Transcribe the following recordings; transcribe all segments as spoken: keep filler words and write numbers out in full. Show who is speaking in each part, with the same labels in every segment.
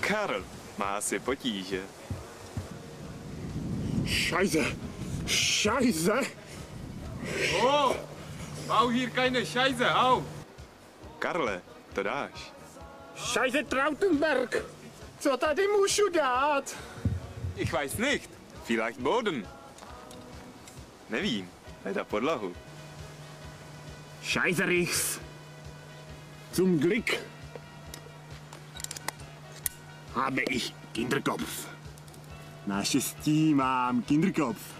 Speaker 1: Karl má asi potíže.
Speaker 2: Scheiße! Scheiße!
Speaker 3: Oh! Bau hier keine Scheiße, au!
Speaker 1: Karle, to dáš.
Speaker 2: Scheiße Trautenberg! Co tady můžu dát?
Speaker 1: Ich weiß nicht. Vielleicht Boden. Nevím. Hledá podlahu.
Speaker 2: Scheiße Riechs! Zum Glück habe ich Kinderkopf. Naštěstí mám Kinderkopf.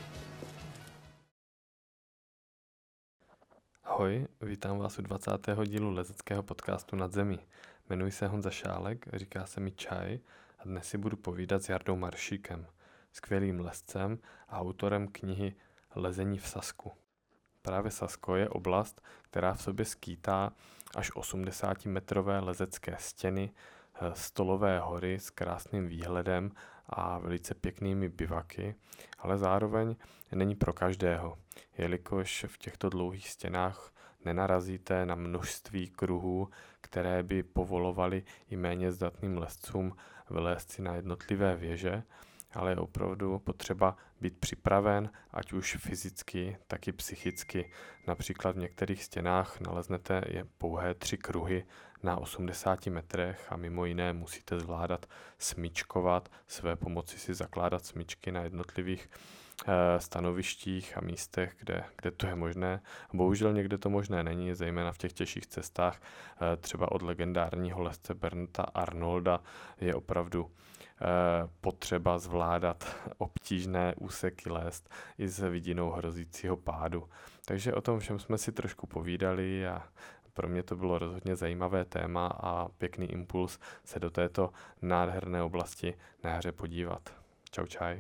Speaker 4: Ahoj, vítám vás u dvacátého dílu lezeckého podcastu Nad zemí. Jmenuji se Honza Šálek, říká se mi Čaj a dnes si budu povídat s Jardou Maršíkem, skvělým lezcem a autorem knihy Lezení v Sasku. Právě Sasko je oblast, která v sobě skýtá až osmdesátimetrové lezecké stěny, stolové hory s krásným výhledem a velice pěknými bivaky, ale zároveň není pro každého, jelikož v těchto dlouhých stěnách nenarazíte na množství kruhů, které by povolovaly i méně zdatným lezcům vylézt si na jednotlivé věže, ale je opravdu potřeba být připraven, ať už fyzicky, tak i psychicky. Například v některých stěnách naleznete je pouhé tři kruhy na osmdesáti metrech a mimo jiné musíte zvládat smyčkovat, své pomoci si zakládat smyčky na jednotlivých e, stanovištích a místech, kde, kde to je možné. Bohužel někde to možné není, zejména v těch těžších cestách, e, třeba od legendárního lezce Bernta Arnolda je opravdu potřeba zvládat obtížné úseky lézt i s vidinou hrozícího pádu. Takže o tom všem jsme si trošku povídali a pro mě to bylo rozhodně zajímavé téma a pěkný impuls se do této nádherné oblasti na jaře podívat. Čau čaj.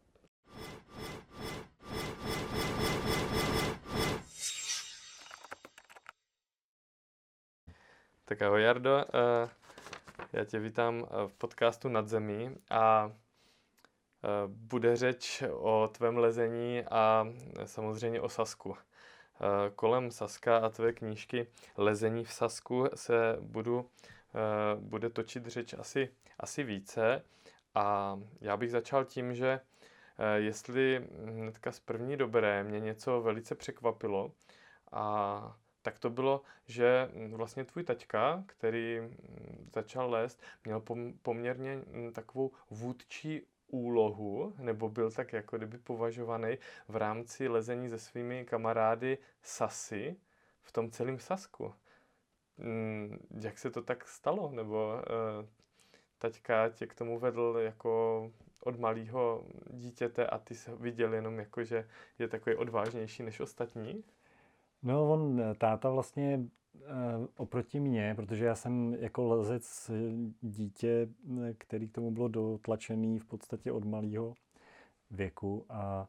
Speaker 4: Tak ahoj Jardo, já tě vítám v podcastu Nad zemí a bude řeč o tvém lezení a samozřejmě o Sasku. Kolem Saska a tvé knížky Lezení v Sasku se budu, bude točit řeč asi, asi více a já bych začal tím, že jestli hnedka z první dobré mě něco velice překvapilo a tak to bylo, že vlastně tvůj taťka, který začal lézt, měl poměrně takovou vůdčí úlohu, nebo byl tak jako kdyby považovaný v rámci lezení se svými kamarády Sasy v tom celém Sasku. Jak se to tak stalo? Nebo taťka tě k tomu vedl jako od malého dítěte a ty se viděl jenom jako, že je takový odvážnější než ostatní?
Speaker 5: No, on, táta vlastně oproti mně, protože já jsem jako lezec dítě, který k tomu bylo dotlačený v podstatě od malého věku a,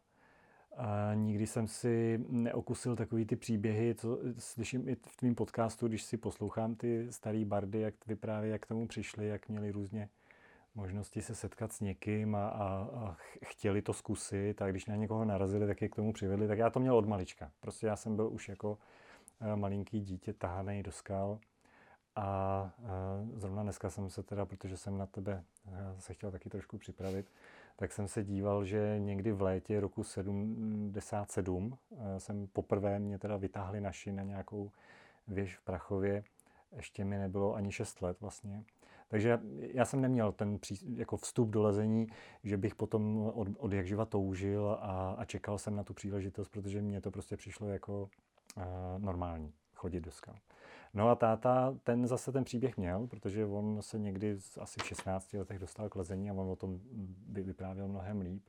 Speaker 5: a nikdy jsem si neokusil takový ty příběhy, co slyším i v tvým podcastu, když si poslouchám ty starý bardy, jak vyprávějí, jak k tomu přišli, jak měli různě možnosti se setkat s někým a, a, a chtěli to zkusit a když na někoho narazili, tak je k tomu přivedli. Tak já to měl od malička. Prostě já jsem byl už jako malinký dítě tahaný do skal a, a zrovna dneska jsem se teda, protože jsem na tebe se chtěl taky trošku připravit, tak jsem se díval, že někdy v létě roku sedmdesát sedm jsem poprvé mě teda vytáhli naši na nějakou věž v Prachově. Ještě mi nebylo ani šest let vlastně. Takže já jsem neměl ten pří, jako vstup do lezení, že bych potom od, od jak živa toužil a, a čekal jsem na tu příležitost, protože mně to prostě přišlo jako uh, normální chodit do skal. No a táta, ten zase ten příběh měl, protože on se někdy asi v šestnácti letech dostal k lezení a on o tom by vyprávěl mnohem líp.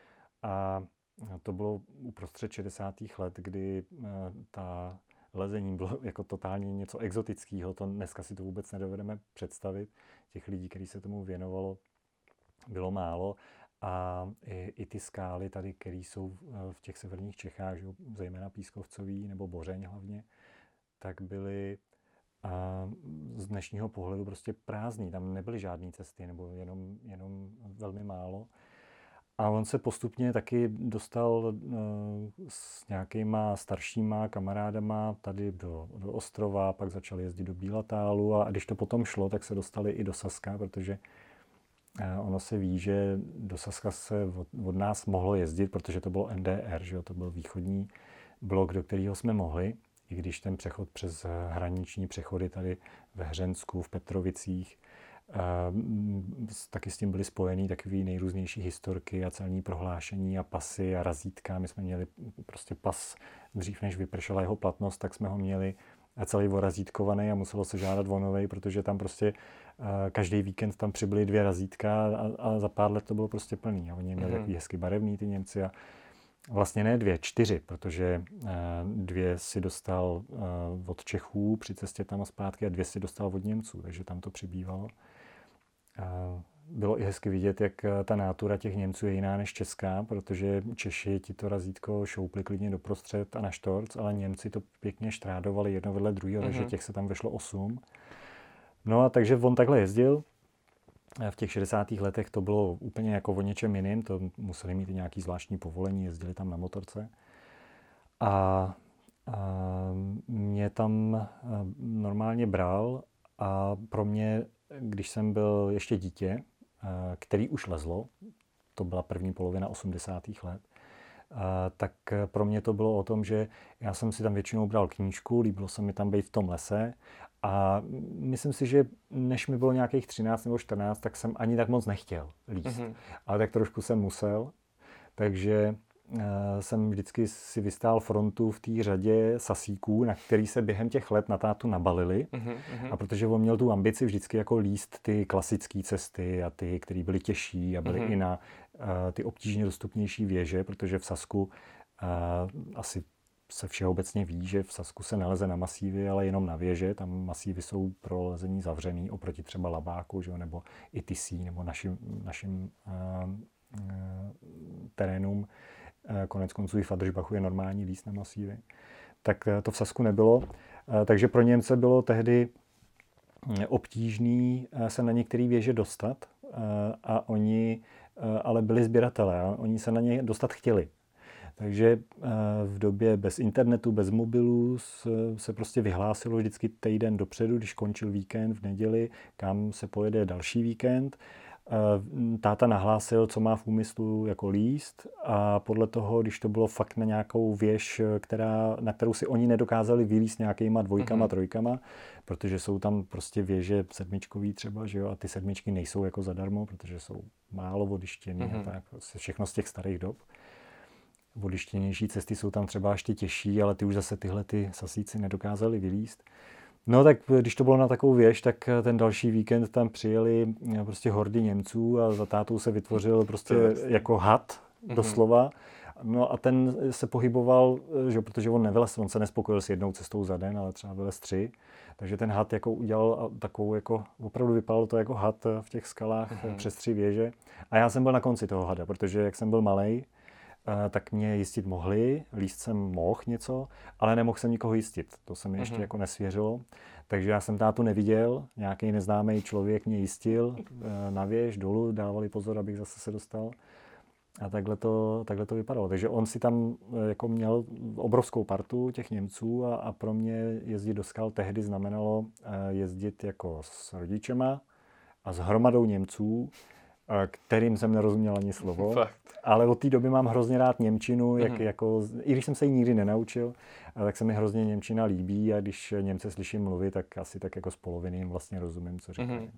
Speaker 5: A to bylo uprostřed šedesátých let, kdy uh, ta lezení bylo jako totálně něco exotického, to dneska si to vůbec nedovedeme představit. Těch lidí, kteří se tomu věnovalo, bylo málo. A i, i ty skály tady, které jsou v těch severních Čechách, že, zejména Pískovcový nebo Bořeň hlavně, tak byly a z dnešního pohledu prostě prázdný. Tam nebyly žádné cesty, nebo jenom, jenom velmi málo. A on se postupně taky dostal uh, s nějakýma staršíma kamarádama tady do, do Ostrova, pak začal jezdit do Bílatálu a, a když to potom šlo, tak se dostali i do Saska, protože ono se ví, že do Saska se od, od nás mohlo jezdit, protože to bylo N D R, že jo? To byl východní blok, do kterého jsme mohli, i když ten přechod přes hraniční přechody tady ve Hřensku, v Petrovicích, taky s tím byly spojený takový nejrůznější historky a celní prohlášení a pasy a razítka. My jsme měli prostě pas dřív, než vypršela jeho platnost, tak jsme ho měli celý orazítkovaný a muselo se žádat o novej, protože tam prostě každý víkend tam přibyly dvě razítka a, a za pár let to bylo prostě plný. A oni měli mm. takový hezky barevný ty Němci a vlastně ne dvě, čtyři, protože dvě si dostal od Čechů při cestě tam a zpátky a dvě si dostal od Němců, takže tam to přibývalo. Bylo i hezky vidět, jak ta nátura těch Němců je jiná než česká, protože Češi ti to razítko šoupli klidně doprostřed a na štorc, ale Němci to pěkně štrádovali jedno vedle druhého, mm-hmm. takže těch se tam vešlo osm. No a takže on takhle jezdil. V těch šedesátých letech to bylo úplně jako o něčem jiným, to museli mít i nějaký zvláštní povolení, jezdili tam na motorce. A, a mě tam normálně bral a pro mě, když jsem byl ještě dítě, který už lezlo, to byla první polovina osmdesátých let, tak pro mě to bylo o tom, že já jsem si tam většinou bral knížku, líbilo se mi tam být v tom lese a myslím si, že než mi bylo nějakých třináct nebo čtrnáct, tak jsem ani tak moc nechtěl líst. Mm-hmm. Ale tak trošku jsem musel, takže uh, jsem vždycky si vystál frontu v té řadě sasíků, na který se během těch let na tátu nabalili. Mm-hmm. A protože on měl tu ambici vždycky jako líst ty klasické cesty a ty, které byly těžší a byly mm-hmm. i na uh, ty obtížně dostupnější věže, protože v Sasku uh, asi se všeobecně ví, že v Sasku se neleze na masívy, ale jenom na věže. Tam masívy jsou pro lezení zavřený oproti třeba Labáku, že? Nebo i Tisí, nebo našim, našim uh, uh, terénům. Uh, konec konců i v Adržbachu je normální líst na masívy. Tak uh, to v Sasku nebylo. Uh, takže pro Němce bylo tehdy obtížný uh, se na některé věže dostat uh, a oni uh, ale byli sběratelé a oni se na ně dostat chtěli. Takže v době bez internetu, bez mobilů se prostě vyhlásilo vždycky týden dopředu, když končil víkend v neděli, kam se pojede další víkend. Táta nahlásil, co má v úmyslu jako líst a podle toho, když to bylo fakt na nějakou věž, která, na kterou si oni nedokázali vylíst nějakýma dvojkama, mm-hmm. trojkama, protože jsou tam prostě věže sedmičkový třeba, že jo, a ty sedmičky nejsou jako zadarmo, protože jsou málo vodištěný mm-hmm. a tak, všechno z těch starých dob. Vodištěnější cesty jsou tam třeba ještě těžší, ale ty už zase tyhle ty sasíci nedokázali vylízt. No tak když to bylo na takovou věž, tak ten další víkend tam přijeli prostě hordy Němců a za tátou se vytvořil prostě jako had doslova. No a ten se pohyboval, že, protože on nevylez, on se nespokojil s jednou cestou za den, ale třeba vylez tři. Takže ten had jako udělal takovou jako, opravdu vypadalo to jako had v těch skalách mm-hmm. přes tři věže. A já jsem byl na konci toho hada, protože jak jsem byl malej, tak mě jistit mohli, líst jsem mohl něco, ale nemohl jsem nikoho jistit. To se mi ještě mm-hmm. jako nesvěřilo. Takže já jsem tátu neviděl, nějaký neznámý člověk mě jistil na věž, dolů, dávali pozor, abych zase se dostal. A takhle to, takhle to vypadalo. Takže on si tam jako měl obrovskou partu těch Němců a, a pro mě jezdit do skal tehdy znamenalo jezdit jako s rodičema a s hromadou Němců, kterým jsem nerozuměl ani slovo. Fakt. Ale od té doby mám hrozně rád němčinu, jak, mm. jako, i když jsem se ji nikdy nenaučil, tak se mi hrozně němčina líbí a když Němce slyším mluvit, tak asi tak jako z poloviny jim vlastně rozumím, co říkají. Mm.
Speaker 4: Uh,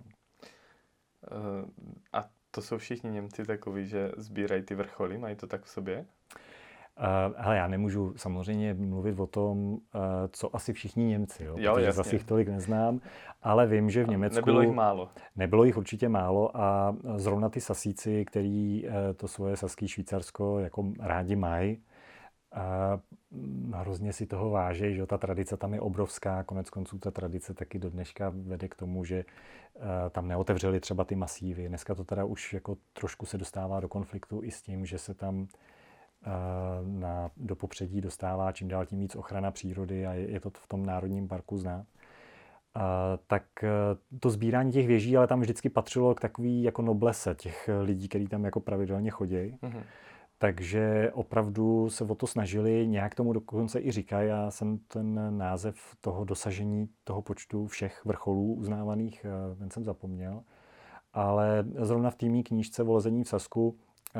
Speaker 4: a to jsou všichni Němci takový, že sbírají ty vrcholy, mají to tak v sobě?
Speaker 5: Uh, hele, já nemůžu samozřejmě mluvit o tom, uh, co asi všichni Němci, jo, jo protože jasně. Zase jich tolik neznám, ale vím, že v Německu...
Speaker 4: Nebylo jich málo.
Speaker 5: Nebylo jich určitě málo a zrovna ty Sasíci, který uh, to svoje saský Švýcarsko jako rádi mají, a hrozně si toho váží, že ta tradice tam je obrovská, konec konců ta tradice taky do dneška vede k tomu, že uh, tam neotevřeli třeba ty masívy. Dneska to teda už jako trošku se dostává do konfliktu i s tím, že se tam Na, do popředí dostává čím dál tím víc ochrana přírody a je, je to v tom národním parku znát. A, tak to sbírání těch věží, ale tam vždycky patřilo k takový jako noblese těch lidí, kteří tam jako pravidelně chodí. Mm-hmm. Takže opravdu se o to snažili, nějak tomu dokonce i říkají. Já jsem ten název toho dosažení toho počtu všech vrcholů uznávaných, ten jsem zapomněl. ale zrovna v té mý knížce o lezení v Sasku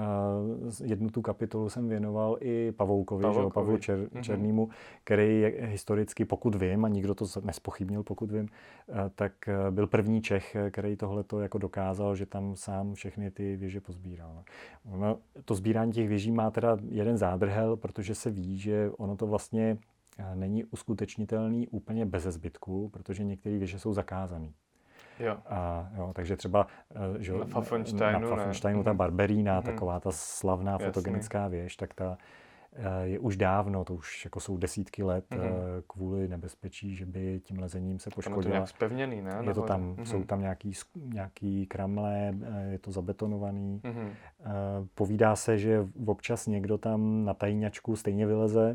Speaker 5: jednu tu kapitolu jsem věnoval i Pavoukovi, Pavoukovi. Že jo, Pavlu Čer, mm-hmm. Černýmu, který je historicky, pokud vím, a nikdo to nespochybnil, pokud vím, tak byl první Čech, který tohleto jako dokázal, že tam sám všechny ty věže pozbíral. No, to sbírání těch věží má teda jeden zádrhel, protože se ví, že ono to vlastně není uskutečnitelný úplně beze zbytku, protože některé věže jsou zakázané.
Speaker 4: Jo.
Speaker 5: A, jo, takže třeba že,
Speaker 4: na Pfaffensteinu,
Speaker 5: na Pfaffensteinu ta Barberína,
Speaker 4: mm-hmm.
Speaker 5: taková ta slavná
Speaker 4: Jasný.
Speaker 5: fotogenická věž, tak ta je už dávno, to už jako jsou desítky let mm-hmm. kvůli nebezpečí, že by tím lezením se poškodila.
Speaker 4: Je to nějak zpevněný, ne?
Speaker 5: Je to tam, mm-hmm. Jsou tam nějaký, nějaký kramle, je to zabetonovaný. Mm-hmm. Povídá se, že občas někdo tam na tajňačku stejně vyleze,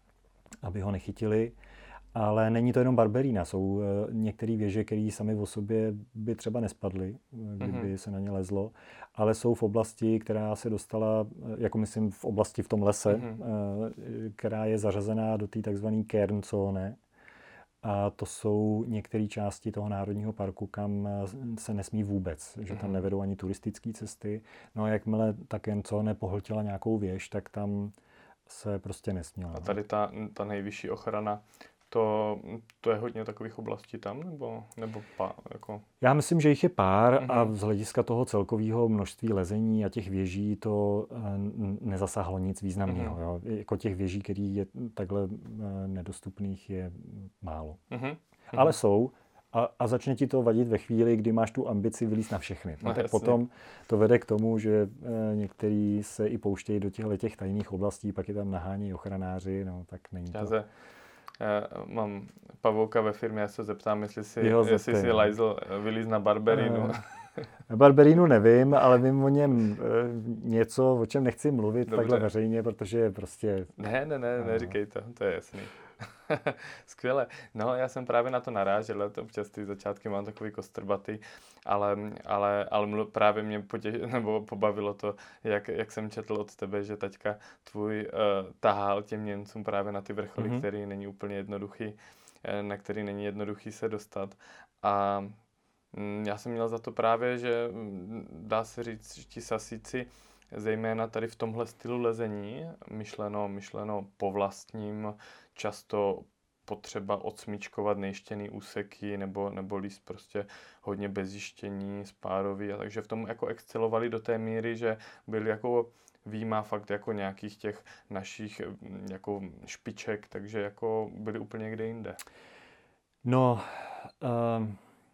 Speaker 5: aby ho nechytili. Ale není to jenom Barberína, jsou některé věže, které sami o sobě by třeba nespadly, kdyby mm-hmm. se na ně lezlo, ale jsou v oblasti, která se dostala, jako myslím v oblasti v tom lese, mm-hmm. která je zařazená do té takzvané Kernzone. A to jsou některé části toho národního parku, kam se nesmí vůbec, že tam nevedou ani turistické cesty. No a jakmile ta Kernzone pohltila nějakou věž, tak tam se prostě nesměla.
Speaker 4: A tady ta, ta nejvyšší ochrana, To, to je hodně takových oblastí tam, nebo, nebo pár? Jako...
Speaker 5: Já myslím, že jich je pár mm-hmm. a z hlediska toho celkového množství lezení a těch věží to nezasáhlo nic významného. Mm-hmm. Jo. Jako těch věží, který je takhle nedostupných, je málo. Mm-hmm. Ale jsou a, a začne ti to vadit ve chvíli, kdy máš tu ambici vylízt na všechny. No, tak potom to vede k tomu, že některý se i pouštějí do těchto těch tajných oblastí, pak je tam nahánějí ochranáři, no tak není to...
Speaker 4: Já Já mám pavouka ve firmě, já se zeptám, jestli si, jestli si lajzl vylíz na Barberínu.
Speaker 5: Na Barberínu nevím, ale vím o něm něco, o čem nechci mluvit Dobře. takhle veřejně, protože prostě...
Speaker 4: Ne, ne, ne, neříkej to, to je jasný. Skvěle. No, já jsem právě na to narážel, to občas ty začátky mám takový kostrbatý, ale, ale, ale mlu, právě mě potěž, nebo pobavilo to, jak, jak jsem četl od tebe, že taťka tvůj uh, tahal těm Němcům právě na ty vrcholy, mm-hmm. který není úplně jednoduchý, na který není jednoduchý se dostat. A mm, já jsem měl za to právě, že dá se říct, že ti Sasíci, zejména tady v tomhle stylu lezení, myšleno, myšleno po vlastním, často potřeba odsmyčkovat nejštěný úseky nebo, nebo líst prostě hodně bez zjištění, spárový, a takže v tom jako excelovali do té míry, že byli jako výjima fakt jako nějakých těch našich jako špiček, takže jako byli úplně někde jinde.
Speaker 5: No, um...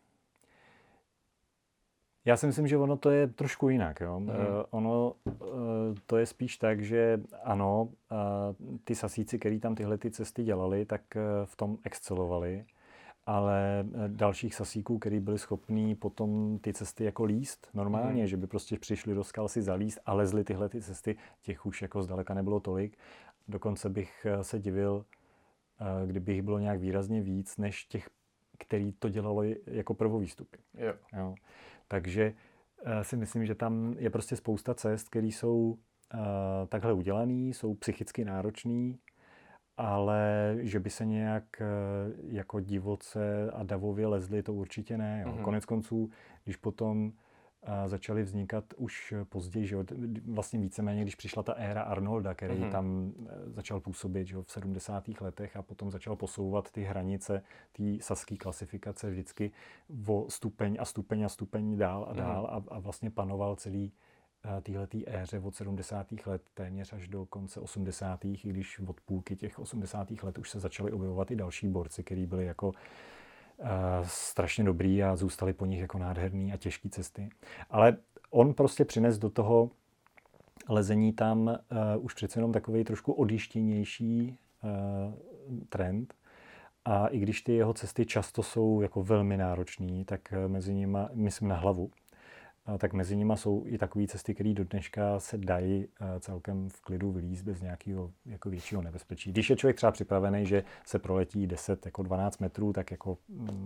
Speaker 5: já si myslím, že ono to je trošku jinak. Jo? Mm. Uh, ono uh, to je spíš tak, že ano, uh, ty Sasíci, který tam tyhle ty cesty dělali, tak uh, v tom excelovali, ale uh, dalších Sasíků, který byli schopní potom ty cesty jako líst normálně, mm. že by prostě přišli do skal si zalíst a lezli tyhle ty cesty, těch už jako zdaleka nebylo tolik. Dokonce bych uh, se divil, uh, kdyby jich bylo nějak výrazně víc, než těch, který to dělalo jako prvovýstupy.
Speaker 4: Jo.
Speaker 5: Jo. Takže uh, si myslím, že tam je prostě spousta cest, které jsou uh, takhle udělané, jsou psychicky náročné, ale že by se nějak uh, jako divoce a davově lezli, to určitě ne. Jo. Mm-hmm. Konec konců, když potom uh, začaly vznikat už později, že jo, vlastně víceméně, když přišla ta éra Arnolda, který mm-hmm. tam uh, začal působit, že jo, v sedmdesátých letech a potom začal posouvat ty hranice té saské klasifikace vždycky o stupeň a stupeň a stupeň dál a dál mm-hmm. a, a vlastně panoval celý uh, téhletý éře od sedmdesátých let téměř až do konce osmdesátých, i když od půlky těch osmdesátých let už se začaly objevovat i další borci, který byli jako Uh, strašně dobrý a zůstaly po nich jako nádherný a těžký cesty. Ale on prostě přines do toho lezení tam uh, už přece jenom takovej trošku odjištěnější uh, trend. A i když ty jeho cesty často jsou jako velmi náročný, tak mezi nima, myslím na hlavu, tak mezi nimi jsou i takové cesty, které do dneška se dají celkem v klidu vylízt bez nějakého jako většího nebezpečí. Když je člověk třeba připravený, že se proletí deset, jako dvanáct metrů, tak jako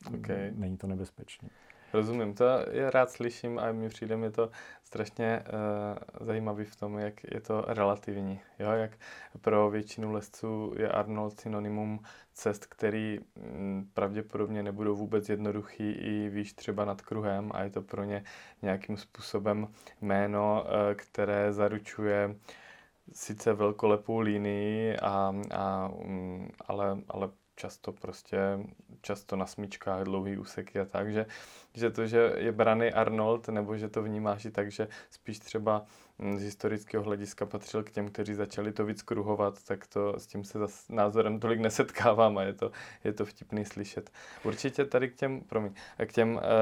Speaker 4: Okay.
Speaker 5: Není to nebezpečné.
Speaker 4: Rozumím, to je rád slyším a mi přijde mi to strašně uh, zajímavý v tom, jak je to relativní. Jo? Jak pro většinu lezců je Arnold synonymum cest, který m, pravděpodobně nebudou vůbec jednoduchý i výš třeba nad kruhem a je to pro ně nějakým způsobem jméno, uh, které zaručuje sice velkolepou linii, a, a, um, ale, ale často prostě, často na smyčkách, dlouhý úseky a tak, že, že to, že je braný Arnold, nebo že to vnímáš i tak, že spíš třeba z historického hlediska patřil k těm, kteří začali to víc kruhovat, tak to s tím se zas názorem tolik nesetkávám a je to, je to vtipný slyšet. Určitě tady k těm, promiň, k těm uh,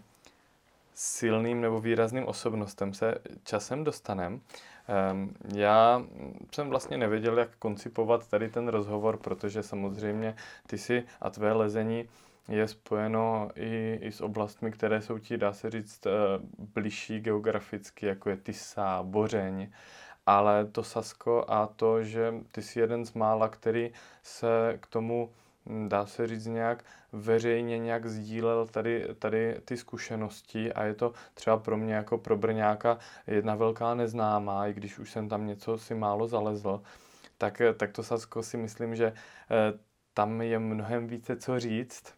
Speaker 4: silným nebo výrazným osobnostem se časem dostaneme. Um, já jsem vlastně nevěděl, jak koncipovat tady ten rozhovor, protože samozřejmě ty si a tvé lezení je spojeno i, i s oblastmi, které jsou ti, dá se říct, bližší geograficky, jako je Tisa, Bořeň, ale to Sasko a to, že ty jsi jeden z mála, který se k tomu, dá se říct, nějak veřejně nějak sdílel tady, tady ty zkušenosti a je to třeba pro mě jako pro Brňáka jedna velká neznámá, i když už jsem tam něco si málo zalezl, tak, tak to Sasko si myslím, že eh, tam je mnohem více co říct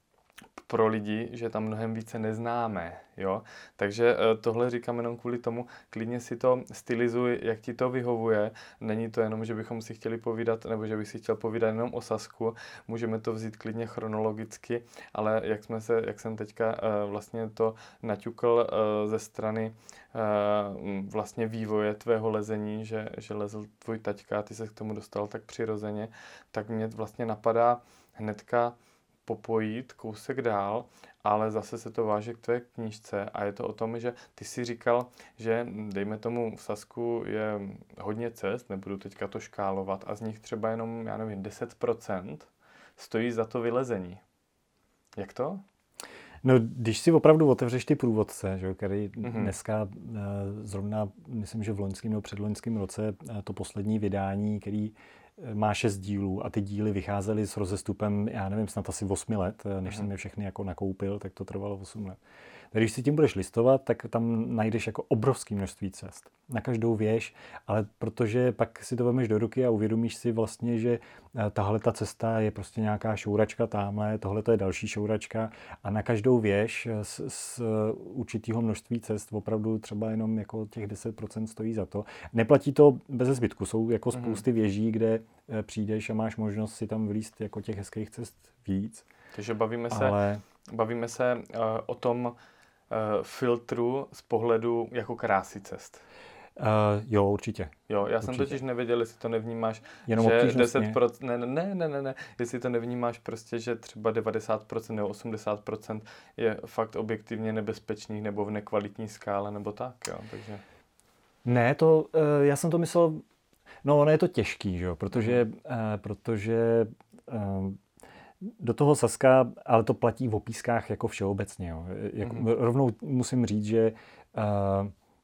Speaker 4: pro lidi, že tam mnohem více neznáme, jo. Takže tohle říkám jenom kvůli tomu, klidně si to stylizuj, jak ti to vyhovuje. Není to jenom, že bychom si chtěli povídat, nebo že bych si chtěl povídat jenom o Sasku. Můžeme to vzít klidně chronologicky, ale jak jsme se, jak jsem teďka vlastně to naťukl ze strany vlastně vývoje tvého lezení, že, že lezl tvůj taťka a ty se k tomu dostal tak přirozeně, tak mě vlastně napadá hnedka popojít kousek dál, ale zase se to váže k tvé knížce a je to o tom, že ty si říkal, že dejme tomu v Sasku je hodně cest, nebudu teďka to škálovat a z nich třeba jenom, já nevím, deset procent stojí za to vylezení. Jak to?
Speaker 5: No, když si opravdu otevřeš ty průvodce, že, který mm-hmm. dneska zrovna, myslím, že v loňském nebo předloňském roce to poslední vydání, který má šest dílů a ty díly vycházely s rozestupem, já nevím, snad asi osmi let, než jsem je všechny jako nakoupil, tak to trvalo osm let. Tak když si tím budeš listovat, tak tam najdeš jako obrovské množství cest. Na každou věž, ale protože pak si to vezmeš do ruky a uvědomíš si vlastně, že tahle ta cesta je prostě nějaká šouračka tamhle, tohle to je další šouračka a na každou věž z, z určitého množství cest opravdu třeba jenom jako těch deset procent stojí za to. Neplatí to bez zbytku, jsou jako spousty věží, kde přijdeš a máš možnost si tam vylízt jako těch hezkých cest víc.
Speaker 4: Takže bavíme se,
Speaker 5: ale...
Speaker 4: bavíme se uh, o tom uh, filtru z pohledu jako krásy cest.
Speaker 5: Uh, jo, určitě.
Speaker 4: Jo, já
Speaker 5: určitě.
Speaker 4: jsem totiž nevěděl, jestli to nevnímáš,
Speaker 5: jenom
Speaker 4: že deset procent, ne, ne, ne, ne, ne, jestli to nevnímáš prostě, že třeba devadesát procent nebo osmdesát procent je fakt objektivně nebezpečných nebo v nekvalitní skále nebo tak, jo, takže...
Speaker 5: Ne, to, uh, já jsem to myslel, no ono je to těžký, že jo, protože, uh, protože uh, do toho Saska, ale to platí v opískách jako všeobecně, jo. Jak, mm-hmm. Rovnou musím říct, že uh,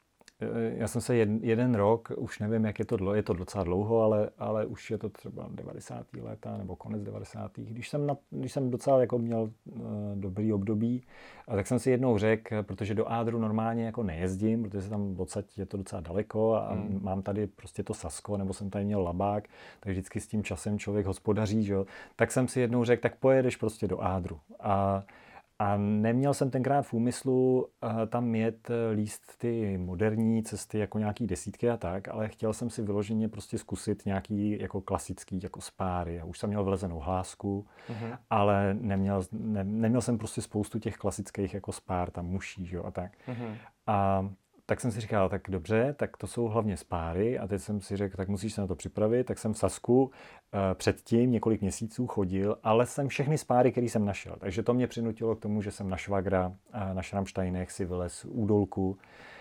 Speaker 5: já jsem se jeden, jeden rok, už nevím, jak je to dlouho, je to docela dlouho, ale, ale už je to třeba devadesátá léta nebo konec devadesátých Když jsem, na, když jsem docela jako měl uh, dobrý období, a tak jsem si jednou řekl, protože do Ádru normálně jako nejezdím, protože se tam odsaď je to docela daleko a mm. mám tady prostě to Sasko, nebo jsem tady měl Labák, tak vždycky s tím časem člověk hospodaří, že jo. Tak jsem si jednou řekl, tak pojedeš prostě do Ádru. A A neměl jsem tenkrát v úmyslu uh, tam jet líst ty moderní cesty jako nějaký desítky a tak, ale chtěl jsem si vyloženě prostě zkusit nějaký jako klasický jako spáry. Já už jsem měl vlezenou hlásku, uh-huh. ale neměl, ne, neměl jsem prostě spoustu těch klasických jako spár, tam muší, že jo, a tak. Uh-huh. A tak jsem si říkal, tak dobře, tak to jsou hlavně spáry a teď jsem si řekl, tak musíš se na to připravit, tak jsem v Sasku uh, předtím několik měsíců chodil, ale jsem všechny spáry, které jsem našel. Takže to mě přinutilo k tomu, že jsem na Švagra, uh, na Šramštejnech si vylez údolku.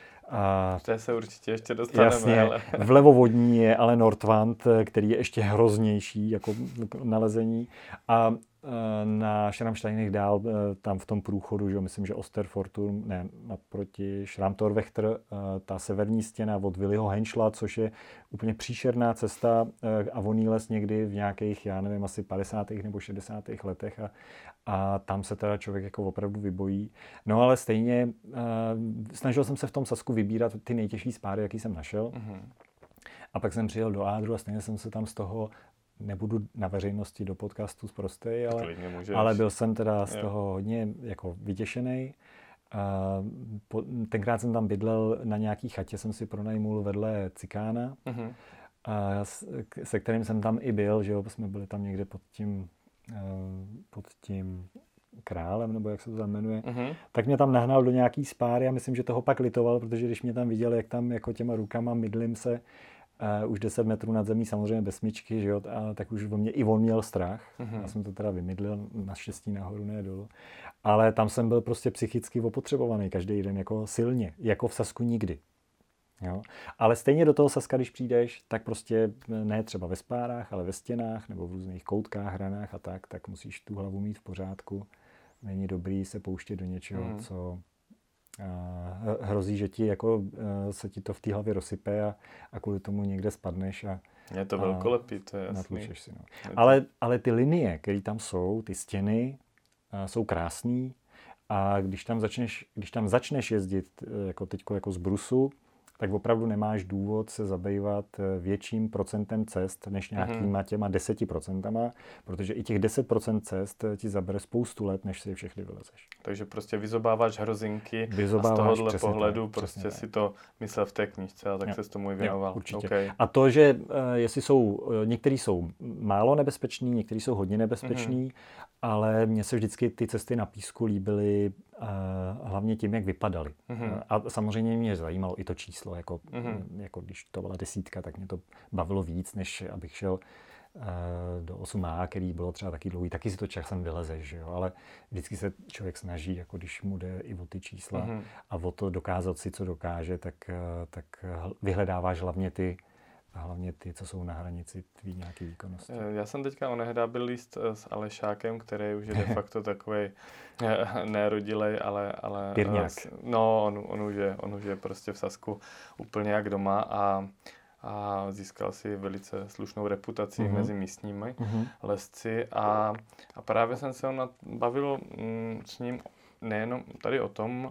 Speaker 4: A to se určitě ještě dostaneme.
Speaker 5: Jasně,
Speaker 4: ale...
Speaker 5: vlevovodní je ale Nordwand, který je ještě hroznější jako nalezení. A na Schrammsteinech dál, tam v tom průchodu, že myslím, že Osterfortum, ne, naproti Schrammtorwächter, ta severní stěna od Williho Henschla, což je úplně příšerná cesta a voný les někdy v nějakých, já nevím, asi padesátých nebo šedesátých letech a, a tam se teda člověk jako opravdu vybojí. No ale stejně snažil jsem se v tom Sasku vybírat ty nejtěžší spáry, jaký jsem našel. Mm-hmm. A pak jsem přijel do Ádru a stejně jsem se tam z toho, nebudu na veřejnosti do podcastu zprostej, ale, ale byl jsem teda z toho hodně jako vytěšenej. Tenkrát jsem tam bydlel na nějaký chatě, jsem si pronajmul vedle Cikána, uh-huh. se kterým jsem tam i byl, že jo, jsme byli tam někde pod tím, pod tím Králem, nebo jak se to tam jmenuje, uh-huh. tak mě tam nahnal do nějaký spáry a myslím, že toho pak litoval, protože když mě tam viděl, jak tam jako těma rukama mydlím se, Uh, už deset metrů nad zemí, samozřejmě bez smyčky, že jo, a tak už o mě i on měl strach. Mm-hmm. Já jsem to teda vymydlil, naštěstí nahoru, ne dolů. Ale tam jsem byl prostě psychicky opotřebovaný každý den, jako silně, jako v Sasku nikdy. Jo? Ale stejně do toho Saska, když přijdeš, tak prostě ne třeba ve spárách, ale ve stěnách nebo v různých koutkách, hranách a tak, tak musíš tu hlavu mít v pořádku. Není dobrý se pouštět do něčeho, mm. co a hrozí, že ti jako se ti to v té hlavě rozsype a, a kvůli tomu někde spadneš a
Speaker 4: je to velkolepý, to je jasný.
Speaker 5: Si, no. ale, ale ty linie, které tam jsou, ty stěny, jsou krásný a když tam začneš, když tam začneš jezdit jako teďko jako z brusu, tak opravdu nemáš důvod se zabývat větším procentem cest než nějakýma těma deseti procentama, protože i těch deset procent cest ti zabere spoustu let, než si je všechny vylezeš.
Speaker 4: Takže prostě vyzobáváš hrozinky
Speaker 5: vyzobáváš,
Speaker 4: a z tohohle pohledu
Speaker 5: tak,
Speaker 4: prostě si to myslel v té knížce a tak jo. se s tomu i věnoval.
Speaker 5: Jo, určitě.
Speaker 4: Okay.
Speaker 5: A to, že jestli jsou, některý jsou málo nebezpeční, některý jsou hodně nebezpeční, mm-hmm. ale mně se vždycky ty cesty na písku líbily uh, hlavně tím, jak vypadaly. Mm-hmm. A samozřejmě mě zajímalo i to číslo, jako, mm-hmm. jako když to byla desítka, tak mě to bavilo víc, než abych šel uh, do osm A, který bylo třeba taky dlouhý, taky si to časem vylezeš, že jo? Ale vždycky se člověk snaží, jako když mu jde i o ty čísla mm-hmm. a o to dokázat si, co dokáže, tak, tak vyhledáváš hlavně ty a hlavně ty, co jsou na hranici tvý nějaký výkonnosti.
Speaker 4: Já jsem teďka onehdy líst s Alešákem, který už je de facto takovej nerodilej, ale... ale
Speaker 5: Pěrňák.
Speaker 4: No, on, on, už je, on už je prostě v Sasku úplně jak doma a, a získal si velice slušnou reputaci mm-hmm. mezi místními mm-hmm. lesci a, a právě jsem se on bavil mm, s ním nejenom tady o tom,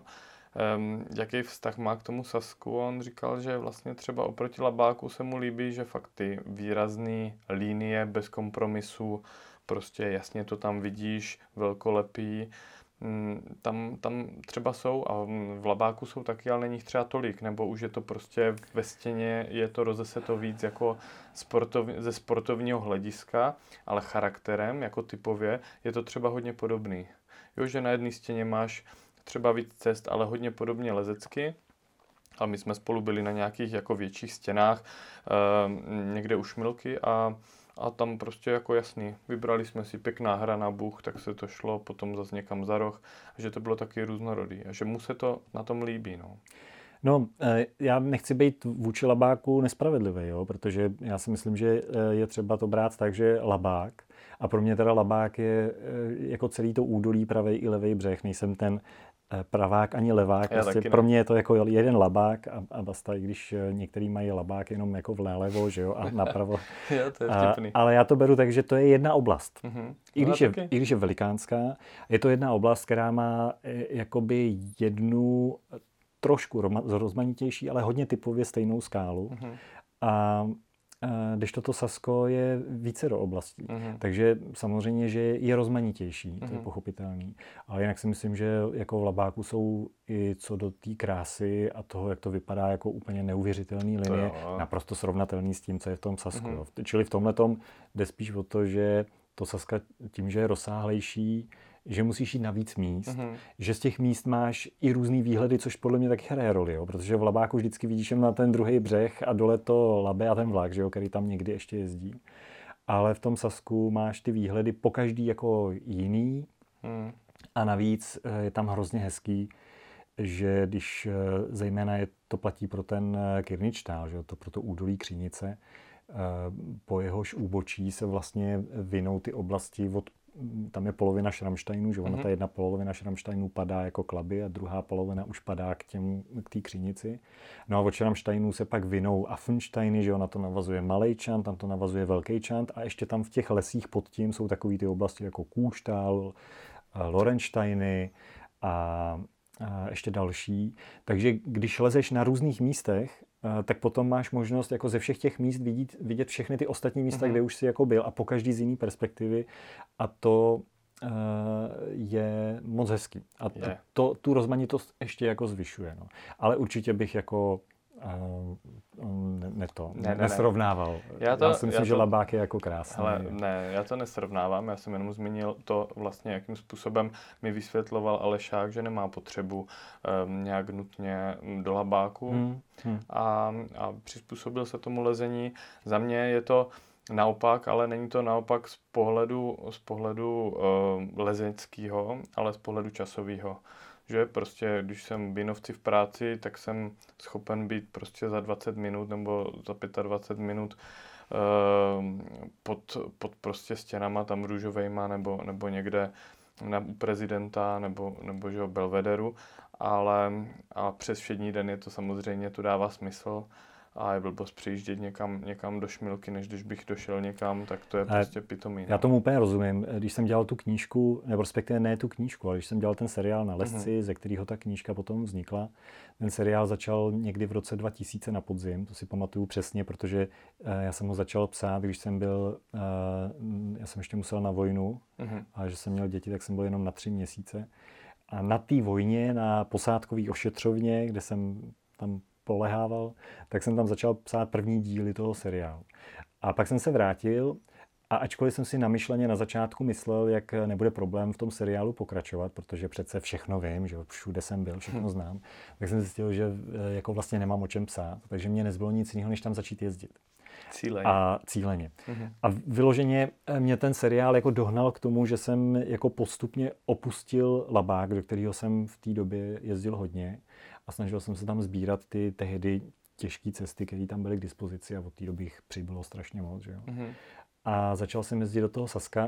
Speaker 4: Um, jaký vztah má k tomu Sasku. On říkal, že vlastně třeba oproti Labáku se mu líbí, že fakt ty výrazné linie bez kompromisu, prostě jasně to tam vidíš, velkolepý. Um, tam, tam třeba jsou a v Labáku jsou taky, ale není jich třeba tolik, nebo už je to prostě ve stěně, je to rozeseto víc jako sportov, ze sportovního hlediska, ale charakterem, jako typově, je to třeba hodně podobný. Jo, že na jedné stěně máš třeba víc cest, ale hodně podobně lezecky. A my jsme spolu byli na nějakých jako větších stěnách, e, někde u Šmilky a, a tam prostě jako jasný. Vybrali jsme si pěkná hra na Bůh, tak se to šlo potom zase někam za roh, že to bylo taky různorodý a že mu se to na tom líbí. No.
Speaker 5: No, já nechci být vůči Labáku nespravedlivý, jo, protože já si myslím, že je třeba to brát tak, že Labák, a pro mě teda Labák je jako celý to údolí, pravej i levej břeh, nejsem ten pravák ani levák, prostě pro mě je to jako jeden Labák a, a basta, i když některý mají Labák jenom jako vlevo, že jo, a napravo.
Speaker 4: Jo, to je vtipný.
Speaker 5: A, ale já to beru tak, že to je jedna oblast. Mm-hmm. I, když je, I když je velikánská, je to jedna oblast, která má jakoby jednu trošku rozmanitější, ale hodně typově stejnou skálu. Mm-hmm. A když toto Sasko je více do oblastí. Mm-hmm. Takže samozřejmě, že je rozmanitější, mm-hmm. to je pochopitelný. Ale jinak si myslím, že jako v Labáku jsou i co do té krásy a toho, jak to vypadá jako úplně neuvěřitelný linie, naprosto srovnatelný s tím, co je v tom Sasku. Mm-hmm. Čili v tomhletom jde spíš o to, že to Saska tím, že je rozsáhlejší, že musíš jít na víc míst, mm-hmm. že z těch míst máš i různý výhledy, což podle mě taky hraje roli, jo? Protože v Labáku vždycky vidíš jen na ten druhý břeh a dole to Labe a ten vlak, že jo? Který tam někdy ještě jezdí. Ale v tom Sasku máš ty výhledy pokaždý jako jiný mm. a navíc je tam hrozně hezký, že když zejména je, to platí pro ten Kirničtál, že jo? To pro to údolí Křínice, po jehož úbočí se vlastně vinou ty oblasti od tam je polovina Šramšteinů, že ona
Speaker 6: Mhm.
Speaker 5: ta jedna polovina Šramšteinů padá jako klaby a druhá polovina už padá k těm, k té křinici. No a od Šramšteinů se pak vinou Affensteiny, že ona to navazuje malej čant, tam to navazuje velký čant a ještě tam v těch lesích pod tím jsou takový ty oblasti jako Kůštal, Lorensteiny a a ještě další. Takže když lezeš na různých místech, tak potom máš možnost jako ze všech těch míst vidět, vidět všechny ty ostatní místa, mm-hmm. kde už jsi jako byl a po každý z jiný perspektivy a to uh, je moc hezký. A to,
Speaker 6: Je.
Speaker 5: to tu rozmanitost ještě jako zvyšuje. No. Ale určitě bych jako uh, ne, ne to,
Speaker 6: Ne, ne, ne.
Speaker 5: nesrovnával.
Speaker 6: Já to-
Speaker 5: já si myslím,
Speaker 6: já
Speaker 5: že
Speaker 6: to-
Speaker 5: Labák je jako krásný.
Speaker 6: Ale ne, já to nesrovnávám, já jsem jenom zmínil to vlastně, jakým způsobem mi vysvětloval Alešák, že nemá potřebu um, nějak nutně do Labáku
Speaker 5: Hmm, hmm.
Speaker 6: a, a přizpůsobil se tomu lezení. Za mě je to naopak, ale není to naopak z pohledu, z pohledu uh, lezeckého, ale z pohledu časového. Že prostě, když jsem v Bínovci v práci, tak jsem schopen být prostě za dvacet minut nebo za dvacet pět minut uh, pod, pod prostě stěnama tam růžovejma nebo, nebo někde na, u prezidenta nebo, nebo že jo, Belvederu, ale a přes všední den je to samozřejmě, to dává smysl a je blbost přijíždět někam, někam do Šmilky, než když bych došel někam, tak to je
Speaker 5: Ale
Speaker 6: prostě pitomý.
Speaker 5: Já tomu úplně rozumím. Když jsem dělal tu knížku, nebo respektive ne tu knížku, ale když jsem dělal ten seriál na Lesci, mm-hmm. ze kterého ta knížka potom vznikla, ten seriál začal někdy v roce dva tisíce na podzim, to si pamatuju přesně, protože uh, já jsem ho začal psát, když jsem byl, uh, já jsem ještě musel na vojnu,
Speaker 6: Mm-hmm.
Speaker 5: a že jsem měl děti, tak jsem byl jenom na tři měsíce. A na té vojně, na posádkový ošetřovně, kde jsem tam polehával, tak jsem tam začal psát první díly toho seriálu. A pak jsem se vrátil a ačkoliv jsem si namyšleně na začátku myslel, jak nebude problém v tom seriálu pokračovat, protože přece všechno vím, že všude jsem byl, všechno znám, tak jsem zjistil, že jako vlastně nemám o čem psát, takže mě nezbylo nic jiného, než tam začít jezdit.
Speaker 6: Cíleně.
Speaker 5: A cíleně.
Speaker 6: Mhm.
Speaker 5: A vyloženě mě ten seriál jako dohnal k tomu, že jsem jako postupně opustil Labák, do kterého jsem v té době jezdil hodně a snažil jsem se tam sbírat ty tehdy těžké cesty, které tam byly k dispozici a od té doby jich přibylo strašně moc. Že jo?
Speaker 6: Mhm.
Speaker 5: A začal jsem jezdit do toho Saska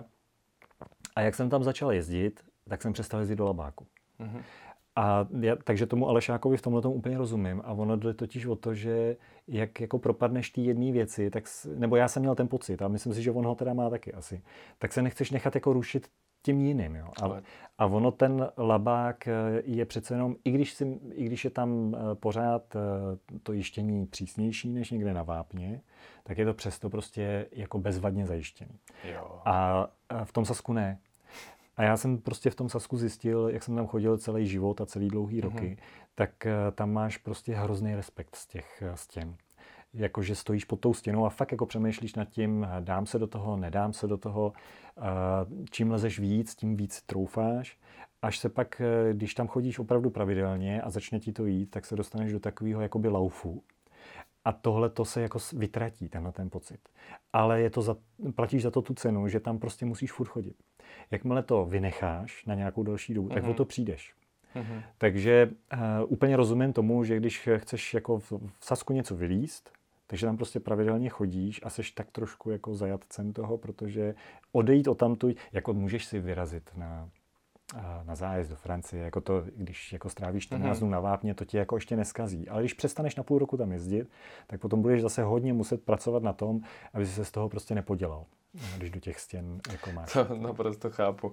Speaker 5: a jak jsem tam začal jezdit, tak jsem přestal jezdit do Labáku.
Speaker 6: Mhm.
Speaker 5: A já, takže tomu Alešákovi v tomhle tomu úplně rozumím. A ono jde totiž o to, že jak jako propadneš té jedné věci, tak, nebo já jsem měl ten pocit, a myslím si, že on ho teda má taky asi, tak se nechceš nechat jako rušit tím jiným. Jo? A, a ono ten Labák je přece jenom, i když, si, i když je tam pořád to jištění přísnější než někde na Vápně, tak je to přesto prostě jako bezvadně zajištěný.
Speaker 6: Jo.
Speaker 5: A, a v tom Sasku ne. A já jsem prostě v tom Sasku zjistil, jak jsem tam chodil celý život a celý dlouhý roky, mm-hmm. tak uh, tam máš prostě hrozný respekt z těch uh, stěn. Jakože stojíš pod tou stěnou a fakt jako přemýšlíš nad tím, dám se do toho, nedám se do toho, uh, čím lezeš víc, tím víc troufáš. Až se pak, uh, když tam chodíš opravdu pravidelně a začne ti to jít, tak se dostaneš do takového jakoby laufu. A tohle to se jako vytratí, tenhle ten pocit. Ale je to za, platíš za to tu cenu, že tam prostě musíš furt chodit. Jakmile to vynecháš na nějakou další dobu, mm-hmm. tak o to přijdeš. Mm-hmm. Takže uh, úplně rozumím tomu, že když chceš jako v, v Sasku něco vylízt, takže tam prostě pravidelně chodíš a seš tak trošku jako zajatcem toho, protože odejít odtamtud, jako můžeš si vyrazit na, na zájezd do Francie, jako to, když jako strávíš čtrnáct dnů na Vápně, to tě jako ještě neskazí. Ale když přestaneš na půl roku tam jezdit, tak potom budeš zase hodně muset pracovat na tom, aby si se z toho prostě nepodělal, když do těch stěn jako máš.
Speaker 6: To naprosto chápu.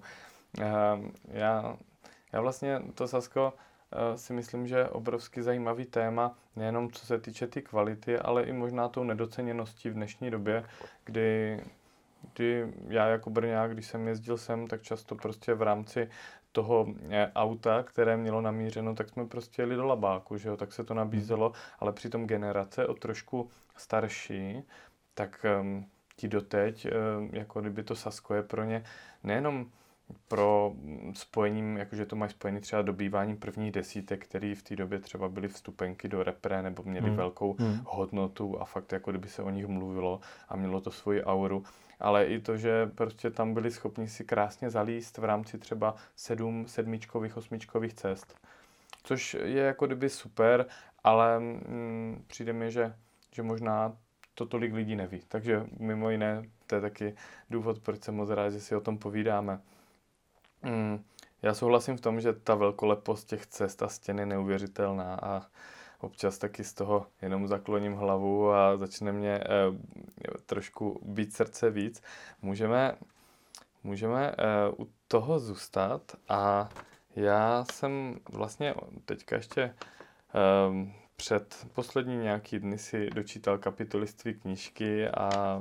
Speaker 6: Já, já vlastně to Sasko si myslím, že je obrovsky zajímavý téma, nejenom co se týče ty kvality, ale i možná tou nedoceněností v dnešní době, kdy, kdy já jako Brňák, když jsem jezdil sem, tak často prostě v rámci toho auta, které mělo namířeno, tak jsme prostě jeli do Labáku, že jo, tak se to nabízelo, ale přitom generace o trošku starší, tak um, ti doteď, um, jako kdyby to Sasko je pro ně nejenom pro spojením, jakože to mají spojený třeba dobýváním prvních desítek, které v té době třeba byly vstupenky do repre nebo měly hmm. velkou hmm. hodnotu a fakt jako kdyby se o nich mluvilo a mělo to svoji auru. Ale i to, že prostě tam byli schopni si krásně zalíst v rámci třeba sedm sedmičkových, osmičkových cest. Což je jako kdyby super, ale mm, přijde mi, že, že možná to tolik lidí neví. Takže mimo jiné to je taky důvod, proč jsem moc rád, že si o tom povídáme. Mm, já souhlasím v tom, že ta velkolepost těch cest a stěn je neuvěřitelná a občas taky z toho jenom zakloním hlavu a začne mě eh, trošku být srdce víc. Můžeme, můžeme eh, u toho zůstat a já jsem vlastně teďka ještě eh, před poslední nějaký dny si dočítal kapitoly z tvý knížky a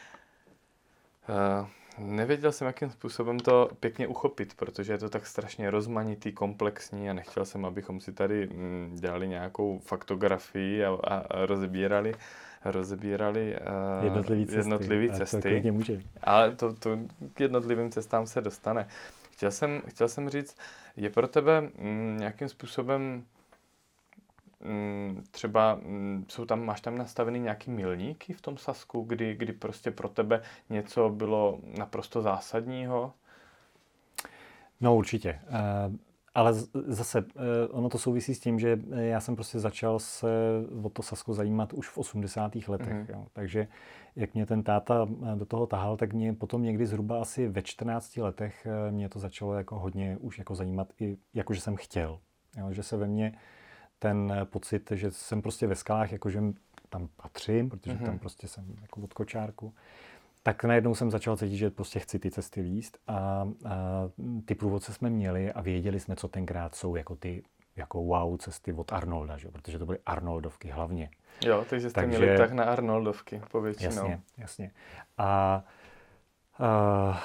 Speaker 6: eh, nevěděl jsem, jakým způsobem to pěkně uchopit, protože je to tak strašně rozmanitý, komplexní a nechtěl jsem, abychom si tady mm, dělali nějakou faktografii a, a rozebírali, rozebírali uh,
Speaker 5: jednotlivé cesty.
Speaker 6: Jednotlivý cesty.
Speaker 5: To může.
Speaker 6: Ale to, to k jednotlivým cestám se dostane. Chtěl jsem, chtěl jsem říct, je pro tebe mm, nějakým způsobem třeba jsou tam, máš tam nastavený nějaký milníky v tom Sasku, kdy, kdy prostě pro tebe něco bylo naprosto zásadního?
Speaker 5: No určitě. Ale zase ono to souvisí s tím, že já jsem prostě začal se o to Sasko zajímat už v osmdesátých letech. Mm. Jo. Takže jak mě ten táta do toho tahal, tak mě potom někdy zhruba asi ve čtrnácti letech mě to začalo jako hodně už jako zajímat i jako, že jsem chtěl. Jo. Že se ve mně ten pocit, že jsem prostě ve skalách, jakože tam patřím, protože mm-hmm. tam prostě jsem jako od kočárku, tak najednou jsem začal cítit, že prostě chci ty cesty líst a, a ty průvodce jsme měli a věděli jsme, co tenkrát jsou jako ty jako wow cesty od Arnolda, že? Protože to byly Arnoldovky hlavně.
Speaker 6: Jo, takže jste takže, měli tak na Arnoldovky povětšinou.
Speaker 5: Jasně, jasně. A, a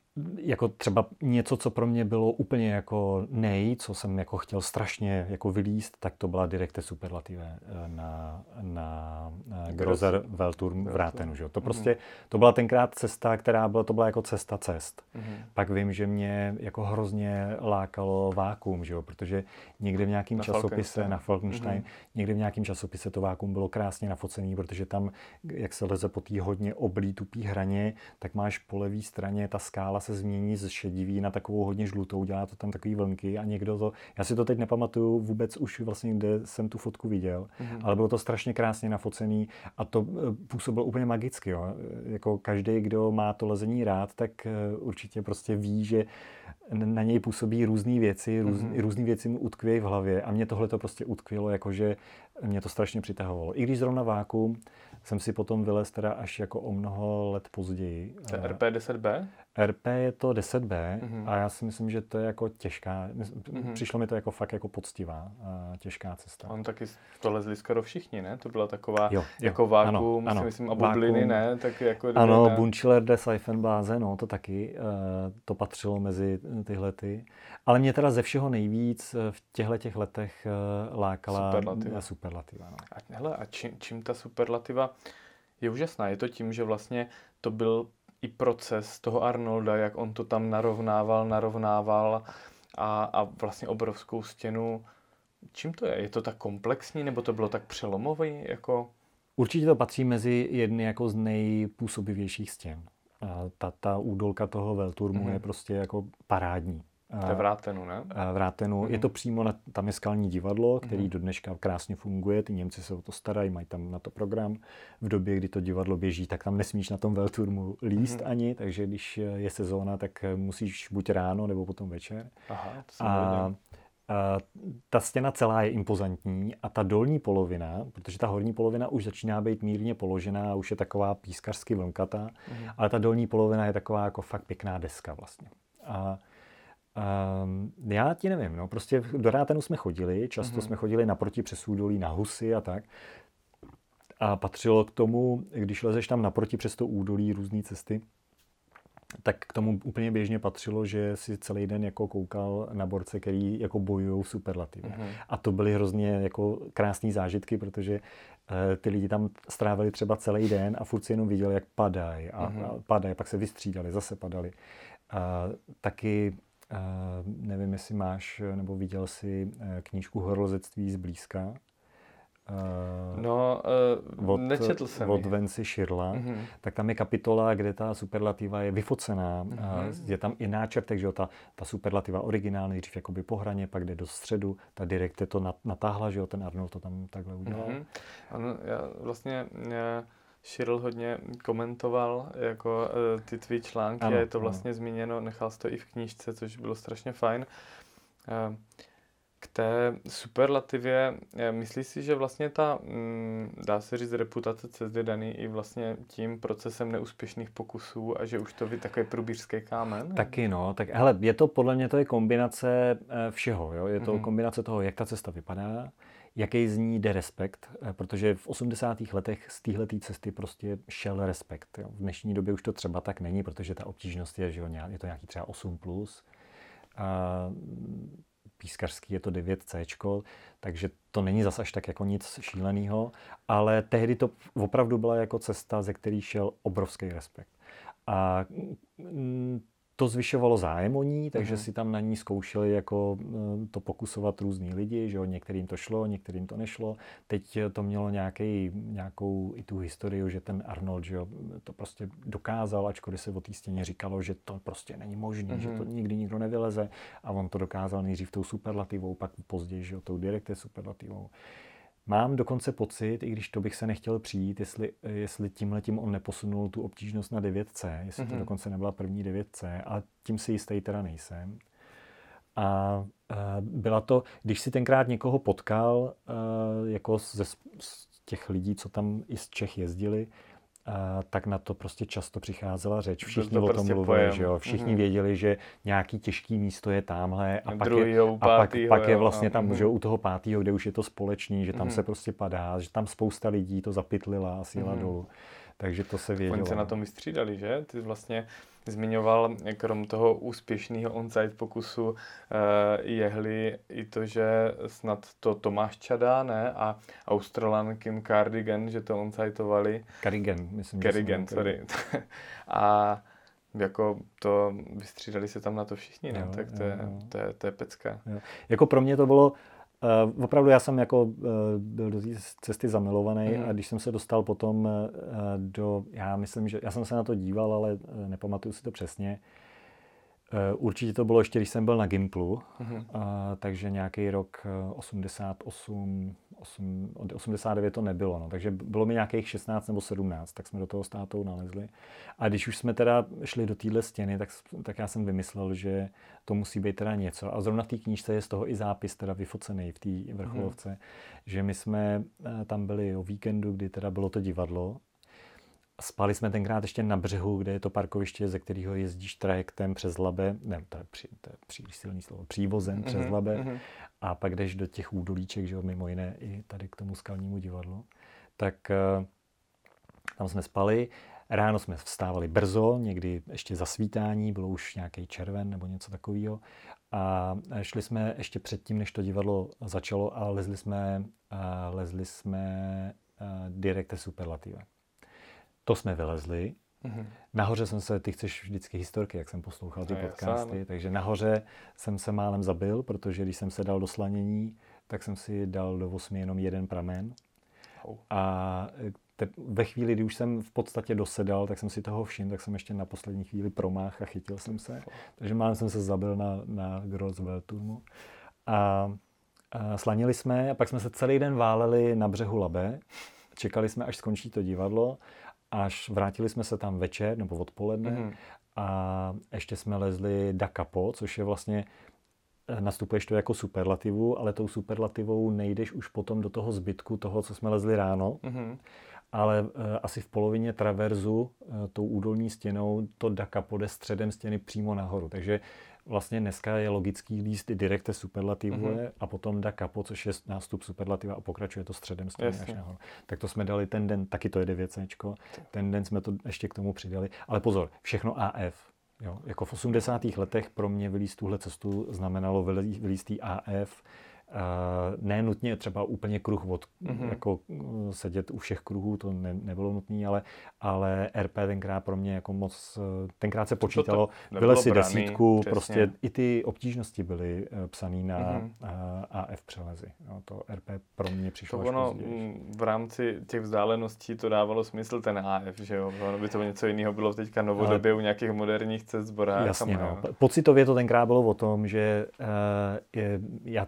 Speaker 5: jako třeba něco, co pro mě bylo úplně jako nej, co jsem jako chtěl strašně jako vylíst, tak to byla Directe Superlative na, na, na Grosser Weltturm v Rátenu. Že? To prostě, to byla tenkrát cesta, která byla, to byla jako cesta cest. Mm-hmm. Pak vím, že mě jako hrozně lákalo vákuum, že jo? Protože někde v nějakém časopise, na Falkenstein, mm-hmm. někde v nějakém časopise to vákuum bylo krásně nafocený, protože tam, jak se leze po té hodně oblí tupý hraně, tak máš po levé straně, ta skála se změní z šedivý na takovou hodně žlutou, dělá to tam takový vlnky a někdo to, já si to teď nepamatuju vůbec už vlastně, kde jsem tu fotku viděl, mm-hmm. ale bylo to strašně krásně nafocený a to působilo úplně magicky, jo. Jako každý, kdo má to lezení rád, tak určitě prostě ví, že na něj působí různé věci, růz, mm-hmm. různé věci mu utkvějí v hlavě a mě tohle to prostě utkvělo, jakože mě to strašně přitahovalo. I když zrovna vákuum jsem si potom vylez teda až jako o mnoho let později.
Speaker 6: To je R P deset B?
Speaker 5: R P je to deset B mm-hmm. a já si myslím, že to je jako těžká, mm-hmm. přišlo mi to jako fakt jako poctivá a těžká cesta.
Speaker 6: On taky to lezli skoro všichni, ne? To byla taková jo, jo. jako vákuum,
Speaker 5: ano,
Speaker 6: si myslím, a bubliny, ne? Tak jako
Speaker 5: ano, Bunchler de Seifenblase, no to taky, to patřilo mezi tyhle ty. Ale mě teda ze všeho nejvíc v těchto těch letech lákala superlativa. superlativa no.
Speaker 6: A, hele, a čím, čím ta superlativa je úžasná? Je to tím, že vlastně to byl i proces toho Arnolda, jak on to tam narovnával, narovnával a, a vlastně obrovskou stěnu. Čím to je? Je to tak komplexní, nebo to bylo tak přelomový? Jako...
Speaker 5: Určitě to patří mezi jedny jako z nejpůsobivějších stěn. Ta, ta údolka toho Weltturmu mm-hmm. je prostě jako parádní.
Speaker 6: To je v Rátenu, ne?
Speaker 5: V Rátenu. Mm-hmm. Je to přímo, na, tam je skalní divadlo, který mm-hmm. do dneška krásně funguje. Ty Němci se o to starají, mají tam na to program. V době, kdy to divadlo běží, tak tam nesmíš na tom Weltturmu líst mm-hmm. ani, takže když je sezóna, tak musíš buď ráno, nebo potom večer.
Speaker 6: Aha, to jsem
Speaker 5: a, a ta stěna celá je impozantní a ta dolní polovina, protože ta horní polovina už začíná být mírně položená a už je taková pískařsky vlnkatá, mm-hmm. ale ta dolní polovina je taková jako fakt pěkná deska vlastně. A Um, já ti nevím, no, prostě do Rátenu jsme chodili, často mm-hmm. jsme chodili naproti přes údolí na Husy a tak. A patřilo k tomu, když lezeš tam naproti přes to údolí různé cesty, tak k tomu úplně běžně patřilo, že si celý den jako koukal na borce, který jako bojují v superlativě. Mm-hmm. A to byly hrozně jako krásné zážitky, protože uh, ty lidi tam strávili třeba celý den a furt si jenom viděl, jak padají a, mm-hmm. a padají, pak se vystřídali, zase padali. Uh, taky Uh, nevím, jestli máš nebo viděl jsi uh, knížku Horolezectví zblízka.
Speaker 6: Uh, no, uh, od, nečetl jsem
Speaker 5: Od Venci Širla. Mm-hmm. Tak tam je kapitola, kde ta superlativa je vyfocená. Mm-hmm. Uh, je tam i náčrtek, že jo, ta, ta superlativa originál, nejdřív jakoby po hraně, pak jde do středu. Ta Directe to natáhla, že jo, ten Arnold to tam takhle udělal. Mm-hmm.
Speaker 6: Ano, já vlastně... Já... Širl hodně komentoval jako uh, ty tvý články
Speaker 5: ano,
Speaker 6: a je to
Speaker 5: ano.
Speaker 6: vlastně zmíněno, nechal jsi to i v knížce, což bylo strašně fajn. Uh, K té superlativě, myslíš si, že vlastně ta, dá se říct, reputace C E S D je daný i vlastně tím procesem neúspěšných pokusů a že už to je takový průbířský kámen?
Speaker 5: Taky no, tak hele, je to podle mě to je kombinace všeho, jo? Je to
Speaker 6: Mhm.
Speaker 5: kombinace toho, jak ta cesta vypadá, jaký z ní jde respekt, protože v osmdesátých letech z téhletý cesty prostě šel respekt. Jo? V dnešní době už to třeba tak není, protože ta obtížnost je, že jo, je to nějaký třeba osm plus. A pískařský je to devět C, takže to není zas až tak jako nic šíleného, ale tehdy to opravdu byla jako cesta, ze který šel obrovský respekt. A to zvyšovalo zájem o ní, takže mm. si tam na ní zkoušeli jako to pokusovat různý lidi, že jo, některým to šlo, některým to nešlo. Teď to mělo nějaký, nějakou i tu historii, že ten Arnold, že jo, to prostě dokázal, ačkoliv se o té stěně říkalo, že to prostě není možné, mm. že to nikdy nikdo nevyleze a on to dokázal nejdřív tou superlativou, pak později, že jo, tou direkte superlativou. Mám dokonce pocit, i když to bych se nechtěl přijít, jestli, jestli tímhletím on neposunul tu obtížnost na devět C, jestli mm-hmm. to dokonce nebyla první devět C, ale tím si jistý teda nejsem. A, a byla to, když si tenkrát někoho potkal, a, jako ze, z těch lidí, co tam i z Čech jezdili, a, tak na to prostě často přicházela řeč. Všichni to o tom prostě mluvili, že jo? Všichni mm-hmm. věděli, že nějaký těžký místo je tamhle a, pak je, a pak, pak je vlastně tam, že u toho pátýho, kde už je to společný, že tam mm-hmm. se prostě padá, že tam spousta lidí to zapytlila a sjela mm-hmm. dolů. Takže to se vědělo.
Speaker 6: Oni se na tom vystřídali, že? Ty vlastně zmiňoval, krom toho úspěšného on-site pokusu, jehli i to, že snad to Tomáš Čada, ne? A Australan Kim Cardigan, že to on-siteovali.
Speaker 5: Cardigan, myslím.
Speaker 6: Cardigan, sorry. A jako to vystřídali se tam na to všichni, ne? Jo, tak to, jo, je, jo. To, je, to je pecka. Jo.
Speaker 5: Jako pro mě to bylo Uh, opravdu já jsem jako uh, byl do té cesty zamilovaný mm. a když jsem se dostal potom uh, do, já myslím, že já jsem se na to díval, ale uh, nepamatuju si to přesně. Uh, určitě to bylo ještě, když jsem byl na Gimplu, mm. uh, takže nějaký rok osmdesát osm, osm, osmdesát devět to nebylo, no, takže bylo mi nějakých šestnáct nebo sedmnáct, tak jsme do toho s tátou nalezli. A když už jsme teda šli do téhle stěny, tak, tak já jsem vymyslel, že to musí být teda něco. A zrovna v té knížce je z toho i zápis teda vyfocený v té vrcholovce, hmm. že my jsme tam byli o víkendu, kdy teda bylo to divadlo. Spali jsme tenkrát ještě na břehu, kde je to parkoviště, ze kterého jezdíš trajektem přes Labe, ne, to je, při, to je příliš silný slovo, přívozem přes mm-hmm. Labe mm-hmm. a pak jdeš do těch údolíček, že jo, mimo jiné i tady k tomu skalnímu divadlu. Tak uh, tam jsme spali. Ráno jsme vstávali brzo, někdy ještě za svítání, bylo už nějaký červen nebo něco takového. A šli jsme ještě předtím, než to divadlo začalo a lezli jsme, a lezli jsme direkte superlativa. To jsme vylezli. Mm-hmm. Nahoře jsem se, ty chceš vždycky historky, jak jsem poslouchal ty no, podcasty, takže nahoře jsem se málem zabil, protože když jsem se dal do slanění, tak jsem si dal do osmi jenom jeden pramen. Oh. A te, ve chvíli, kdy už jsem v podstatě dosedal, tak jsem si toho všiml, tak jsem ještě na poslední chvíli promáhl a chytil jsem se. Oh. Takže málem jsem se zabil na, na Grosswelturmu. A, a slanili jsme a pak jsme se celý den váleli na břehu Labe. Čekali jsme, až skončí to divadlo. Až vrátili jsme se tam večer nebo odpoledne mm-hmm. a ještě jsme lezli da capo, což je vlastně, nastupuješ to jako superlativu, ale tou superlativou nejdeš už potom do toho zbytku toho, co jsme lezli ráno, mm-hmm. ale uh, asi v polovině traverzu uh, tou údolní stěnou to da capo jde středem stěny přímo nahoru, takže vlastně dneska je logický líst i direkte superlativuje mm-hmm. a potom da capo, což je nástup superlativa a pokračuje to středem stěny až nahoru. Tak to jsme dali ten den, taky to je devět C, ten den jsme to ještě k tomu přidali. Ale pozor, všechno A F. Jo? Jako v osmdesátých letech pro mě vylízt tuhle cestu znamenalo vylízt A F. Uh, ne nutně třeba úplně kruh od, mm-hmm. jako uh, sedět u všech kruhů, to ne, nebylo nutné, ale, ale R P tenkrát pro mě jako moc, uh, tenkrát se počítalo, vylez si desítku, přesně. Prostě i ty obtížnosti byly uh, psaný na mm-hmm. uh, A F přelezy. No, to R P pro mě přišlo
Speaker 6: to
Speaker 5: až
Speaker 6: ono,
Speaker 5: později.
Speaker 6: V rámci těch vzdáleností to dávalo smysl ten A F, že jo? Ono by to něco jiného bylo teďka novodobě ale... u nějakých moderních cest s borákama.
Speaker 5: Jasně, no. Pocitově to tenkrát bylo o tom, že uh, je, já třeba vím,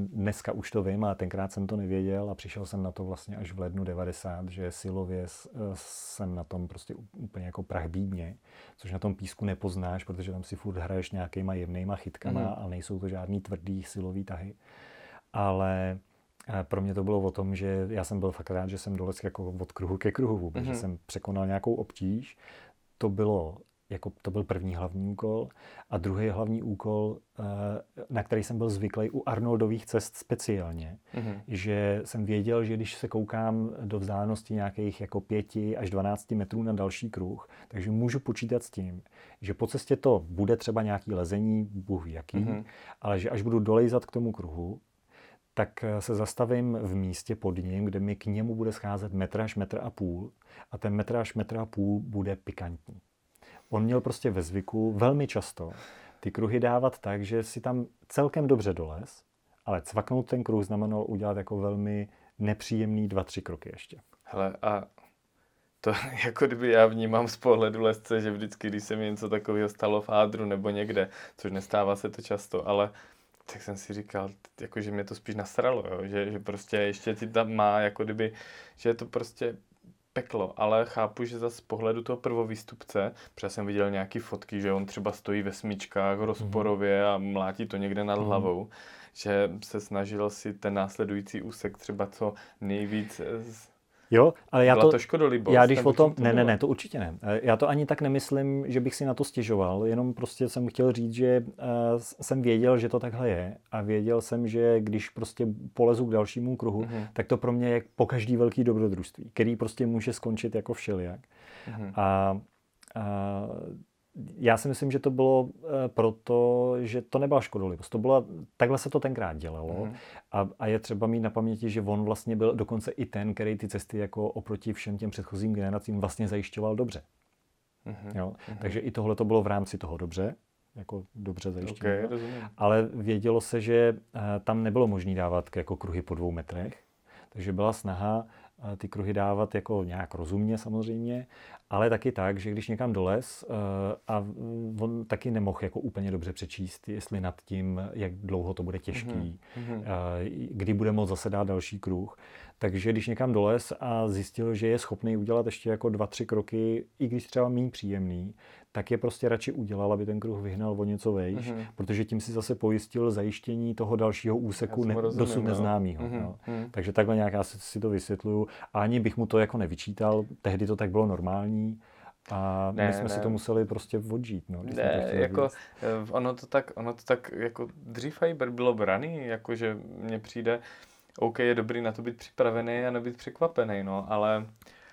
Speaker 5: dneska už to vím, ale tenkrát jsem to nevěděl a přišel jsem na to vlastně až v lednu devadesát, že silově jsem na tom prostě úplně jako prach bídně, což na tom písku nepoznáš, protože tam si furt hraješ nějakýma jemnýma chytkama, mm. ale nejsou to žádný tvrdý silový tahy. Ale pro mě to bylo o tom, že já jsem byl fakt rád, že jsem dolez jako od kruhu ke kruhu vůbec, mm. že jsem překonal nějakou obtíž. To bylo jako to byl první hlavní úkol. A druhý hlavní úkol, na který jsem byl zvyklý u Arnoldových cest speciálně, mm-hmm. že jsem věděl, že když se koukám do vzdálenosti nějakých jako pěti až dvanácti metrů na další kruh, takže můžu počítat s tím, že po cestě to bude třeba nějaký lezení, bůh ví jaký, mm-hmm. ale že až budu dolejzat k tomu kruhu, tak se zastavím v místě pod ním, kde mi k němu bude scházet metr až metr a půl a ten metr až metr a půl bude pikantní. On měl prostě ve zvyku velmi často ty kruhy dávat tak, že si tam celkem dobře dolez, ale cvaknout ten kruh znamenalo udělat jako velmi nepříjemný dva, tři kroky ještě.
Speaker 6: Hele, a to jako kdyby já vnímám z pohledu lezce, že vždycky, když se mi něco takového stalo v hádru nebo někde, což nestává se to často, ale tak jsem si říkal, jako, že mě to spíš nasralo, jo? Že, že prostě ještě ti tam má, jako kdyby, že je to prostě peklo, ale chápu, že zase z pohledu toho prvovýstupce, protože jsem viděl nějaký fotky, že on třeba stojí ve smyčkách rozporově a mlátí to někde nad hlavou, že se snažil si ten následující úsek třeba co nejvíc.
Speaker 5: Jo, ale já
Speaker 6: Byla
Speaker 5: to,
Speaker 6: to škodolibost,
Speaker 5: já když o tom,
Speaker 6: to
Speaker 5: ne, ne, ne, to určitě ne. Já to ani tak nemyslím, že bych si na to stěžoval, jenom prostě jsem chtěl říct, že uh, jsem věděl, že to takhle je a věděl jsem, že když prostě polezu k dalšímu kruhu, mm-hmm. tak to pro mě je po každý velký dobrodružství, který prostě může skončit jako všelijak. Mm-hmm. A, a já si myslím, že to bylo proto, že to nebyla škodolibost. To bylo, takhle se to tenkrát dělalo mm. a, a je třeba mít na paměti, že on vlastně byl dokonce i ten, který ty cesty jako oproti všem těm předchozím generacím vlastně zajišťoval dobře. Mm-hmm. Jo? Mm-hmm. Takže i tohle to bylo v rámci toho dobře, jako dobře zajištěné.
Speaker 6: Okay,
Speaker 5: ale vědělo se, že tam nebylo možné dávat jako kruhy po dvou metrech, takže byla snaha ty kruhy dávat jako nějak rozumně samozřejmě, ale taky tak, že když někam dolez a on taky nemohl jako úplně dobře přečíst, jestli nad tím, jak dlouho to bude těžký, mm-hmm. kdy bude moct zase dát další kruh. Takže když někam dolez a zjistil, že je schopný udělat ještě jako dva, tři kroky, i když třeba méně příjemný, tak je prostě radši udělal, aby ten kruh vyhnal o něco vejš, mm-hmm. protože tím si zase pojistil zajištění toho dalšího úseku ne, rozumím, dosud neznámýho. Mm-hmm. No. Takže takhle nějak já si, si to vysvětluju. A ani bych mu to jako nevyčítal, tehdy to tak bylo normální. A ne, my jsme ne. si to museli prostě odžít. No,
Speaker 6: ne, jako ono to tak, ono to tak jako dřív bylo braný, jakože mně přijde, OK, je dobrý na to být připravený a nebýt překvapený, no, ale,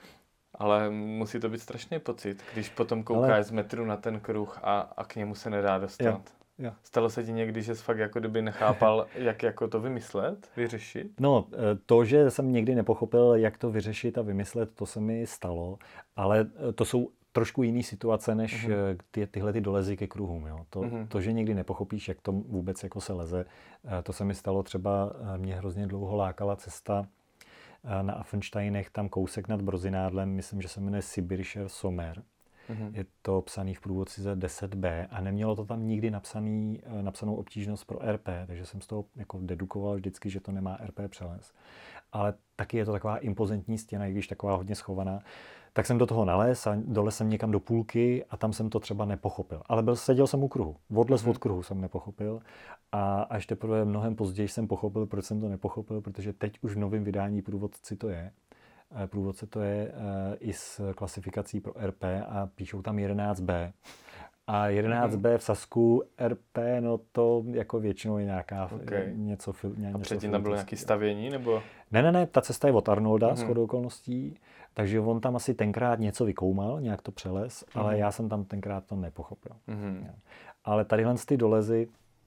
Speaker 6: ale musí to být strašný pocit, když potom koukáš ale... z metru na ten kruh a, a k němu se nedá dostat. Jo. Jo. Stalo se ti někdy, že jsi fakt jako kdyby nechápal, jak jako to vymyslet, vyřešit?
Speaker 5: No, to, že jsem někdy nepochopil, jak to vyřešit a vymyslet, to se mi stalo, ale to jsou trošku jiný situace, než mm-hmm. ty, tyhle ty dolezy ke kruhům. Jo. To, mm-hmm. to, že někdy nepochopíš, jak to vůbec jako se leze, to se mi stalo třeba, mě hrozně dlouho lákala cesta na Affensteinech, tam kousek nad Brozinádlem, myslím, že se jmenuje Sibirischer Sommer. Mm-hmm. Je to psaný v průvodci deset bé a nemělo to tam nikdy napsaný, napsanou obtížnost pro er pé, takže jsem z toho jako dedukoval vždycky, že to nemá er pé přeles. Ale taky je to taková impozantní stěna, i když taková hodně schovaná. Tak jsem do toho nalez a dole jsem někam do půlky a tam jsem to třeba nepochopil. Ale byl, seděl jsem u kruhu. Odlez mm-hmm. od kruhu jsem nepochopil. A až teprve mnohem později jsem pochopil, proč jsem to nepochopil, protože teď už v novém vydání průvodci to je. Průvodce to je i s klasifikací pro er pé a píšou tam jedenáct bé. A jedenáct bé v Sasku er pé, no to jako většinou je nějaká
Speaker 6: okay.
Speaker 5: něco... Ně,
Speaker 6: a předtím tam bylo nějaké stavění, nebo?
Speaker 5: Ne, ne, ne, ta cesta je od Arnolda, mm-hmm. shodou okolností, takže on tam asi tenkrát něco vykoumal, nějak to přelez, mm-hmm. ale já jsem tam tenkrát to nepochopil. Mm-hmm. Ale tadyhle ty dolezy,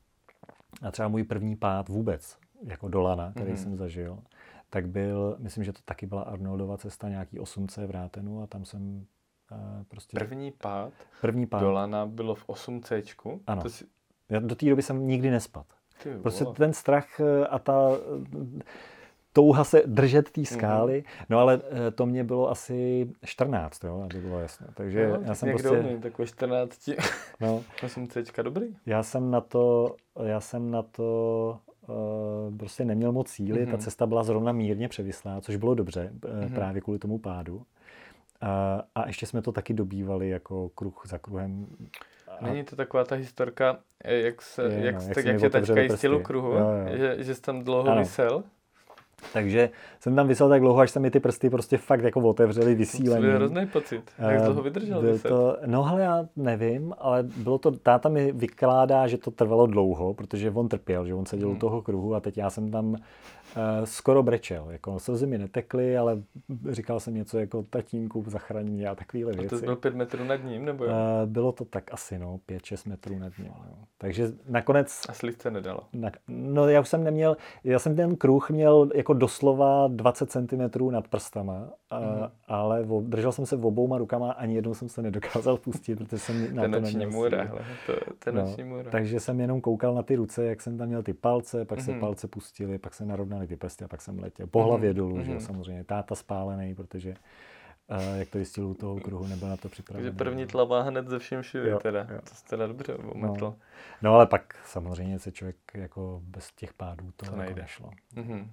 Speaker 5: a třeba můj první pád vůbec, jako do lana, který mm-hmm. jsem zažil, tak byl, myslím, že to taky byla Arnoldova cesta, nějaký osm cé v Rátenu a tam jsem uh, prostě...
Speaker 6: První pád,
Speaker 5: první pád
Speaker 6: do lana bylo v osm céčku?
Speaker 5: Ano.
Speaker 6: To si...
Speaker 5: Já do té doby jsem nikdy nespadl.
Speaker 6: Ty,
Speaker 5: prostě
Speaker 6: wow.
Speaker 5: ten strach a ta touha se držet té skály, mm-hmm. no ale to mě bylo asi čtrnáct, jo, aby bylo jasné. Takže
Speaker 6: no,
Speaker 5: já jsem
Speaker 6: prostě...
Speaker 5: prostě...
Speaker 6: Takové čtrnáct.
Speaker 5: No.
Speaker 6: osm céčka dobrý.
Speaker 5: Já jsem na to, já jsem na to uh, prostě neměl moc síly, mm-hmm. ta cesta byla zrovna mírně převislá, což bylo dobře, mm-hmm. právě kvůli tomu pádu. Uh, a ještě jsme to taky dobývali jako kruh za kruhem.
Speaker 6: Není to taková ta historka, jak, se,
Speaker 5: je,
Speaker 6: jak,
Speaker 5: no,
Speaker 6: tak,
Speaker 5: jak,
Speaker 6: jak tě tačka jistil kruhu, jo, jo. Že, že jsi tam dlouho ano. visel?
Speaker 5: Takže jsem tam vysel tak dlouho, až se mi ty prsty prostě fakt jako otevřely vysílením.
Speaker 6: To byl hrozný pocit. Jak uh, dlouho vydržel
Speaker 5: vyset? To, no hele, já nevím, ale bylo to, táta mi vykládá, že to trvalo dlouho, protože on trpěl, že on seděl hmm. u toho kruhu a teď já jsem tam uh, skoro brečel. Jako slzy mi netekly, ale říkal jsem něco jako tatínku, zachraň mě a takovýhle věci.
Speaker 6: A to byl pět metrů nad ním, nebo jo?
Speaker 5: Uh, bylo to tak asi, no, pět, šest metrů nad ním. No. Takže nakonec...
Speaker 6: A slizce nedalo?
Speaker 5: Na, no já už jsem neměl, já jsem ten kruh měl jako doslova dvacet centimetrů nad prstama, a, mm. ale v, držel jsem se v obouma rukama, ani jednou jsem se nedokázal pustit, protože jsem na to neměl
Speaker 6: můra, to, to
Speaker 5: no,
Speaker 6: noční můra.
Speaker 5: Takže jsem jenom koukal na ty ruce, jak jsem tam měl ty palce, pak mm. se palce pustily, pak se narovnaly ty prsty a pak jsem letěl. Po hlavě mm. dolů, mm. že samozřejmě. Táta spálený, protože uh, jak to jistil u toho kruhu, nebyl na to připravený.
Speaker 6: Takže první tlava hned ze vším všude, jo, teda. Jo. To jste teda dobře ometl.
Speaker 5: No. no ale pak samozřejmě se člověk jako bez těch pádů to, to jako nešlo.
Speaker 6: Mm-hmm.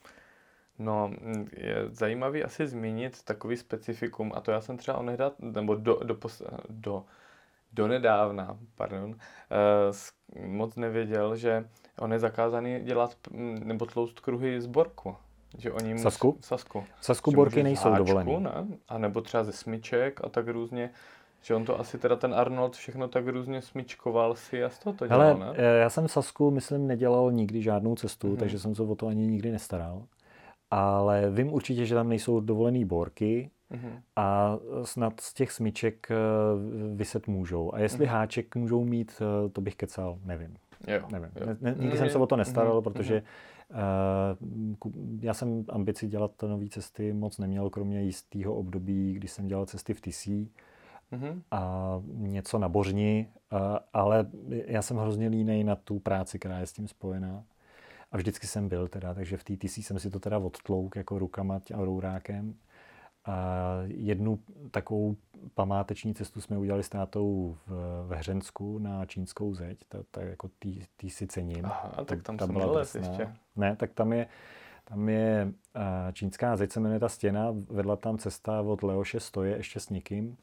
Speaker 6: No, je zajímavý asi zmínit takový specifikum, a to já jsem třeba onehdat, nebo do, do, do, do nedávna, pardon, eh, moc nevěděl, že on je zakázaný dělat nebo tlouct kruhy z borku. Že oni mus,
Speaker 5: Sasku?
Speaker 6: Sasku.
Speaker 5: Sasku borky nejsou dovolený.
Speaker 6: Ne? A nebo třeba ze smyček a tak různě. Že on to asi teda ten Arnold všechno tak různě smyčkoval si a z toho to dělal,
Speaker 5: hele,
Speaker 6: ne?
Speaker 5: Já jsem v Sasku, myslím, nedělal nikdy žádnou cestu, mm-hmm. takže jsem se o to ani nikdy nestaral. Ale vím určitě, že tam nejsou dovolený borky mm-hmm. a snad z těch smyček vyset můžou. A jestli mm-hmm. háček můžou mít, to bych kecal, nevím.
Speaker 6: Jo,
Speaker 5: nevím.
Speaker 6: jo.
Speaker 5: Ne, ne, nikdy mm-hmm. jsem se o to nestaral, mm-hmm. protože uh, já jsem ambici dělat nové cesty moc neměl, kromě jistého období, kdy jsem dělal cesty v Tisí mm-hmm. a něco na Bořni, uh, ale já jsem hrozně línej na tu práci, která je s tím spojená. A vždycky jsem byl teda, takže v té T C jsem si to teda odtlouk jako rukama a rourákem. A jednu takovou památeční cestu jsme udělali s tátou v, ve Hřensku na čínskou zeď, tak jako tý si cením.
Speaker 6: Aha, tak tam,
Speaker 5: tam
Speaker 6: jsem
Speaker 5: byla
Speaker 6: ještě.
Speaker 5: Ne, tak tam je, tam je uh, čínská zeď, se jmenuje ta stěna, vedla tam cesta od Leoše Stoje ještě s někým.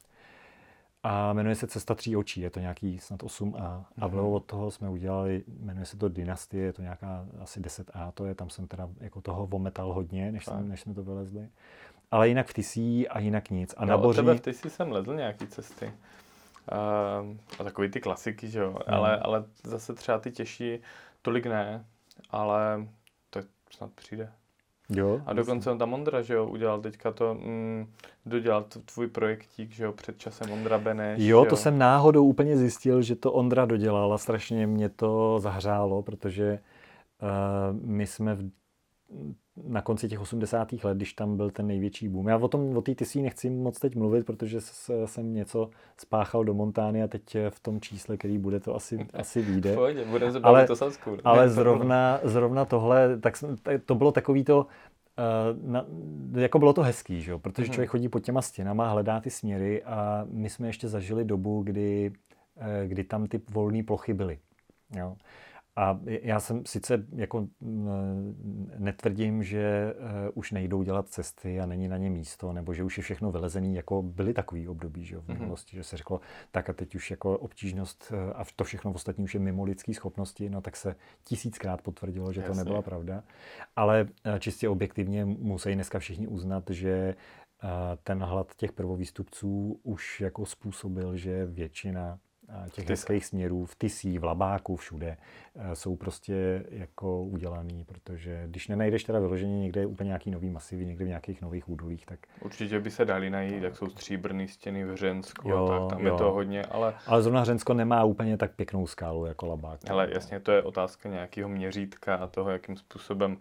Speaker 5: A jmenuje se Cesta tří očí, je to nějaký snad osm A. A vlevo od toho jsme udělali, jmenuje se to Dynastie, je to nějaká asi deset A, to je, tam jsem teda jako toho vometal hodně, než, jsem, než jsme to vylezli. Ale jinak v Tisí a jinak nic. A
Speaker 6: no,
Speaker 5: na Boři...
Speaker 6: od tebe v Tisí jsem lezl nějaký cesty. Uh, a takový ty klasiky, že jo, no. ale, ale zase třeba ty těžší tolik ne, ale to snad přijde.
Speaker 5: Jo,
Speaker 6: a dokonce on tam Ondra, že jo, udělal teďka to, mm, dodělal tvůj projektík, že jo, před časem Ondra Beneš.
Speaker 5: Jo, to jo. Jsem náhodou úplně zjistil, že to Ondra dodělal a strašně mě to zahřálo, protože uh, my jsme v, na konci těch osmdesátých let, když tam byl ten největší boom. Já o tom, o té Tisí nechci moc teď mluvit, protože jsem něco spáchal do Montány a teď v tom čísle, který bude, to asi, asi vyjde.
Speaker 6: Pojď, budeme se bavit o Sasku.
Speaker 5: Ale zrovna, zrovna tohle, tak to bylo takový to, uh, na, jako bylo to hezký, že jo? Protože hmm. člověk chodí pod těma stěnama, hledá ty směry a my jsme ještě zažili dobu, kdy, kdy tam ty volné plochy byly. Jo? A já jsem sice jako netvrdím, že už nejdou dělat cesty a není na ně místo, nebo že už je všechno vylezený, jako byly takový období, že v minulosti, mm-hmm. že se řeklo, tak a teď už jako obtížnost a to všechno ostatní už je mimo lidský schopnosti, no tak se tisíckrát potvrdilo, že Jasně. to nebyla pravda. Ale čistě objektivně musí dneska všichni uznat, že ten hlad těch prvovýstupců už jako způsobil, že většina těch hezkých směrů v Tisí, v Labáku, všude jsou prostě jako udělaný, protože když nenajdeš teda vyloženě někde úplně nějaký nový masivy, někde v nějakých nových údolích, tak...
Speaker 6: Určitě by se dali najít, jak jsou stříbrný stěny v Hřensku, jo, tak tam jo. je to hodně, ale...
Speaker 5: Ale zrovna Hřensko nemá úplně tak pěknou skálu jako Labák.
Speaker 6: Ale jasně, to je otázka nějakého měřítka a toho, jakým způsobem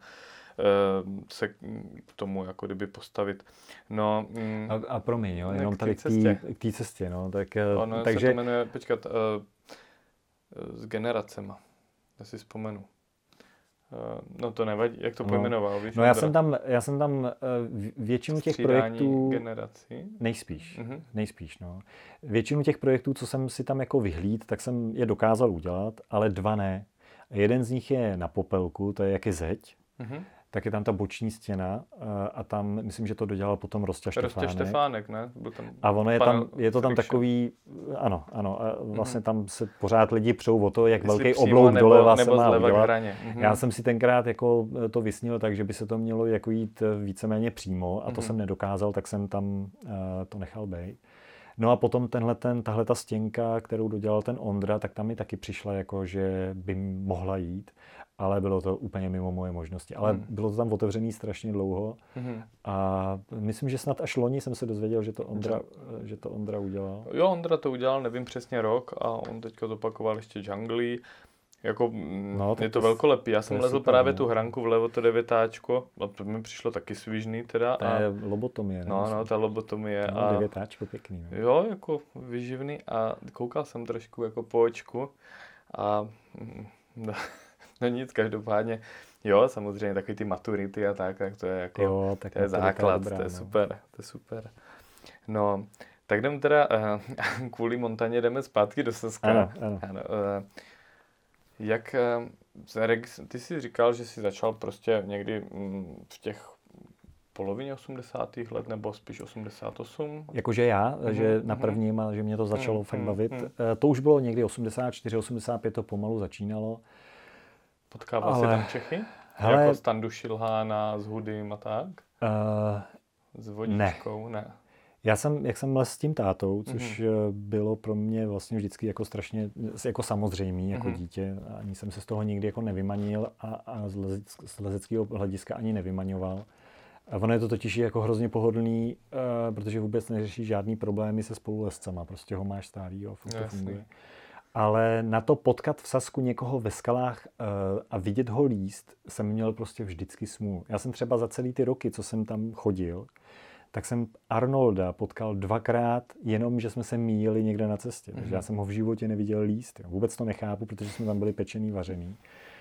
Speaker 6: se k tomu jako kdyby postavit. No,
Speaker 5: mm, a, a promiň, jo, jenom tady k té cestě, no, tak,
Speaker 6: ono takže... se to jmenuje, počkat, uh, s generacema, já si vzpomenu. Uh, no to nevadí, jak to no. pojmenoval, víš?
Speaker 5: No já jsem tam, já jsem tam uh, většinu těch projektů...
Speaker 6: generací?
Speaker 5: Nejspíš,
Speaker 6: mm-hmm.
Speaker 5: nejspíš, no. Většinu těch projektů, co jsem si tam jako vyhlíd, tak jsem je dokázal udělat, ale dva ne. Jeden z nich je na Popelku, to je jak je zeď,
Speaker 6: Mhm.
Speaker 5: tak je tam ta boční stěna a, a tam, myslím, že to dodělal potom Rostě Štefánek.
Speaker 6: Rostě Štefánek, ne? Byl tam
Speaker 5: A ono je tam, je to tam
Speaker 6: Friction.
Speaker 5: takový, ano, ano, a vlastně tam se pořád lidi přou o to, jak
Speaker 6: Jestli
Speaker 5: velký
Speaker 6: přímo
Speaker 5: oblouk
Speaker 6: nebo,
Speaker 5: doleva se
Speaker 6: nebo
Speaker 5: má
Speaker 6: zleva k
Speaker 5: udělat.
Speaker 6: hraně. Mhm.
Speaker 5: Já jsem si tenkrát jako to vysnil tak, že by se to mělo jako jít víceméně přímo a to
Speaker 6: Mhm.
Speaker 5: jsem nedokázal, tak jsem tam uh, to nechal bejt. No a potom tenhle ten, tahle ta stěnka, kterou dodělal ten Ondra, tak tam mi taky přišla jako, že by mohla jít, ale bylo to úplně mimo moje možnosti. Ale
Speaker 6: Mhm.
Speaker 5: bylo to tam otevřený strašně dlouho
Speaker 6: Mhm.
Speaker 5: a myslím, že snad až loni jsem se dozvěděl, že to Ondra, že to Ondra udělal.
Speaker 6: Jo, Ondra to udělal, nevím přesně rok a on teďka zopakoval ještě Jungle. Jako,
Speaker 5: No,
Speaker 6: no,
Speaker 5: tak
Speaker 6: je to
Speaker 5: to
Speaker 6: velkolepý. Já
Speaker 5: to
Speaker 6: jsem
Speaker 5: je
Speaker 6: lezl
Speaker 5: super,
Speaker 6: právě
Speaker 5: no.
Speaker 6: tu hranku vlevo, to devětáčko, a to mi přišlo taky svižný teda.
Speaker 5: To
Speaker 6: A,
Speaker 5: je lobotomie, ne?
Speaker 6: no,
Speaker 5: Myslím.
Speaker 6: no, ta lobotomie.
Speaker 5: No,
Speaker 6: A,
Speaker 5: devětáčko pěkný. No.
Speaker 6: jo, jako vyživný a koukal jsem trošku jako po očku a mm, no, no nic, každopádně, jo, samozřejmě takový ty maturity a tak, tak to je jako,
Speaker 5: Jo, tak
Speaker 6: to je
Speaker 5: maturita je
Speaker 6: základ,
Speaker 5: dobrá,
Speaker 6: to je
Speaker 5: no.
Speaker 6: super, to je super. No, tak jdem teda, uh, kvůli Montaně jdeme zpátky do Saska.
Speaker 5: Ano, ano.
Speaker 6: ano uh, jak, uh, ty jsi říkal, že jsi začal prostě někdy mm, v těch polovině osmdesátých let, nebo spíš osmdesát osm?
Speaker 5: Jakože já,
Speaker 6: Mhm,
Speaker 5: že na
Speaker 6: mhm.
Speaker 5: prvním a že mě to začalo
Speaker 6: Mhm,
Speaker 5: fakt
Speaker 6: mhm,
Speaker 5: bavit.
Speaker 6: mhm.
Speaker 5: Eh, To už bylo někdy osmdesát čtyři, osmdesát pět to pomalu začínalo.
Speaker 6: Potkával
Speaker 5: Ale-
Speaker 6: jsi tam Čechy?
Speaker 5: hele-
Speaker 6: Jako Standu Šilhána s Hudym a tak?
Speaker 5: Uh,
Speaker 6: S vodičkou? Ne. ne.
Speaker 5: Já jsem, jak jsem les s tím tátou, což
Speaker 6: Mhm.
Speaker 5: mm-hmm. bylo pro mě vlastně vždycky jako strašně jako samozřejmý jako
Speaker 6: Mhm.
Speaker 5: dítě. Ani jsem se z toho nikdy jako nevymanil a, a z, lezec, z lezeckého hlediska ani nevymaňoval. A ono je to totiž jako hrozně pohodlný, uh, protože vůbec neřeší žádný problémy se spolulezcama. Prostě ho máš stálýho, furt to
Speaker 6: Jasný.
Speaker 5: funguje. Ale na to potkat v Sasku někoho ve skalách uh, a vidět ho líst, jsem měl prostě vždycky smůlu. Já jsem třeba za celý ty roky, co jsem tam chodil, tak jsem Arnolda potkal dvakrát, jenom že jsme se míjeli někde na cestě. Takže já jsem ho v životě neviděl líst. Jo. Vůbec to nechápu, protože jsme tam byli pečený, vařený.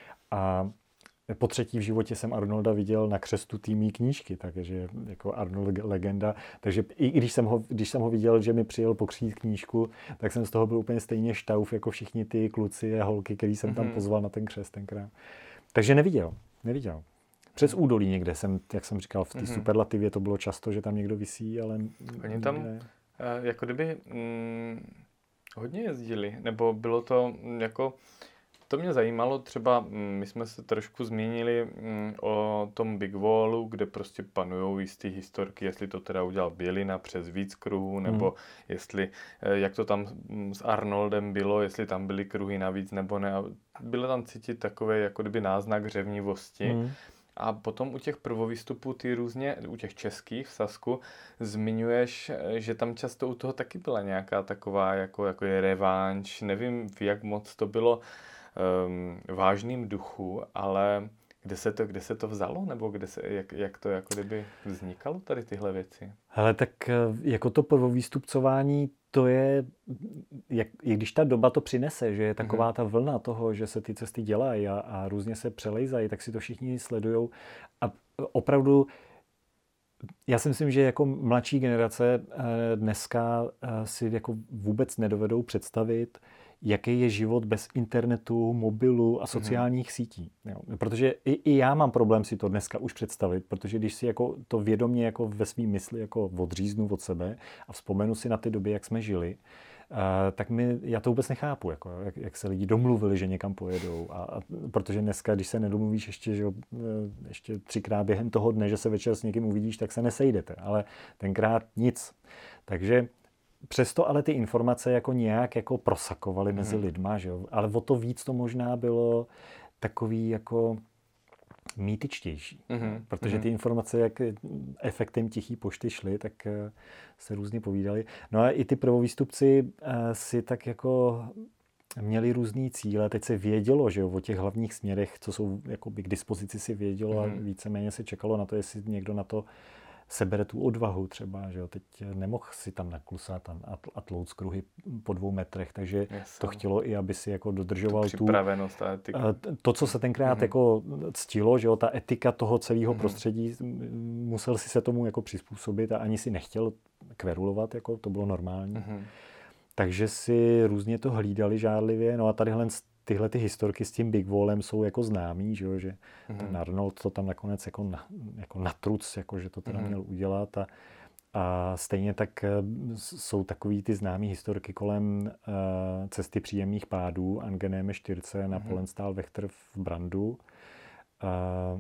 Speaker 5: A po třetí v životě jsem Arnolda viděl na křestu té mý knížky, takže jako Arnold legenda. Takže i když jsem ho, když jsem ho viděl, že mi přijel pokřít knížku, tak jsem z toho byl úplně stejně štauf, jako všichni ty kluci a holky, který jsem tam
Speaker 6: Mhm.
Speaker 5: pozval na ten křest tenkrát. Takže neviděl, neviděl. Přes údolí někde jsem, jak jsem říkal, v té
Speaker 6: Mhm.
Speaker 5: superlativě to bylo často, že tam někdo visí, ale...
Speaker 6: Oni tam
Speaker 5: ne.
Speaker 6: eh, jako kdyby mm, hodně jezdili, nebo bylo to mm, jako, to mě zajímalo, třeba mm, my jsme se trošku zmínili mm, o tom Big Wallu, kde prostě panujou jistý historky, jestli to teda udělal Bělina přes víc kruhů, nebo
Speaker 5: Mhm.
Speaker 6: jestli, eh, jak to tam mm, s Arnoldem bylo, jestli tam byly kruhy navíc, nebo ne. A bylo tam cítit takový jako kdyby náznak řevnivosti.
Speaker 5: Mm.
Speaker 6: A potom u těch prvovýstupů ty různě, u těch českých v Sasku, zmiňuješ, že tam často u toho taky byla nějaká taková, jako, jako je revanš. Nevím, v jak moc to bylo um, vážným duchu, ale kde se to, kde se to vzalo, nebo kde se, jak, jak to jako kdyby vznikalo tady tyhle věci?
Speaker 5: Hele, tak eh, jako to prvovýstupcování, to je, jak, i když ta doba to přinese, že je taková ta vlna toho, že se ty cesty dělají a, a různě se přelejzají, tak si to všichni sledujou. A opravdu, já si myslím, že jako mladší generace eh, dneska eh, si jako vůbec nedovedou představit, jaký je život bez internetu, mobilu a sociálních mm-hmm. sítí. Jo. Protože i, i já mám problém si to dneska už představit, protože když si jako to vědomě jako ve svý mysli jako odříznu od sebe a vzpomenu si na ty doby, jak jsme žili, uh, tak my, já to vůbec nechápu, jako, jak, jak se lidi domluvili, že někam pojedou. A, a, protože dneska, když se nedomluvíš ještě, že, ještě třikrát během toho dne, že se večer s někým uvidíš, tak se nesejdete. Ale tenkrát nic. Takže přesto ale ty informace jako nějak jako prosakovaly mezi
Speaker 6: Mhm.
Speaker 5: lidma, že jo? Ale o to víc to možná bylo takový jako mýtičtější.
Speaker 6: Mhm,
Speaker 5: Protože
Speaker 6: mhm.
Speaker 5: ty informace, jak efektem tichý pošty šly, tak eh, se různě povídali. No a i ty prvovýstupci eh, si tak jako měli různý cíle. Teď se vědělo, že jo, o těch hlavních směrech, co jsou jakoby k dispozici, si vědělo
Speaker 6: Mhm.
Speaker 5: a víceméně se čekalo na to, jestli někdo na to sebere tu odvahu třeba, že jo, teď nemohl si tam naklusat a, a tlouc kruhy po dvou metrech, takže
Speaker 6: Yes,
Speaker 5: to chtělo i, aby si jako dodržoval tu,
Speaker 6: připravenost a etika.
Speaker 5: eh, to, co se tenkrát
Speaker 6: Mhm.
Speaker 5: jako ctilo, že jo, ta etika toho celého
Speaker 6: Mhm.
Speaker 5: prostředí, m, musel si se tomu jako přizpůsobit a ani si nechtěl kverulovat, jako to bylo normální.
Speaker 6: Mhm.
Speaker 5: Takže si různě to hlídali žádlivě, no a tadyhle tyhle ty historky s tím Big Wallem jsou jako známý, že, jo, že
Speaker 6: Mhm.
Speaker 5: ten Arnold to tam nakonec jako, na, jako natruc, jako že to teda
Speaker 6: Mhm.
Speaker 5: měl udělat a, a stejně tak eh, jsou takový ty známý historky kolem uh, cesty příjemných pádů Angeneme čtyřce na
Speaker 6: Mhm.
Speaker 5: Polenstál Wächter v Brandu. Uh,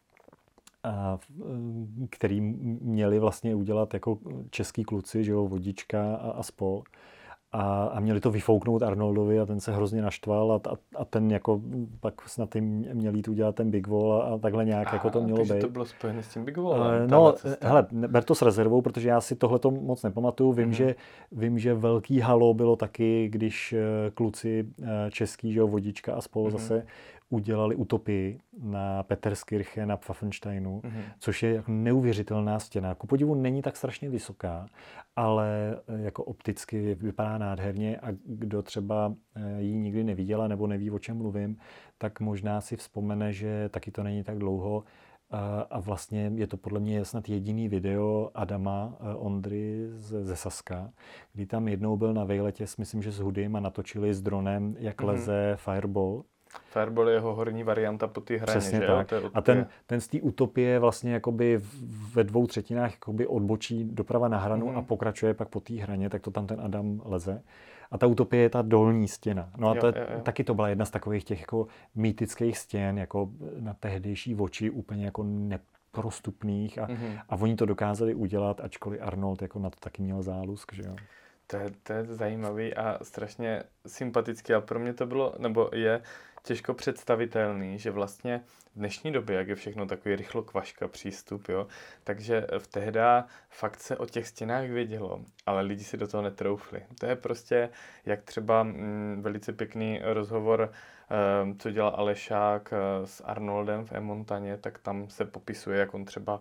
Speaker 5: a v- který měli vlastně udělat jako český kluci, že jo, Vodička a, a spol. A, a měli to vyfouknout Arnoldovi a ten se hrozně naštval a, a, a ten jako pak snad jim měl jít udělat ten Big Wall a, a takhle nějak jako to mělo
Speaker 6: takže
Speaker 5: být.
Speaker 6: to bylo spojené s tím Big Wallem.
Speaker 5: Eh,
Speaker 6: tahle
Speaker 5: No,
Speaker 6: cesta.
Speaker 5: hele, ber to s rezervou, protože já si tohleto moc nepamatuju. Vím,
Speaker 6: Mhm.
Speaker 5: že, vím, že velký halo bylo taky, když eh, kluci eh, český, že jo, Vodička a spol
Speaker 6: Mhm.
Speaker 5: zase udělali utopii na Peterskirche na Pfaffensteinu,
Speaker 6: Mhm.
Speaker 5: což je jako neuvěřitelná stěna. Ku podivu není tak strašně vysoká, ale eh, jako opticky vypadá nádherně a kdo třeba eh, ji nikdy neviděla nebo neví, o čem mluvím, tak možná si vzpomene, že taky to není tak dlouho a, a vlastně je to podle mě snad jediný video Adama eh, Ondry ze, ze Saska, kdy tam jednou byl na vejletě, s- myslím, že s Hudym a natočili s dronem, jak
Speaker 6: Mhm.
Speaker 5: leze Fireball.
Speaker 6: Fireball je jeho horní varianta po té hraně,
Speaker 5: Přesně
Speaker 6: že
Speaker 5: tak.
Speaker 6: jo? To je
Speaker 5: A ten,
Speaker 6: utopie.
Speaker 5: ten z té utopie vlastně jakoby v- ve dvou třetinách jakoby odbočí doprava na hranu
Speaker 6: Mhm.
Speaker 5: a pokračuje pak po té hraně, tak to tam ten Adam leze. A ta utopie je ta dolní stěna. No a
Speaker 6: Jo,
Speaker 5: to je,
Speaker 6: jo, jo.
Speaker 5: taky to byla jedna z takových těch jako mýtických stěn, jako na tehdejší oči úplně jako neprostupných a,
Speaker 6: Mhm.
Speaker 5: a oni to dokázali udělat, ačkoliv Arnold jako na to taky měl zálusk, že jo.
Speaker 6: To je, to je zajímavý a strašně sympatický, ale pro mě to bylo, nebo je těžko představitelný, že vlastně v dnešní době, jak je všechno takový rychlo kvaška přístup, jo, takže v tehda fakt se o těch stěnách vědělo, ale lidi si do toho netroufli. To je prostě, jak třeba mm, velice pěkný rozhovor, eh, co dělal Alešák eh, s Arnoldem v E-Montaně, tak tam se popisuje, jak on třeba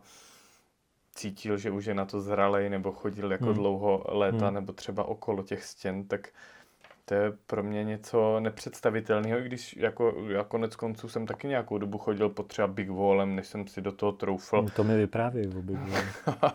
Speaker 6: cítil, že už je na to zralej, nebo chodil jako
Speaker 5: Hmm.
Speaker 6: dlouho léta,
Speaker 5: Hmm.
Speaker 6: nebo třeba okolo těch stěn, tak to je pro mě něco nepředstavitelného, i když jako já konec konců jsem taky nějakou dobu chodil po třeba Big Wallem, než jsem si do toho troufl.
Speaker 5: To mi vypráví o Big Wall.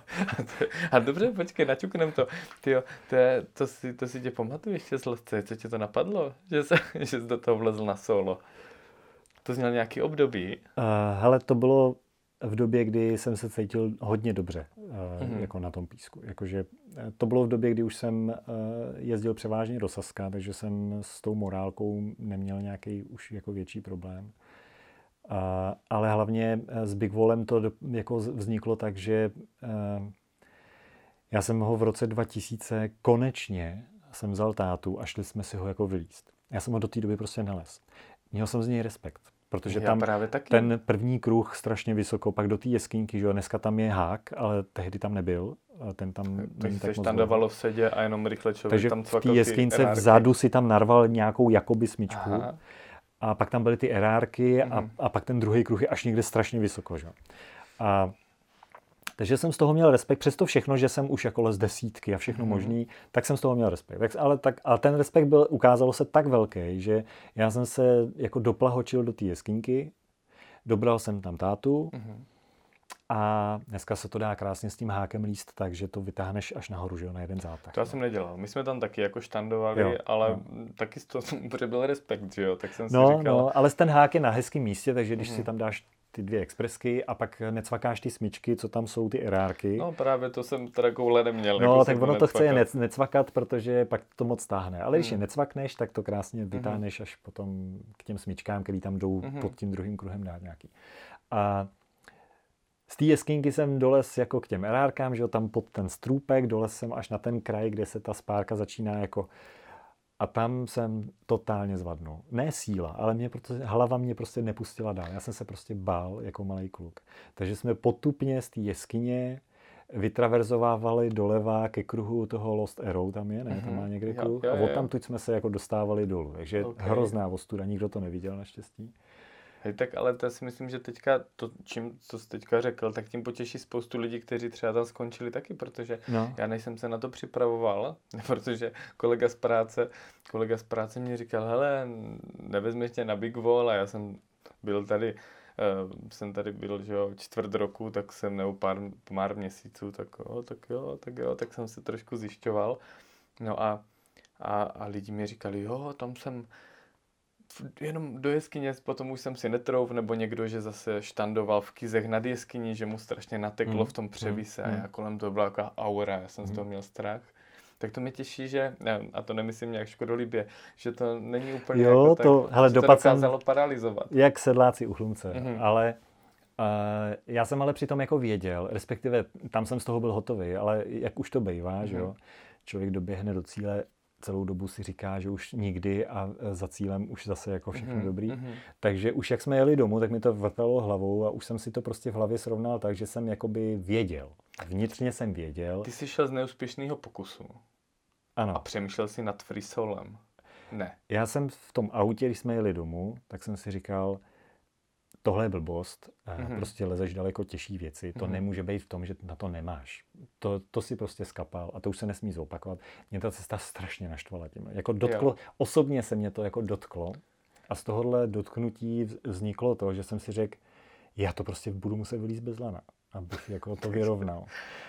Speaker 6: A dobře, počkej, naťuknem to. Tyjo, to, je, to, si, to si tě pamatuješ ještě z Lesce, co tě to napadlo, že, se, že jsi do toho vlezl na solo? To jsi měl nějaký období?
Speaker 5: Uh, hele, to bylo v době, kdy jsem se cítil hodně dobře uh,
Speaker 6: Mhm.
Speaker 5: jako na tom písku. Jakože eh, to bylo v době, kdy už jsem uh, jezdil převážně do Saska, takže jsem s tou morálkou neměl nějaký už jako větší problém. Uh, ale hlavně eh, s Big Wallem to do, jako z- vzniklo tak, že uh, já jsem ho v roce dva tisíce konečně jsem vzal tátu a šli jsme si ho jako vylíst. Já jsem ho do té doby prostě nelez. Měl jsem z něj respekt, protože
Speaker 6: Já
Speaker 5: tam
Speaker 6: právě taky.
Speaker 5: ten první kruh strašně vysoko, pak do té jeskyňky, že jo, dneska tam je hák, ale tehdy tam nebyl, a ten tam není
Speaker 6: Takže
Speaker 5: tak
Speaker 6: se
Speaker 5: moc
Speaker 6: štandovalo v sedě a jenom rychle člověk
Speaker 5: Takže
Speaker 6: tam
Speaker 5: v
Speaker 6: cvakal
Speaker 5: té
Speaker 6: ty
Speaker 5: jeskyňce
Speaker 6: erárky.
Speaker 5: vzadu si tam narval nějakou jakoby smyčku
Speaker 6: Aha.
Speaker 5: a pak tam byly ty erárky a,
Speaker 6: Mhm.
Speaker 5: a pak ten druhý kruh je až někde strašně vysoko, že jo. A takže jsem z toho měl respekt, přesto všechno, že jsem už jako les desítky a všechno
Speaker 6: Mhm.
Speaker 5: možný, tak jsem z toho měl respekt. Tak, ale, tak, ale ten respekt byl, ukázalo se tak velký, že já jsem se jako doplahočil do té jeskyňky, dobral jsem tam tátu
Speaker 6: Mhm.
Speaker 5: a dneska se to dá krásně s tím hákem líst, takže to vytáhneš až nahoru, že jo, na jeden zátah.
Speaker 6: To já jsem nedělal. My jsme tam taky jako štandovali,
Speaker 5: Jo,
Speaker 6: ale
Speaker 5: jo.
Speaker 6: taky z toho protože byl respekt, že jo, tak jsem si
Speaker 5: No,
Speaker 6: říkal,
Speaker 5: no, ale ten hák je na hezkém místě, takže když
Speaker 6: Mhm.
Speaker 5: si tam dáš ty dvě expresky a pak necvakáš ty smyčky, co tam jsou ty erárky,
Speaker 6: no právě to jsem teda koule neměl.
Speaker 5: no,
Speaker 6: jako
Speaker 5: tak
Speaker 6: jsem
Speaker 5: ono to chce je
Speaker 6: necvakal.
Speaker 5: nec, necvakat, protože pak to moc táhne. Ale když
Speaker 6: Mhm.
Speaker 5: je necvakneš, tak to krásně vytáhneš až potom k těm smyčkám, který tam jdou
Speaker 6: Mhm.
Speaker 5: pod tím druhým kruhem dát nějaký. A z té jeskyňky jsem dolez jako k těm erárkám, že jo, tam pod ten strůpek, dolez jsem až na ten kraj, kde se ta spárka začíná jako... A tam jsem totálně zvadnul. Ne síla, ale mě protože, hlava mě prostě nepustila dál. Já jsem se prostě bál jako malý kluk. Takže jsme potupně z té jeskyně vytraverzovávali doleva ke kruhu toho Lost Arrow, tam je, ne? Tam má někde
Speaker 6: Jo,
Speaker 5: kruh.
Speaker 6: jo,
Speaker 5: A
Speaker 6: jo.
Speaker 5: odtamtud jsme se jako dostávali dolů. Takže
Speaker 6: Ok.
Speaker 5: hrozná ostuda, nikdo to neviděl naštěstí.
Speaker 6: Hej, tak ale to si myslím, že teďka to, čím, co jsi teďka řekl, tak tím potěší spoustu lidí, kteří třeba tam skončili taky, protože
Speaker 5: No.
Speaker 6: já než jsem se na to připravoval, protože kolega z práce, kolega z práce mě říkal, hele, nevezmeš tě na Big Wall a já jsem byl tady, uh, jsem tady byl, že jo, čtvrt roku, tak jsem nebo pár, pár měsíců, tak jo, tak jo, tak jo, tak jsem se trošku zjišťoval. No a, a, a lidi mi říkali, jo, tam jsem jenom do jeskyně, potom už jsem si netrouf, nebo někdo, že zase štandoval v kizech nad jeskyní, že mu strašně nateklo
Speaker 5: Mm.
Speaker 6: v tom převise
Speaker 5: Mm.
Speaker 6: a já kolem toho byla taková aura, já jsem z toho měl strach. Tak to mě těší, že, ne, a to nemyslím nějak škodolibě, že to není úplně
Speaker 5: Jo,
Speaker 6: jako
Speaker 5: to,
Speaker 6: tak,
Speaker 5: hele,
Speaker 6: že to
Speaker 5: dopad jsem-
Speaker 6: dokázalo paralyzovat.
Speaker 5: Jak sedláci u chlumce,
Speaker 6: Mhm.
Speaker 5: ale uh, já jsem ale přitom jako věděl, respektive tam jsem z toho byl hotový, ale jak už to bývá, že jo, člověk doběhne do cíle, celou dobu si říká, že už nikdy a za cílem už zase jako všechno
Speaker 6: Mhm,
Speaker 5: dobrý.
Speaker 6: mhm.
Speaker 5: Takže už jak jsme jeli domů, tak mi to vrtalo hlavou a už jsem si to prostě v hlavě srovnal tak, že jsem jakoby věděl. Vnitřně jsem věděl.
Speaker 6: Ty jsi šel z neúspěšného pokusu a
Speaker 5: Ano.
Speaker 6: přemýšlel si nad freesolem. Ne.
Speaker 5: Já jsem v tom autě, když jsme jeli domů, tak jsem si říkal, tohle je blbost,
Speaker 6: Mhm.
Speaker 5: prostě lezeš daleko těžší věci, to
Speaker 6: Mhm.
Speaker 5: nemůže být v tom, že na to nemáš. To, to si prostě skapal a to už se nesmí zopakovat. Mě ta cesta strašně naštvala tím. Jako dotklo,
Speaker 6: Jo.
Speaker 5: osobně se mě to jako dotklo a z tohohle dotknutí vz- vzniklo to, že jsem si řekl, já to prostě budu muset vylízt bez lana, abych jako to vyrovnal.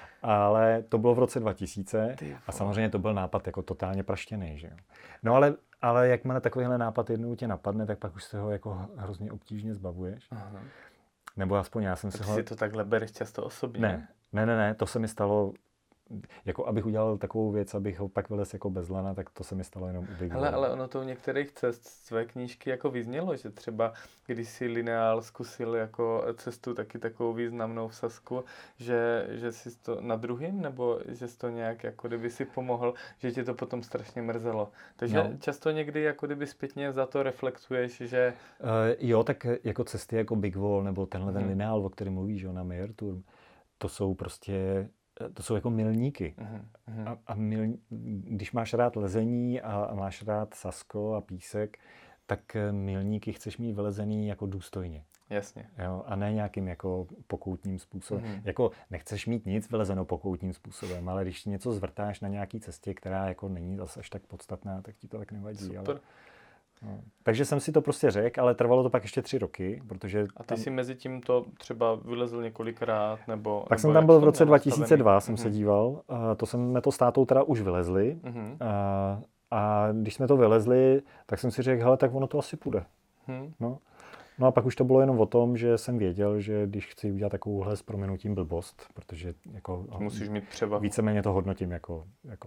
Speaker 5: Ale to bylo v roce dva tisíce a samozřejmě to byl nápad jako totálně praštěný, že jo. No ale, ale jakmile takovýhle nápad jednou tě napadne, tak pak už se ho jako hrozně obtížně zbavuješ.
Speaker 6: Aha.
Speaker 5: Nebo aspoň já jsem
Speaker 6: A
Speaker 5: se
Speaker 6: ty
Speaker 5: ho...
Speaker 6: si to takhle bereš často osobně?
Speaker 5: Ne, ne, ne, ne, to se mi stalo, jako abych udělal takovou věc, abych ho pak vylez jako bez lana, tak to se mi stalo jenom u Big
Speaker 6: Hele,
Speaker 5: Wall.
Speaker 6: ale ono to u některých cest z tvé knížky jako vyznělo, že třeba když si Lineál zkusil jako cestu taky takovou významnou v Sasku, že, že jsi to na druhým, nebo že jsi to nějak jako kdyby si pomohl, že tě to potom strašně mrzelo. Takže
Speaker 5: No.
Speaker 6: často někdy jako kdyby zpětně za to reflektuješ, že
Speaker 5: Uh, jo, tak jako cesty jako Big Wall nebo tenhle ten
Speaker 6: Mhm.
Speaker 5: lineál, o kterém mluvíš, jo, na Mayor Tour, to jsou prostě, to jsou jako milníky.
Speaker 6: Mhm, mhm.
Speaker 5: A, a mil, když máš rád lezení a, a máš rád Sasko a písek, tak eh, milníky chceš mít vylezený jako důstojně.
Speaker 6: Jasně.
Speaker 5: Jo, a ne nějakým jako pokoutním způsobem.
Speaker 6: Mhm.
Speaker 5: Jako nechceš mít nic vylezeno pokoutním způsobem, ale když něco zvrtáš na nějaký cestě, která jako není zase až tak podstatná, tak ti to tak nevadí.
Speaker 6: Super.
Speaker 5: Ale, no. Takže jsem si to prostě řekl, ale trvalo to pak ještě tři roky, protože
Speaker 6: A ty
Speaker 5: tam,
Speaker 6: jsi mezi tím to třeba vylezl několikrát, nebo...
Speaker 5: pak
Speaker 6: nebo
Speaker 5: jsem tam
Speaker 6: jak
Speaker 5: byl
Speaker 6: jsi
Speaker 5: v
Speaker 6: to
Speaker 5: roce
Speaker 6: měl
Speaker 5: dva tisíce dva, jsem
Speaker 6: nastavený?
Speaker 5: se díval. A to jsme to s tátou teda už vylezli.
Speaker 6: Mhm,
Speaker 5: A, a když jsme to vylezli, tak jsem si řekl, hele, tak ono to asi půjde.
Speaker 6: mhm.
Speaker 5: No. No a pak už to bylo jenom o tom, že jsem věděl, že když chci udělat takovouhle s prominutím blbost, protože jako
Speaker 6: Že musíš mít převahu.
Speaker 5: víceméně to hodnotím jako, jako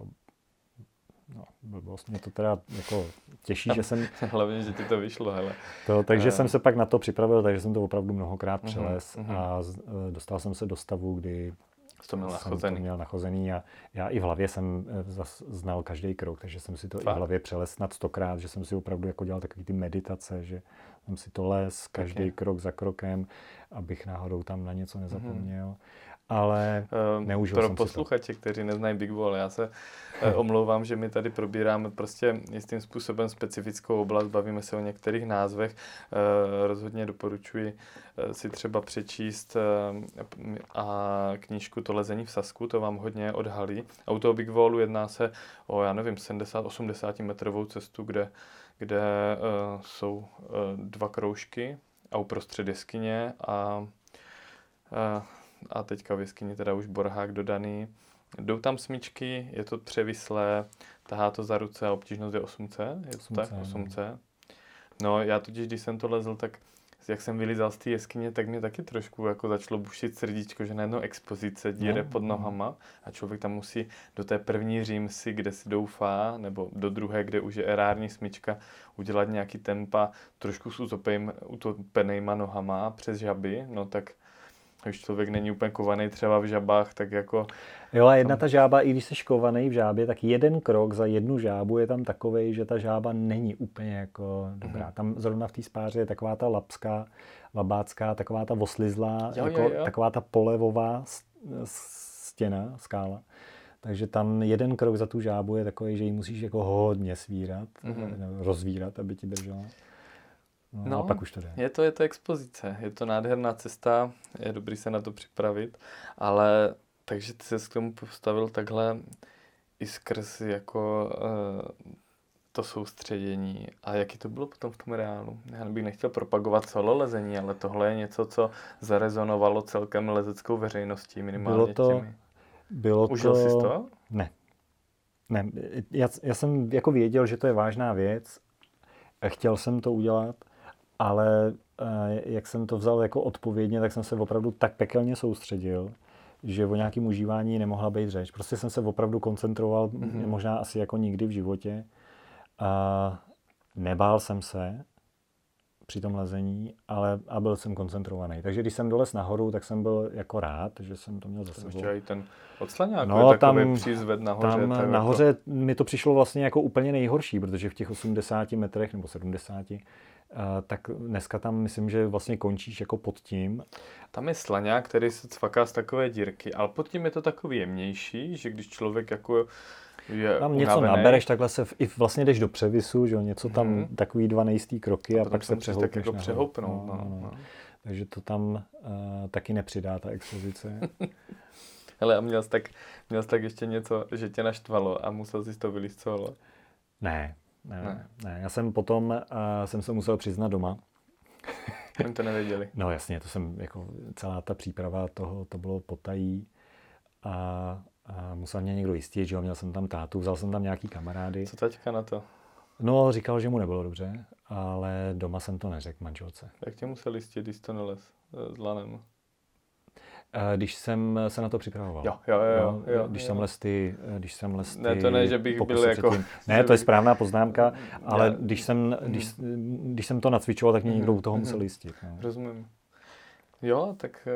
Speaker 5: no, blbost. Mě to teda jako těší, že jsem
Speaker 6: Hlavně, že ti to vyšlo, hele.
Speaker 5: to, takže
Speaker 6: Eh.
Speaker 5: jsem se pak na to připravil, takže jsem to opravdu mnohokrát
Speaker 6: Mhm,
Speaker 5: přelez
Speaker 6: mhm.
Speaker 5: a z, eh, dostal jsem se do stavu, kdy
Speaker 6: Jsi to měl
Speaker 5: jsem to
Speaker 6: nachozený.
Speaker 5: měl nachozený a já i v hlavě jsem eh, zas znal každý krok, takže jsem si to
Speaker 6: Fakt?
Speaker 5: i v hlavě přelez snad stokrát, že jsem si opravdu jako dělal takový ty meditace, že jsem si to les každý
Speaker 6: Pěkně.
Speaker 5: krok za krokem, abych náhodou tam na něco
Speaker 6: Mhm.
Speaker 5: nezapomněl. Ale
Speaker 6: Ehm,
Speaker 5: neužil
Speaker 6: Pro
Speaker 5: jsem si to.
Speaker 6: posluchače, kteří neznají Big Wall, já se eh, omlouvám, že my tady probíráme prostě jistým způsobem specifickou oblast, bavíme se o některých názvech. Eh, Rozhodně doporučuji eh, si třeba přečíst eh, a knížku To lezení v Sasku, to vám hodně odhalí. A u toho Big Wallu jedná se o, já nevím, sedmdesát osmdesát metrovou cestu, kde, kde eh, jsou eh, dva kroužky a uprostřed jeskyně a eh, a teďka v jeskyni teda už borhák dodaný. Jdou tam smyčky, je to převislé, tahá to za ruce a obtížnost je osm cé, je to
Speaker 5: osm
Speaker 6: tak?
Speaker 5: cé, no.
Speaker 6: osm cé. No já totiž, když jsem to lezl, tak jak jsem vylízal z té jeskyně, tak mě taky trošku jako začalo bušit srdíčko, že najednou expozice díry
Speaker 5: No,
Speaker 6: pod
Speaker 5: no.
Speaker 6: nohama a člověk tam musí do té první římsy, kde si doufá, nebo do druhé, kde už je erární smyčka, udělat nějaký tempa trošku s utopejm, utopenejma nohama přes žaby, no tak když člověk není úplně kovaný třeba v žabách, tak jako...
Speaker 5: jo, a jedna ta žába, i když jsi škovaný v žábě, tak jeden krok za jednu žábu je tam takovej, že ta žába není úplně jako dobrá.
Speaker 6: Mhm.
Speaker 5: Tam zrovna v té spáře je taková ta lapská, labácká, taková ta oslizlá,
Speaker 6: Jo,
Speaker 5: jako
Speaker 6: jo, jo.
Speaker 5: taková ta polevová s- stěna, skála. Takže tam jeden krok za tu žábu je takový, že ji musíš jako hodně svírat,
Speaker 6: Mhm.
Speaker 5: nebo rozvírat, aby ti držela. No,
Speaker 6: No,
Speaker 5: a pak už to jde.
Speaker 6: Je to, je to expozice, je to nádherná cesta, je dobrý se na to připravit, ale takže ty se k tomu postavil takhle i skrz jako uh, to soustředění. A jaký to bylo potom v tom reálu? Já bych nechtěl propagovat solo lezení, ale tohle je něco, co zarezonovalo celkem lezeckou veřejností, minimálně
Speaker 5: Bylo to-
Speaker 6: těmi.
Speaker 5: Bylo
Speaker 6: Užil
Speaker 5: to...
Speaker 6: jsi to?
Speaker 5: Ne. Ne, já, já jsem jako věděl, že to je vážná věc. chtěl jsem to udělat, ale jak jsem to vzal jako odpovědně, tak jsem se opravdu tak pekelně soustředil, že o nějakém užívání nemohla být řeč. Prostě jsem se opravdu koncentroval, mm-hmm. možná asi jako nikdy v životě. A nebál jsem se při tom lezení, ale a byl jsem koncentrovaný. Takže když jsem dolez nahoru, tak jsem byl jako rád, že jsem to měl za sebou.
Speaker 6: Ještě i ten odslaňák,
Speaker 5: no,
Speaker 6: je takový přízved nahoře.
Speaker 5: Tam nahoře jako... mi to přišlo vlastně jako úplně nejhorší, protože v těch osmdesáti metrech nebo sedmdesáti, Uh, tak dneska tam myslím, že vlastně končíš jako pod tím.
Speaker 6: Tam je slaňák, který se cvaká z takové dírky, ale pod tím je to takový jemnější, že když člověk jako je
Speaker 5: tam
Speaker 6: unavený,
Speaker 5: něco nabereš, takhle se v, i vlastně jdeš do převisu, že jo, něco tam, hmm. takový dva nejistý kroky a, a pak se přehoupneš.
Speaker 6: Tak jako přehoupnout, no, no, no.
Speaker 5: Takže to tam uh, taky nepřidá ta expozice.
Speaker 6: Hele, a měl jsi tak, měl jsi tak ještě něco, že tě naštvalo a musel jsi to vylistovat?
Speaker 5: Ne. Ne, ne. ne, já jsem potom uh, jsem se musel přiznat doma.
Speaker 6: Oni to nevěděli.
Speaker 5: No jasně, to jsem jako celá ta příprava toho, to bylo potají a, a musel mě někdo jistit, že jo, měl jsem tam tátu, vzal jsem tam nějaký kamarády.
Speaker 6: Co taťka na to?
Speaker 5: No, říkal, že mu nebylo dobře, ale doma jsem to neřekl manželce.
Speaker 6: Jak tě musel jistit, když to nelez s lanem?
Speaker 5: Když jsem se na to připravoval.
Speaker 6: Jo, jo, jo. jo, jo
Speaker 5: když,
Speaker 6: jo.
Speaker 5: Jsem les ty, když jsem les ty...
Speaker 6: Ne, to ne, že bych byl jako...
Speaker 5: Ne, to je správná poznámka, ale když jsem, když, když jsem to nacvičoval, tak mě někdo u toho musel jistit. No.
Speaker 6: Rozumím. Jo, tak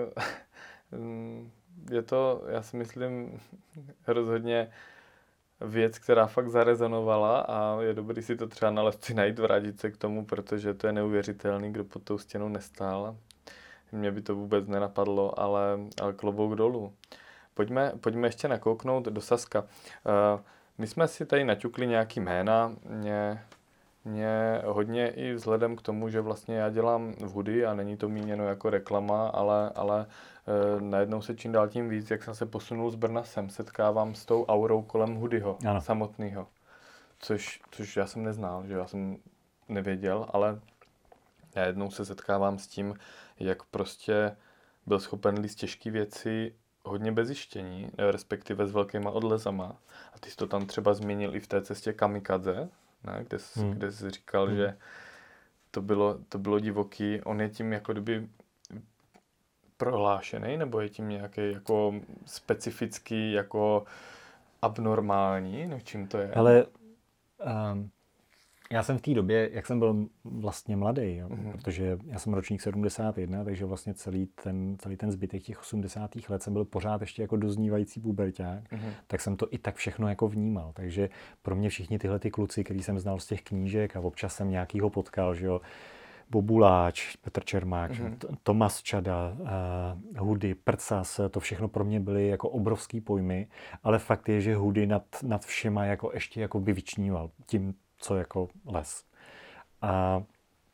Speaker 6: je to, já si myslím, rozhodně věc, která fakt zarezonovala a je dobrý si to třeba na lesci najít, vrátit se k tomu, protože to je neuvěřitelný, kdo pod tou stěnou nestál. Mě by to vůbec nenapadlo, ale, ale klobouk dolů. Pojďme, pojďme ještě nakouknout do Saska. Uh, my jsme si tady naťukli nějaký jména. Mě, mě hodně i vzhledem k tomu, že vlastně já dělám v hoodie a není to míněno jako reklama, ale, ale uh, najednou se čím dál tím víc, jak jsem se posunul z Brna sem, setkávám s tou aurou kolem hoodieho samotného. Což, což já jsem neznal, že já jsem nevěděl, ale najednou se setkávám s tím, jak prostě byl schopen líst těžké věci hodně bez zjištění, respektive s velkýma odlezama. A ty jsi to tam třeba zmínil i v té cestě kamikadze, ne? Kde, jsi, hmm. kde jsi říkal, hmm. že to bylo, to bylo divoký. On je tím jako kdyby prohlášený, nebo je tím nějaký jako specifický, jako abnormální? No čím to je?
Speaker 5: Ale... Um... Já jsem v té době, jak jsem byl vlastně mladý, jo, mm-hmm. protože já jsem ročník sedmdesát jedna, takže vlastně celý ten, celý ten zbytek těch osmdesátých let jsem byl pořád ještě jako doznívající puberťák, mm-hmm. tak jsem to i tak všechno jako vnímal. Takže pro mě všichni tyhle ty kluci, který jsem znal z těch knížek a občas jsem nějakýho potkal, že jo, Bobuláč, Petr Čermák, mm-hmm. Tomas Čada, uh, Hudy, Prcas, to všechno pro mě byly jako obrovský pojmy, ale fakt je, že Hudy nad, nad všema jako ještě jako by vyčníval tím, co jako les. A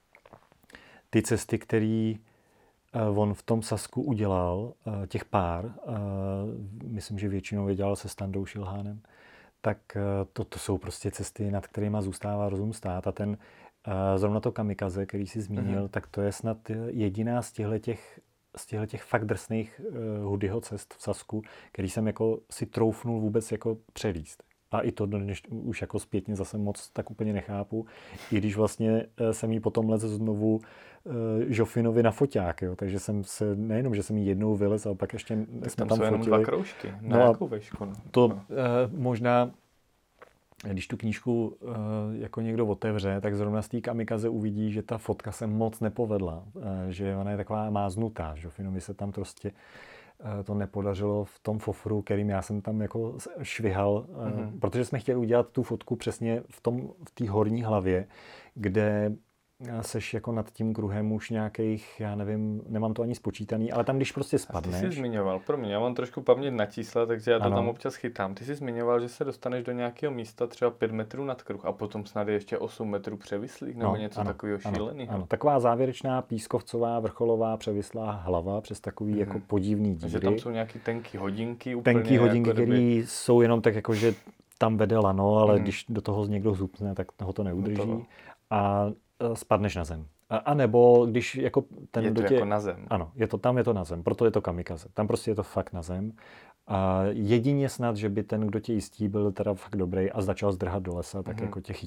Speaker 5: ty cesty, které on v tom Sasku udělal, těch pár, myslím, že většinou je dělal se Standou Šilhánem, tak to, to jsou prostě cesty, nad kterýma zůstává rozum stát. A ten, zrovna to kamikaze, který jsi zmínil, mm-hmm. tak to je snad jediná z těchhletěch z těchhletěch fakt drsných Hudyho cest v Sasku, který jsem jako si troufnul vůbec jako přelíst. A i to dnes už jako zpětně zase moc tak úplně nechápu. I když vlastně jsem jí potom lez znovu uh, Žofinovi na foťák, jo. Takže jsem se, nejenom, že jsem jí jednou vylez, ale pak ještě
Speaker 6: tak
Speaker 5: jsme
Speaker 6: tam,
Speaker 5: tam
Speaker 6: jsou
Speaker 5: fotili.
Speaker 6: Jenom dva kroužky. Na
Speaker 5: no
Speaker 6: jakou vešku? No.
Speaker 5: To uh, možná, když tu knížku uh, jako někdo otevře, tak zrovna z té kamikaze uvidí, že ta fotka se moc nepovedla. Uh, že ona je taková máznutá. Žofinovi se tam prostě to nepodařilo v tom fofru, kterým já jsem tam jako švihal, mm-hmm. protože jsme chtěli udělat tu fotku přesně v tom, v té horní hlavě, kde seš jako nad tím kruhem už nějakých, já nevím, nemám to ani spočítaný, ale tam, když prostě spadneš...
Speaker 6: A ty jsi zmiňoval, pro mě, já mám trošku paměť na čísla, takže já to ano. tam občas chytám. Ty jsi zmiňoval, že se dostaneš do nějakého místa třeba pět metrů nad kruh a potom snad je ještě osm metrů převislých, nebo no, něco ano, takového šíleného.
Speaker 5: Ano, taková závěrečná pískovcová, vrcholová, převislá hlava přes takový hmm. jako podivný díry.
Speaker 6: Takže tam jsou nějaký tenký hodinky úplně.
Speaker 5: Tenký hodinky,
Speaker 6: jako
Speaker 5: které kdyby... jsou jenom tak jako, že tam vede lano, ale hmm. když do toho někdo zupne, tak ho to neudrží. No to... A spadneš na zem. A, a nebo když jako ten
Speaker 6: je to
Speaker 5: do tě...
Speaker 6: jako na zem.
Speaker 5: Ano, je to, tam je to na zem, proto je to kamikaze. Tam prostě je to fakt na zem. A jedině snad, že by ten, kdo tě jistí, byl teda fakt dobrý a začal zdrhat do lesa, tak mm-hmm. jako tě chytí.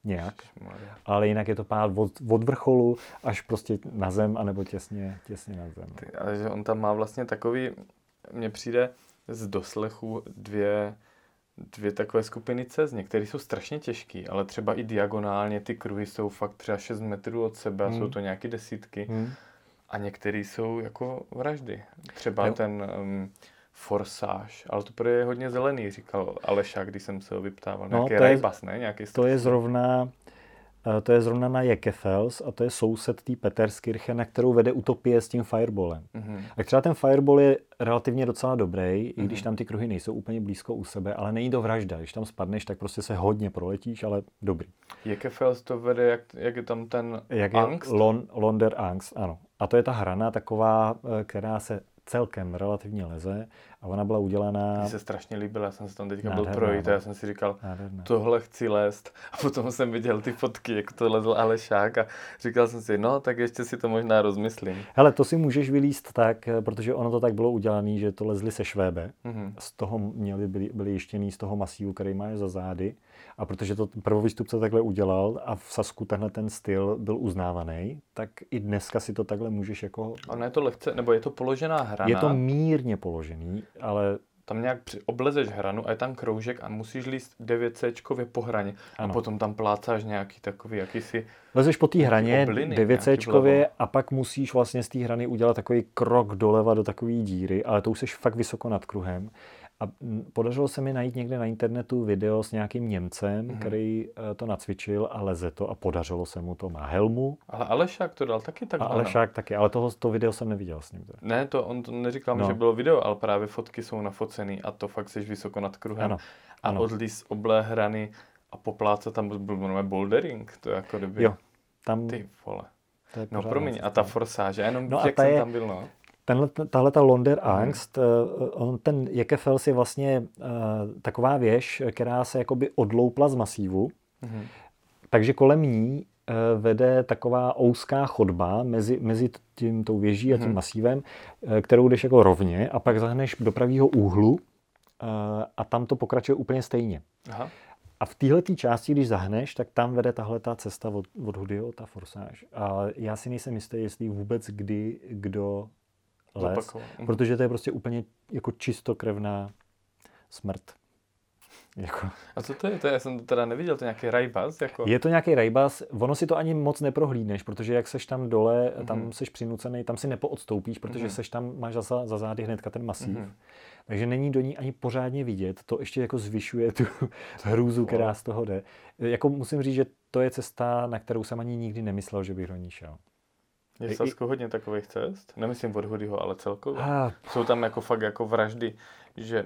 Speaker 5: nějak,
Speaker 6: Ježišmarja.
Speaker 5: ale jinak je to pád od, od vrcholu až prostě na zem, anebo těsně, těsně na zem.
Speaker 6: Ty, ale že on tam má vlastně takový, mně přijde z doslechu dvě, dvě takové skupiny cest. Některé jsou strašně těžké, ale třeba i diagonálně ty kruhy jsou fakt třeba šest metrů od sebe, hmm. jsou to nějaké desítky. Hmm. A některé jsou jako vraždy. Třeba jo. ten um, Forsage, ale to je hodně zelený, říkal Aleša, když jsem se ho vyptával.
Speaker 5: No,
Speaker 6: nějaký Rajbas, ne? Nějaký
Speaker 5: to je zrovna... To je zrovna na Jekefels a to je soused té Peterskirche, na kterou vede Utopie s tím fireballem. Mm-hmm. A třeba ten fireball je relativně docela dobrý, mm-hmm. i když tam ty kruhy nejsou úplně blízko u sebe, ale není to vražda. Když tam spadneš, tak prostě se hodně proletíš, ale dobrý.
Speaker 6: Jekefels to vede, jak, jak je tam ten
Speaker 5: jak
Speaker 6: Angst?
Speaker 5: Je Lon, Londer Angst, ano. A to je ta hrana taková, která se celkem relativně leze a ona byla udělaná...
Speaker 6: Mně se strašně líbila, já jsem se tam teďka byl projít a já jsem si říkal,
Speaker 5: nádherná.
Speaker 6: Tohle chci lézt. A potom jsem viděl ty fotky, jak to lezl Alešák a říkal jsem si, no tak ještě si to možná rozmyslím.
Speaker 5: Hele, to si můžeš vylízt tak, protože ono to tak bylo udělané, že to lezli se švébe. Mm-hmm. Z toho měli, byli, byli jištěný z toho masívu, který máš za zády. A protože to prvovýstupce takhle udělal a v Sasku tenhle ten styl byl uznávaný, tak i dneska si to takhle můžeš jako...
Speaker 6: Ono je to lehce, nebo je to položená hrana?
Speaker 5: Je to mírně položený, ale...
Speaker 6: Tam nějak při, oblezeš hranu a je tam kroužek a musíš líst devět céčkově po hraně. Ano. A potom tam plácáš nějaký takový, jakýsi...
Speaker 5: Lezeš po té hraně devět céčkově a pak musíš vlastně z té hrany udělat takový krok doleva do takové díry, ale to už jsi fakt vysoko nad kruhem. A podařilo se mi najít někde na internetu video s nějakým Němcem, mm-hmm. který to nacvičil a leze to a podařilo se mu to. Má helmu.
Speaker 6: Ale Alešák to dal taky tak.
Speaker 5: A Alešák taky, ale toho, to video jsem neviděl s ním. Teda.
Speaker 6: Ne, to on to neříkal mi, no. že bylo video, ale právě fotky jsou nafocený a to fakt jsi vysoko nad kruhem. Ano. A ano. odlíz oblé hrany a poplácat tam byl normální bouldering. To je jako kdyby...
Speaker 5: Jo. Tam...
Speaker 6: Ty vole. No promiň, a ta Forsage, jenom
Speaker 5: no
Speaker 6: jak jsem je... tam byl, no.
Speaker 5: Tahle ta Londer Angst, on, ten Jekefels je vlastně uh, taková věž, která se jakoby odloupla z masívu, mm-hmm. takže kolem ní uh, vede taková ouzká chodba mezi, mezi tím, tou věží a tím mm-hmm. masívem, uh, kterou jdeš jako rovně a pak zahneš do pravýho úhlu uh, a tam to pokračuje úplně stejně. Aha. A v téhletý části, když zahneš, tak tam vede tahle ta cesta od, od Hudyho, ta Forsage. A já si nejsem jistý, jestli vůbec kdy kdo les, mm. protože to je prostě úplně jako čistokrevná smrt. Jako.
Speaker 6: A co to je? To já jsem to teda neviděl, to je nějaký rajbas? Jako...
Speaker 5: Je to nějaký rajbas, ono si to ani moc neprohlídneš, protože jak seš tam dole, mm. tam seš přinucený, tam si nepoodstoupíš, protože mm. seš tam, máš za, za zády hnedka ten masív. Mm. Takže není do ní ani pořádně vidět, to ještě jako zvyšuje tu hrůzu, která z toho jde. Jako musím říct, že to je cesta, na kterou jsem ani nikdy nemyslel, že bych do ní šel.
Speaker 6: Je v Sasku hodně takových cest? Nemyslím od Hudyho, ale celkově. Ah. Jsou tam jako fakt jako vraždy, že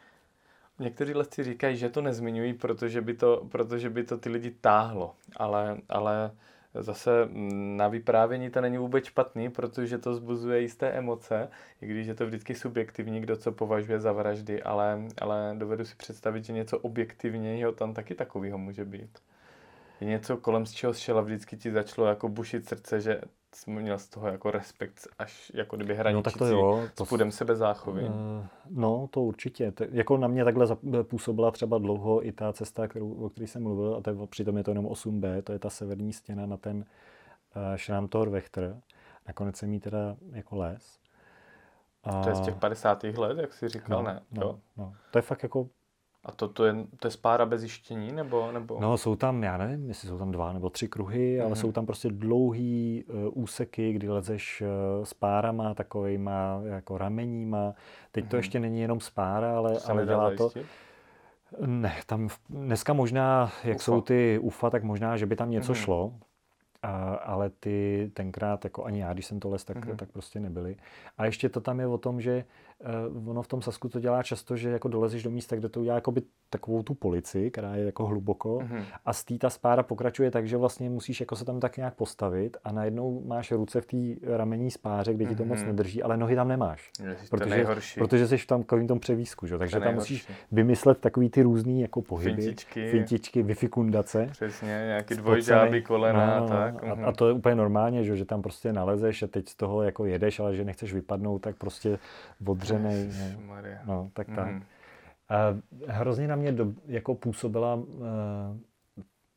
Speaker 6: někteří lesci říkají, že to nezmiňují, protože by to, protože by to ty lidi táhlo. Ale, ale zase na vyprávění to není vůbec špatný, protože to vzbuzuje jisté emoce, i když je to vždycky subjektivní, kdo co považuje za vraždy, ale, ale dovedu si představit, že něco objektivnějšího tam taky takového může být. Je něco, kolem z čeho šel a vždycky ti začalo jako bušit srdce, že jsi měl z toho jako respekt až jako kdyby hraničící
Speaker 5: no, jo, to
Speaker 6: s půdem sebezáchovy.
Speaker 5: No, to určitě. T- jako na mě takhle působila třeba dlouho i ta cesta, kterou, o které jsem mluvil, a to je, přitom je to jenom osm bé, to je ta severní stěna na ten uh, Schrammtor-Wächter. Nakonec jsem jí teda jako les.
Speaker 6: A... To je z těch padesátých let, jak jsi říkal,
Speaker 5: no,
Speaker 6: ne?
Speaker 5: No, no. To je fakt jako...
Speaker 6: A to, to, je, to je spára bez jištění, nebo, nebo?
Speaker 5: No, jsou tam, já nevím, jestli jsou tam dva nebo tři kruhy, mm. ale jsou tam prostě dlouhý uh, úseky, kdy lezeš uh, s párama takovejma, jako rameníma. Teď mm. to ještě není jenom spára, ale, ale dělá zajistit? to... Ne, tam dneska možná, jak Ufa. jsou ty ufa, tak možná, že by tam něco mm. šlo. A, ale ty tenkrát, jako ani já, když jsem to les, tak, mm. tak prostě nebyly. A ještě to tam je o tom, že uh, ono v tom Sasku to dělá často, že jako dolezeš do místa, kde to udělá jakoby takovou tu polici, která je jako hluboko mm. a z té ta spára pokračuje tak, že vlastně musíš jako se tam tak nějak postavit a najednou máš ruce v té ramení spáře, kde ti to mm. moc nedrží, ale nohy tam nemáš.
Speaker 6: Ježiš,
Speaker 5: protože, protože jsi v tam takovým tom převízku, že? Takže tam
Speaker 6: nejhorší.
Speaker 5: musíš vymyslet takový ty různý jako pohyby,
Speaker 6: fintičky,
Speaker 5: fintičky vyfikundace.
Speaker 6: Přesně, nějaký dvojžáby, kolena
Speaker 5: no,
Speaker 6: a tak.
Speaker 5: A, a to je úplně normálně, že, že tam prostě nalezeš a teď z toho jako jedeš, ale že nechceš vypadnout, tak prostě odřenej. No, tak mm. tak. A hrozně na mě do, jako působila uh,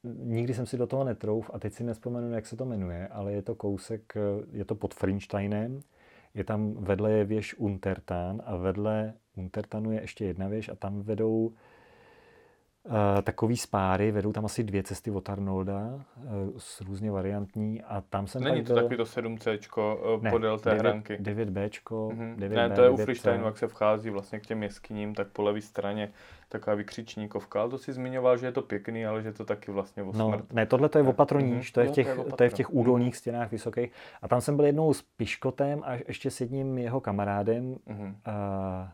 Speaker 5: nikdy jsem si do toho netrouf a teď si nespomenu, jak se to jmenuje, ale je to kousek, je to pod Frinsteinem, je tam vedle je věž Untertan a vedle Untertanu je ještě jedna věž a tam vedou uh, takový spáry, vedou tam asi dvě cesty od Arnolda, uh, s různě variantní a tam jsem
Speaker 6: Není
Speaker 5: pak
Speaker 6: to
Speaker 5: byl...
Speaker 6: takový to sedm céčko uh,
Speaker 5: ne,
Speaker 6: podél té
Speaker 5: devět,
Speaker 6: hranky?
Speaker 5: devět béčko,
Speaker 6: Mhm.
Speaker 5: devět
Speaker 6: Ne,
Speaker 5: bé,
Speaker 6: to je u
Speaker 5: devět cé.
Speaker 6: Frištajnu, jak se vchází vlastně k těm jeskyním, tak po levé straně taková vykřičníkovka. Ale to si zmiňoval, že je to pěkný, ale že to taky vlastně o
Speaker 5: No,
Speaker 6: smrt.
Speaker 5: ne, tohle to je
Speaker 6: Ne.
Speaker 5: opatroníž, to je, v
Speaker 6: Jo,
Speaker 5: těch,
Speaker 6: to je
Speaker 5: to je v
Speaker 6: opatro.
Speaker 5: těch údolních stěnách vysokých. A tam jsem byl jednou s Piškotem a ještě s jedním jeho kamarádem.
Speaker 6: Mhm.
Speaker 5: A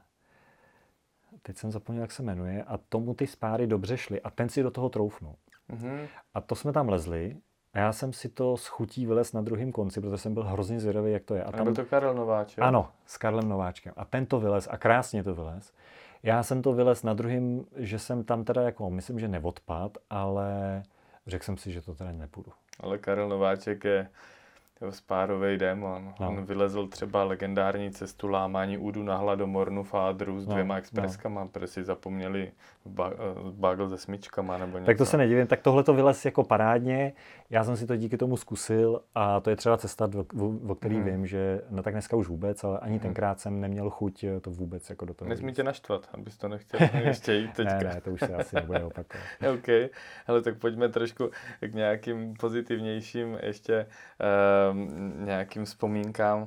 Speaker 5: teď jsem zapomněl, jak se jmenuje. A tomu ty spáry dobře šly. A ten si do toho troufnul.
Speaker 6: Mhm.
Speaker 5: A to jsme tam lezli. A já jsem si to s chutí vylez na druhém konci, protože jsem byl hrozně zvědavý, jak to je. A
Speaker 6: A
Speaker 5: tam...
Speaker 6: byl to Karel Nováček.
Speaker 5: Ano, s Karlem Nováčkem. A ten to vylez a krásně to vylez. Já jsem to vylez na druhým, že jsem tam teda jako, myslím, že neodpad, ale řekl jsem si, že to teda nepůjdu.
Speaker 6: Ale Karel Nováček je spárovej démon.
Speaker 5: No.
Speaker 6: On vylezl třeba legendární cestu lámání údu na hladomornu Fádru s
Speaker 5: No,
Speaker 6: dvěma expreskama, protože si zapomněli ba- bagel se smyčkama nebo něco.
Speaker 5: Tak to se nedivím, tak tohle to vylez jako parádně, já jsem si to díky tomu zkusil a to je třeba cesta, o, o který
Speaker 6: Mhm.
Speaker 5: vím, že, no tak dneska už vůbec, ale ani
Speaker 6: Mhm.
Speaker 5: tenkrát jsem neměl chuť to vůbec jako do toho
Speaker 6: Nesmí
Speaker 5: jít.
Speaker 6: tě naštvat, abys to nechtěl ještě jít teďka.
Speaker 5: Ne, ne, to už se asi nebude opakovat.
Speaker 6: OK, ale tak pojďme trošku k nějakým pozitivnějším ještě uh, nějakým vzpomínkám. Uh,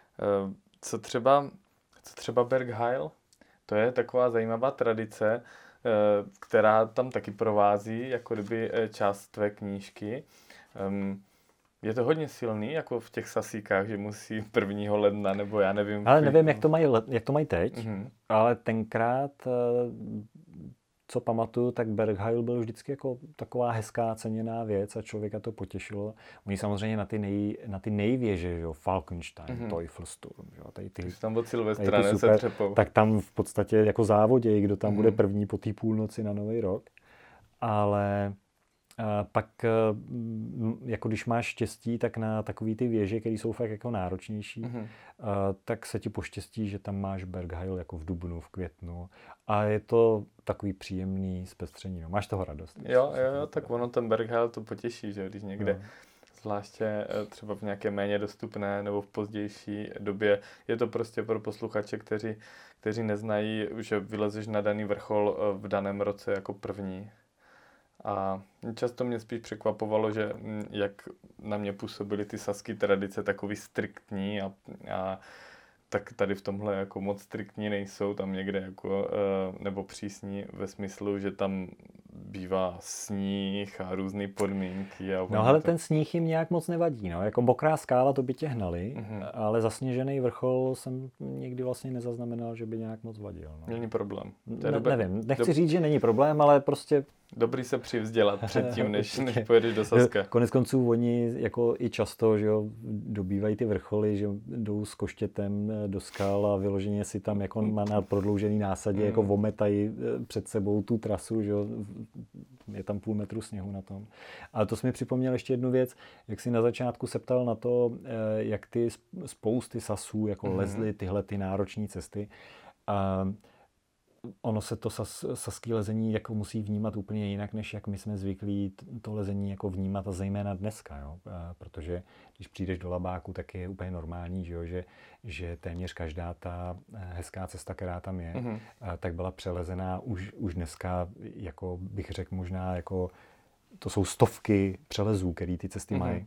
Speaker 6: co třeba, co třeba Berghain? To je taková zajímavá tradice, uh, která tam taky provází, jako kdyby eh, část tvé knížky. Um, je to hodně silný, jako v těch sasíkách, že musí prvního ledna, nebo já nevím.
Speaker 5: Ale nevím, jak to mají, let- jak to mají teď,
Speaker 6: Mhm.
Speaker 5: ale tenkrát, eh, co pamatuju, tak Berghain byl vždycky jako taková hezká, ceněná věc a člověka to potěšilo. Oni samozřejmě na ty, nej, na ty nejvěže, že jo, Falkenstein,
Speaker 6: Mhm.
Speaker 5: Teufelsturm, že jo, tady ty,
Speaker 6: Ty jsi tam od
Speaker 5: tady
Speaker 6: Silvestra,
Speaker 5: ty
Speaker 6: ne, se
Speaker 5: super,
Speaker 6: třepou.
Speaker 5: tak tam v podstatě jako závodě, kdo tam
Speaker 6: Mhm.
Speaker 5: bude první po té půlnoci na Nový rok. Ale a pak, mm, jako když máš štěstí, tak na takový ty věže, které jsou fakt jako náročnější,
Speaker 6: Mhm.
Speaker 5: a tak se ti poštěstí, že tam máš Berghain jako v dubnu, v květnu a je to takový příjemný zpestření. No. Máš toho radost.
Speaker 6: Jo, jo, jo, tak ono ten Berghain to potěší, že když někde,
Speaker 5: No.
Speaker 6: zvláště eh, třeba v nějaké méně dostupné nebo v pozdější době, je to prostě pro posluchače, kteří, kteří neznají, že vylezeš na daný vrchol eh, v daném roce jako první. A často mě spíš překvapovalo, že mm, jak na mě působily ty saské tradice takový striktní a, a tak tady v tomhle jako moc striktní nejsou, tam někde jako, eh, nebo přísní ve smyslu, že tam bývá sníh a různé podmínky. A
Speaker 5: No ale ten sníh jim nějak moc nevadí. No. Jako mokrá skála to by tě hnali,
Speaker 6: Mhm.
Speaker 5: ale zasněžený vrchol jsem nikdy vlastně nezaznamenal, že by nějak moc vadil. No.
Speaker 6: Není problém. To je
Speaker 5: Ne,
Speaker 6: dobré-
Speaker 5: nevím, nechci
Speaker 6: dob-
Speaker 5: říct, že není problém, ale prostě
Speaker 6: Dobrý se přivzdělat předtím, než, než
Speaker 5: Určitě.
Speaker 6: pojedeš do Saska.
Speaker 5: konec konců oni jako i často, že jo, dobývají ty vrcholy, že jo, jdou s koštětem do skal a vyloženě si tam jako má na prodloužený násadě,
Speaker 6: Mm.
Speaker 5: jako vometají eh, před sebou tu trasu, že jo, je tam půl metru sněhu na tom. Ale to jsi mi připomněl ještě jednu věc, jak jsi na začátku se ptal na to, eh, jak ty sp- spousty sasů jako
Speaker 6: Mhm.
Speaker 5: lezly tyhle ty náročné cesty. A ono se to sas, saský lezení jako musí vnímat úplně jinak, než jak my jsme zvyklí t- to lezení jako vnímat a zejména dneska, jo? A protože když přijdeš do Labáku, tak je úplně normální, že, jo? Že, že téměř každá ta hezká cesta, která tam je,
Speaker 6: Mhm.
Speaker 5: a tak byla přelezená už, už dneska, jako bych řekl možná, jako to jsou stovky přelezů, který ty cesty
Speaker 6: Mhm.
Speaker 5: mají.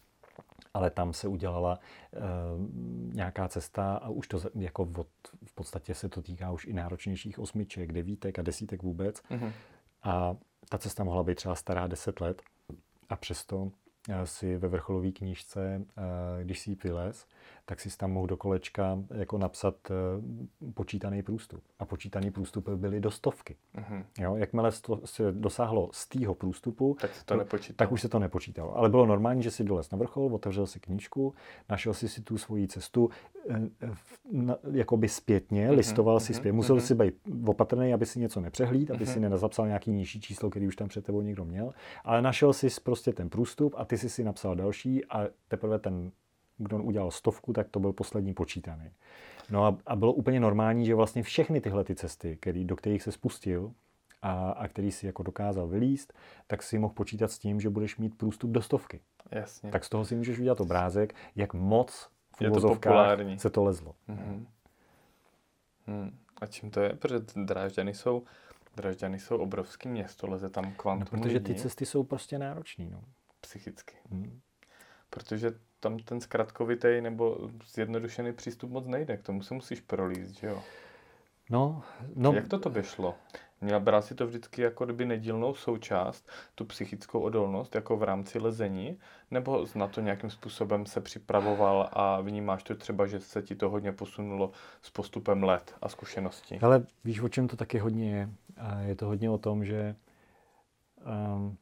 Speaker 5: Ale tam se udělala uh, nějaká cesta a už to za- jako od, v podstatě se to týká už i náročnějších osmiček, devítek a desítek vůbec.
Speaker 6: Mhm.
Speaker 5: A ta cesta mohla být třeba stará deset let a přesto eh, si ve vrcholové knížce, eh, když si ji vylez, tak si tam mohl do kolečka jako napsat eh, počítaný průstup. A počítaný průstupy byly do stovky.
Speaker 6: Mhm.
Speaker 5: Jo? Jakmile to se dosáhlo z tého průstupu,
Speaker 6: Tak se to nepočítalo.
Speaker 5: tak už se to nepočítalo. Ale bylo normální, že si dolez na vrchol, otevřel si knížku, našel si si tu svoji cestu, eh, v- na- jakoby zpětně,
Speaker 6: Mhm,
Speaker 5: listoval si
Speaker 6: mhm,
Speaker 5: zpět. Musel
Speaker 6: mhm.
Speaker 5: si být opatrný, aby si něco nepřehlíd, aby si
Speaker 6: Mhm.
Speaker 5: nenazapsal nějaký nižší číslo, který už tam před tebou někdo měl. Ale našel si prostě ten průstup a ty si si napsal další a teprve ten, kdo udělal stovku, tak to byl poslední počítaný. No a, a bylo úplně normální, že vlastně všechny tyhle ty cesty, který, do kterých se spustil a, a který si jako dokázal vylízt, tak si mohl počítat s tím, že budeš mít průstup do stovky.
Speaker 6: Jasně.
Speaker 5: Tak z toho si můžeš udělat obrázek, jak moc v
Speaker 6: Je to
Speaker 5: uvozovkách
Speaker 6: populární.
Speaker 5: se to lezlo.
Speaker 6: Mm-hmm. Hmm. A čím to je? Protože Drážďany jsou, Drážďany jsou obrovský město, leze tam kvantum
Speaker 5: No, protože
Speaker 6: lidí.
Speaker 5: ty cesty jsou prostě náročný. No.
Speaker 6: Psychicky.
Speaker 5: Hmm.
Speaker 6: Protože tam ten zkratkovitej nebo zjednodušený přístup moc nejde. K tomu se musíš prolízt, že jo?
Speaker 5: No, no,
Speaker 6: Jak to tobě šlo? Měl bral si to vždycky jako kdyby nedílnou součást, tu psychickou odolnost, jako v rámci lezení, nebo na to nějakým způsobem se připravoval a vnímáš to třeba, že se ti to hodně posunulo s postupem let a zkušeností?
Speaker 5: ale víš, o čem to taky hodně je? A je to hodně o tom, že um,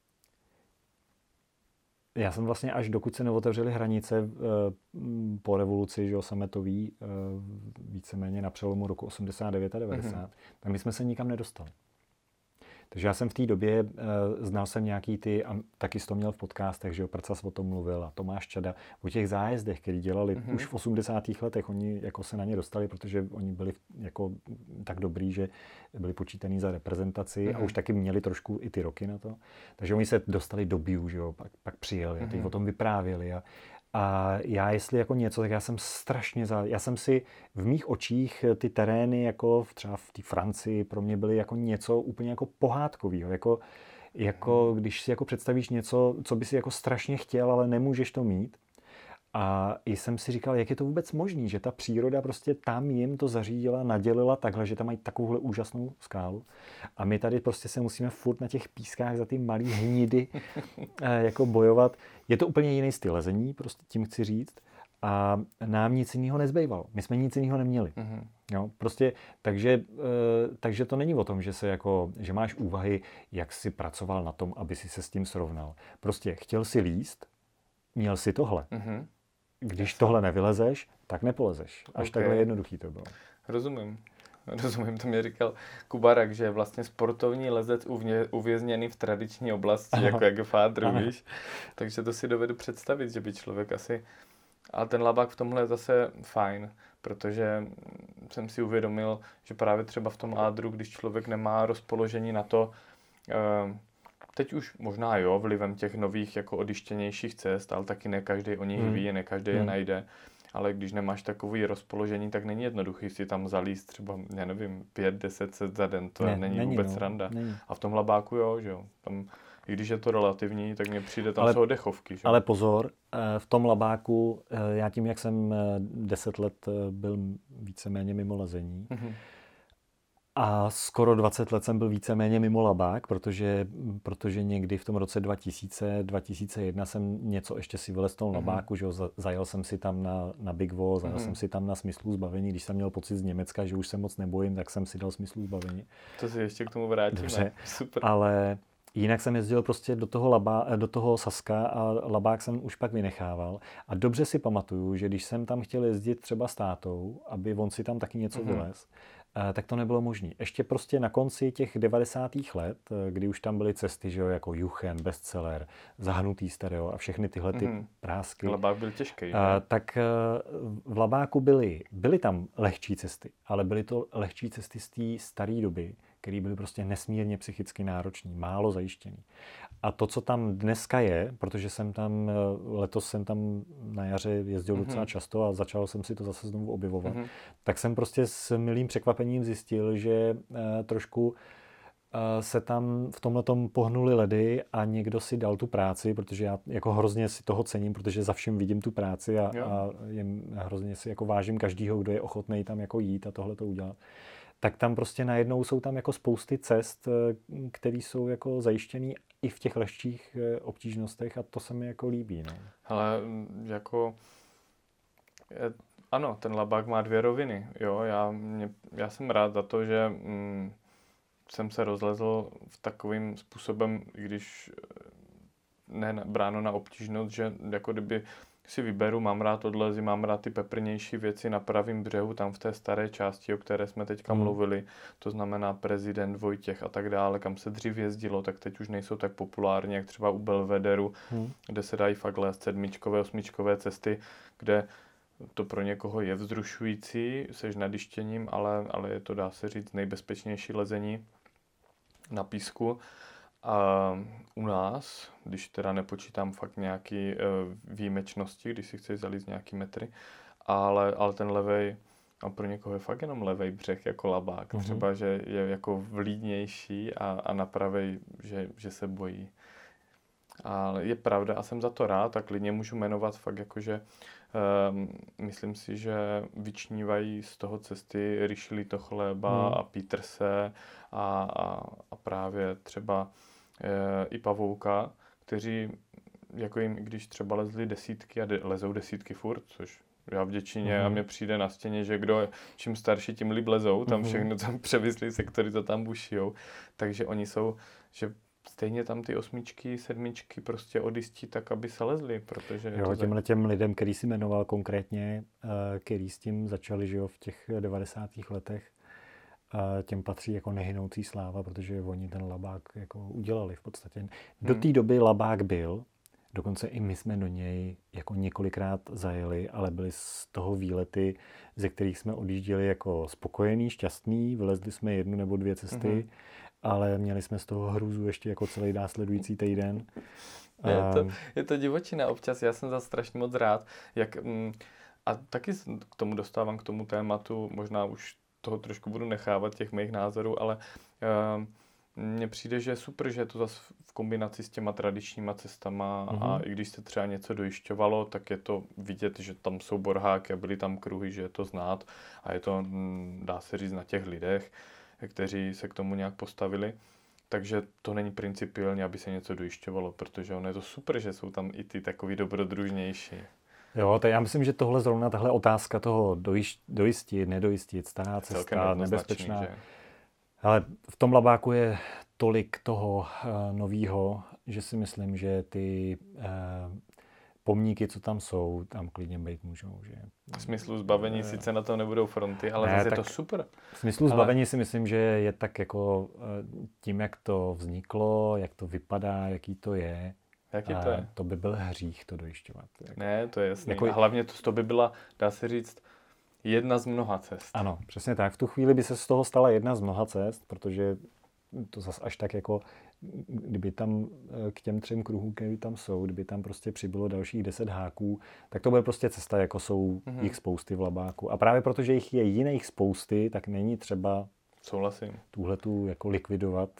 Speaker 5: já jsem vlastně až dokud se neotevřely hranice uh, po revoluci, že jo, sametový, uh, víceméně na přelomu roku osmdesát devět a devadesát, mm-hmm. tak my jsme se nikam nedostali. Takže já jsem v té době uh, znal jsem nějaký ty, a taky jsi to měl v podcastech, že jo, Prcas o tom mluvil a Tomáš Čada, o těch zájezdech, který dělali mm-hmm. už v osmdesátých letech, oni jako se na ně dostali, protože oni byli jako tak dobrý, že byli počítaný za reprezentaci mm-hmm. a už taky měli trošku i ty roky na to. Takže oni se dostali do biu, že jo, pak, pak přijeli a teď mm-hmm. o tom vyprávěli a A já jestli jako něco, tak já jsem strašně za... Já jsem si v mých očích ty terény jako třeba v té Francii pro mě byly jako něco úplně jako pohádkovýho. Jako, jako když si jako představíš něco, co by si jako strašně chtěl, ale nemůžeš to mít. A jsem si říkal, jak je to vůbec možný, že ta příroda prostě tam jim to zařídila, nadělila takhle, že tam mají takovouhle úžasnou skálu. A my tady prostě se musíme furt na těch pískách za ty malý hnidy jako bojovat. Je to úplně jiný styl lezení, prostě tím chci říct. A nám nic jiného nezbývalo. My jsme nic jiného neměli. Mm-hmm. Jo, prostě, takže, takže to není o tom, že, se jako, že máš úvahy, jak jsi pracoval na tom, aby si se s tím srovnal. Prostě chtěl si líst, měl si tohle. Mm-hmm. Když tohle nevylezeš, tak nepolezeš. Až okay. Takhle jednoduchý to bylo.
Speaker 6: Rozumím. Rozumím, to mě říkal Kubarak, že je vlastně sportovní lezec uvně, uvězněný v tradiční oblasti, Aha. jako jak je Fádr, víš. Takže to si dovedu představit, že by člověk asi... Ale ten labák v tomhle je zase fajn, protože jsem si uvědomil, že právě třeba v tom ádru, když člověk nemá rozpoložení na to, teď už možná jo, vlivem těch nových jako odjištěnějších cest, ale taky ne každý o nich hmm. ví, ne každý hmm. je najde. Ale když nemáš takový rozpoložení, tak není jednoduchý si tam zalíst třeba, já nevím, pět, deset cest za den, to ne, není, není vůbec no, sranda. Není. A v tom labáku jo, že jo, tam, i když je to relativní, tak mně přijde tam ale, jsou dechovky. Že?
Speaker 5: Ale pozor, v tom labáku, já tím, jak jsem deset let byl víceméně mimo lezení, mm-hmm. a skoro dvacet let jsem byl víceméně mimo labák, protože, protože někdy v tom roce dva tisíce, dva tisíce jedna jsem něco ještě si vylezl na labáku, mm-hmm. že zajel jsem si tam na, na Big Wall, zajel mm-hmm. jsem si tam na Smyslu zbavení, když jsem měl pocit z Německa, že už se moc nebojím, tak jsem si dal Smyslu zbavení.
Speaker 6: To si ještě k tomu vrátíme.
Speaker 5: Dobře,
Speaker 6: super.
Speaker 5: Ale jinak jsem jezdil prostě do toho, laba, do toho Saska a labák jsem už pak vynechával. A dobře si pamatuju, že když jsem tam chtěl jezdit třeba s tátou, aby on si tam taky něco mm-hmm. vylez, tak to nebylo možné. Ještě prostě na konci těch devadesátých let, kdy už tam byly cesty, že jo, jako Juchen, Bestseller, Zahnutý stereo a všechny tyhle ty mm-hmm. prásky.
Speaker 6: Labák byl těžký.
Speaker 5: A, tak v labáku byly, byly tam lehčí cesty, ale byly to lehčí cesty z té staré doby, které byly prostě nesmírně psychicky náročný, málo zajištěný. A to, co tam dneska je, protože jsem tam, letos jsem tam na jaře jezdil mm-hmm. docela často a začal jsem si to zase znovu objevovat, mm-hmm. tak jsem prostě s milým překvapením zjistil, že eh, trošku eh, se tam v tomhletom pohnuli ledy a někdo si dal tu práci, protože já jako hrozně si toho cením, protože za všem vidím tu práci a, a jen hrozně si jako vážím každýho, kdo je ochotný tam jako jít a tohle to udělat. Tak tam prostě najednou jsou tam jako spousty cest, které jsou jako zajištěný i v těch lehčích obtížnostech a to se mi jako líbí. No.
Speaker 6: Ale jako ano, ten labák má dvě roviny. Jo, já, mě, já jsem rád za to, že mm, jsem se rozlezl v takovým způsobem, i když ne bráno na obtížnost, že jako kdyby si vyberu, mám rád odlezy, mám rád ty peprnější věci na pravém břehu, tam v té staré části, o které jsme teďka mm. mluvili, to znamená Prezident, Vojtěch a tak dále, kam se dřív jezdilo, tak teď už nejsou tak populární, jak třeba u Belvederu, mm. kde se dají fakt lézt sedmičkové, osmičkové cesty, kde to pro někoho je vzrušující, seš nad jištěním, ale, ale je to, dá se říct, nejbezpečnější lezení. na písku. A u nás, když teda nepočítám fakt nějaký uh, výjimečnosti, když si chceš zalít nějaký metry, ale, ale ten levej, a pro někoho je fakt jenom levej břeh jako Labák. Mm-hmm. Třeba, že je jako vlídnější a, a na pravej, že, že se bojí. Ale je pravda a jsem za to rád, tak klidně můžu jmenovat fakt jakože um, myslím si, že vyčnívají z toho cesty Rishi Litochléba hmm. a Peterse a, a, a právě třeba e, i Pavouka, kteří jako jim, když třeba lezli desítky a de, lezou desítky furt, což já v Děčíně hmm. a mně přijde na stěně, že kdo čím starší, tím líp lezou, tam všechno tam převislí sektory, to tam bušijou, takže oni jsou, že stejně tam ty osmičky, sedmičky prostě odjistí tak, aby se lezli, protože...
Speaker 5: Jo, těmhle těm lidem, který si jmenoval konkrétně, který s tím začali, že jo, v těch devadesátých letech, těm patří jako nehynoucí sláva, protože oni ten Labák jako udělali v podstatě. Do té doby Labák byl, dokonce i my jsme do něj jako několikrát zajeli, ale byly z toho výlety, ze kterých jsme odjížděli jako spokojení, šťastný, vylezli jsme jednu nebo dvě cesty, mm-hmm. ale měli jsme z toho hrůzu ještě jako celý následující týden.
Speaker 6: Je to, je to divočina občas, já jsem za strašně moc rád, jak, a taky k tomu dostávám k tomu tématu, možná už toho trošku budu nechávat, těch mých názorů, ale uh, mně přijde, že je super, že je to zase v kombinaci s těma tradičníma cestama mm-hmm. a i když se třeba něco dojišťovalo, tak je to vidět, že tam jsou borháky a byly tam kruhy, že je to znát a je to, dá se říct, na těch lidech, kteří se k tomu nějak postavili. Takže to není principiálně, aby se něco dojišťovalo, protože ono je to super, že jsou tam i ty takový dobrodružnější.
Speaker 5: Jo, tak já myslím, že tohle zrovna tahle otázka toho dojiš, dojistit, nedojistit, stará cesta, nebezpečná. Že? Ale v tom Labáku je tolik toho uh, novýho, že si myslím, že ty uh, pomníky, co tam jsou, tam klidně být můžou. Že?
Speaker 6: V smyslu zbavení, uh, sice na tom nebudou fronty, ale ne, zase je to super.
Speaker 5: V smyslu ale... zbavení si myslím, že je tak jako uh, tím, jak to vzniklo, jak to vypadá, jaký to je.
Speaker 6: Jaký to je?
Speaker 5: To by byl hřích to dojišťovat.
Speaker 6: Ne, to je jasný.
Speaker 5: Jako...
Speaker 6: A hlavně to, to by byla, dá se říct, jedna z mnoha cest.
Speaker 5: Ano, přesně tak. V tu chvíli by se z toho stala jedna z mnoha cest, protože to zas až tak jako, kdyby tam k těm třem kruhům, které tam jsou, kdyby tam prostě přibylo dalších deset háků, tak to bude prostě cesta, jako jsou mm-hmm. jich spousty v Labáku. A právě protože jich je jiných spousty, tak není třeba tuhletu jako likvidovat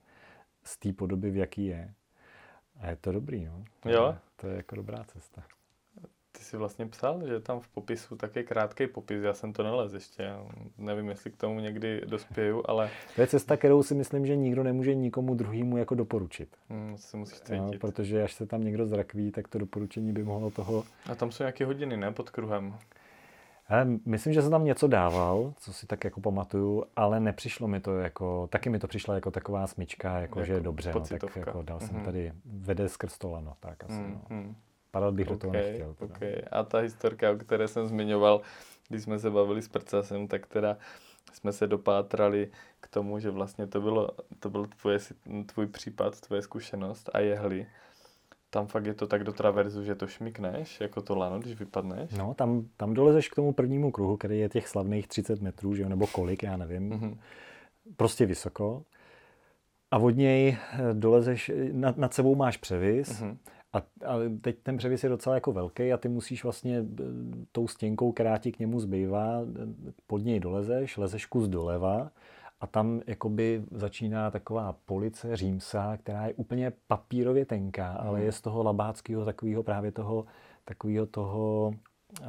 Speaker 5: z té podoby, v jaký je. A je to dobrý, no. To,
Speaker 6: jo?
Speaker 5: Je, to je jako dobrá cesta.
Speaker 6: Ty jsi vlastně psal, že tam v popisu taky krátký popis, já jsem to nalez ještě, nevím, jestli k tomu někdy dospěju, ale...
Speaker 5: To je cesta, kterou si myslím, že nikdo nemůže nikomu druhému jako doporučit.
Speaker 6: Hmm, se musíš cítit.
Speaker 5: No, protože až se tam někdo zrakví, tak to doporučení by mohlo toho...
Speaker 6: A tam jsou nějaké hodiny, ne, pod kruhem?
Speaker 5: Hele, myslím, že jsem tam něco dával, co si tak jako pamatuju, ale nepřišlo mi to jako, taky mi to přišla jako taková smyčka, jako, jako že je dobře, no, tak jako dal mm-hmm. jsem tady vede skrz stolano, tak asi, mm-hmm. no. Padat bych
Speaker 6: okay,
Speaker 5: do toho nechtěl.
Speaker 6: Okay. A ta historka, o které jsem zmiňoval, když jsme se bavili s Prcasem, tak teda jsme se dopátrali k tomu, že vlastně to bylo, to byl tvoje, tvůj případ, tvoje zkušenost a jehly. Tam fakt je to tak do traverzu, že to šmikneš, jako to lano, když vypadneš.
Speaker 5: No, tam, tam dolezeš k tomu prvnímu kruhu, který je těch slavných třicet metrů, že jo, nebo kolik, já nevím. Mm-hmm. Prostě vysoko. A od něj dolezeš, nad, nad sebou máš převis. Mm-hmm. A, a teď ten převis je docela jako velký a ty musíš vlastně tou stěnkou, která ti k němu zbývá, pod něj dolezeš, lezeš kus doleva a tam jakoby začíná taková police římsa, která je úplně papírově tenká, mm. ale je z toho labáckého takového právě toho takového toho uh,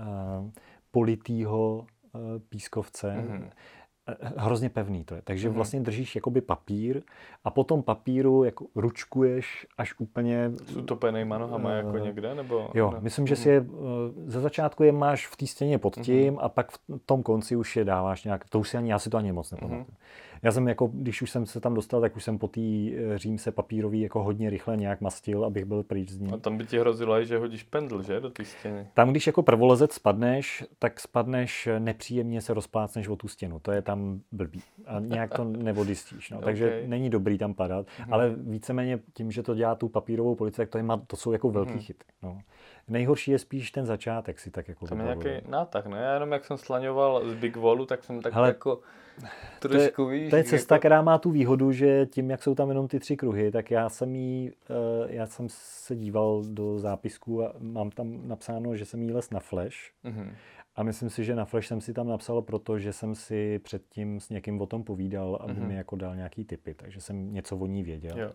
Speaker 5: politýho uh, pískovce. Mm. Hrozně pevný to je. Takže mm. vlastně držíš jakoby papír a potom papíru jako ručkuješ až úplně...
Speaker 6: S utopenýma nohama uh, jako někde? Nebo
Speaker 5: jo, ne? Myslím, že si je, ze začátku je máš v té stěně pod tím mm. a pak v tom konci už je dáváš nějak, to už si ani, já si to ani moc nepamatuju. Mm. Já jsem jako, když už jsem se tam dostal, tak už jsem po té římse papírový jako hodně rychle nějak mastil, abych byl pryč z ní.
Speaker 6: A tam by ti hrozilo, že hodíš pendl, že, do té stěny?
Speaker 5: Tam, když jako prvolezec spadneš, tak spadneš nepříjemně, se rozplácneš o tu stěnu. To je tam blbý. A nějak to neodjistíš. No. Okay. Takže není dobrý tam padat. Hmm. Ale víceméně tím, že to dělá tu papírovou policii, tak to, je, to jsou jako velký hmm. chyty. No. Nejhorší je spíš ten začátek si tak jako
Speaker 6: tam je nějaký nátah, ne? Já jenom jak jsem slaňoval z Big Wallu, tak jsem tak
Speaker 5: hele,
Speaker 6: jako... trošku, víš.
Speaker 5: To je cesta,
Speaker 6: jako...
Speaker 5: která má tu výhodu, že tím, jak jsou tam jenom ty tři kruhy, tak já jsem jí, já jsem se díval do zápisků a mám tam napsáno, že jsem jí les na Flash. Mm-hmm. A myslím si, že na Flash jsem si tam napsal, protože jsem si předtím s někým o tom povídal, aby mm-hmm. mi jako dal nějaký tipy, takže jsem něco o ní věděl.
Speaker 6: Jo.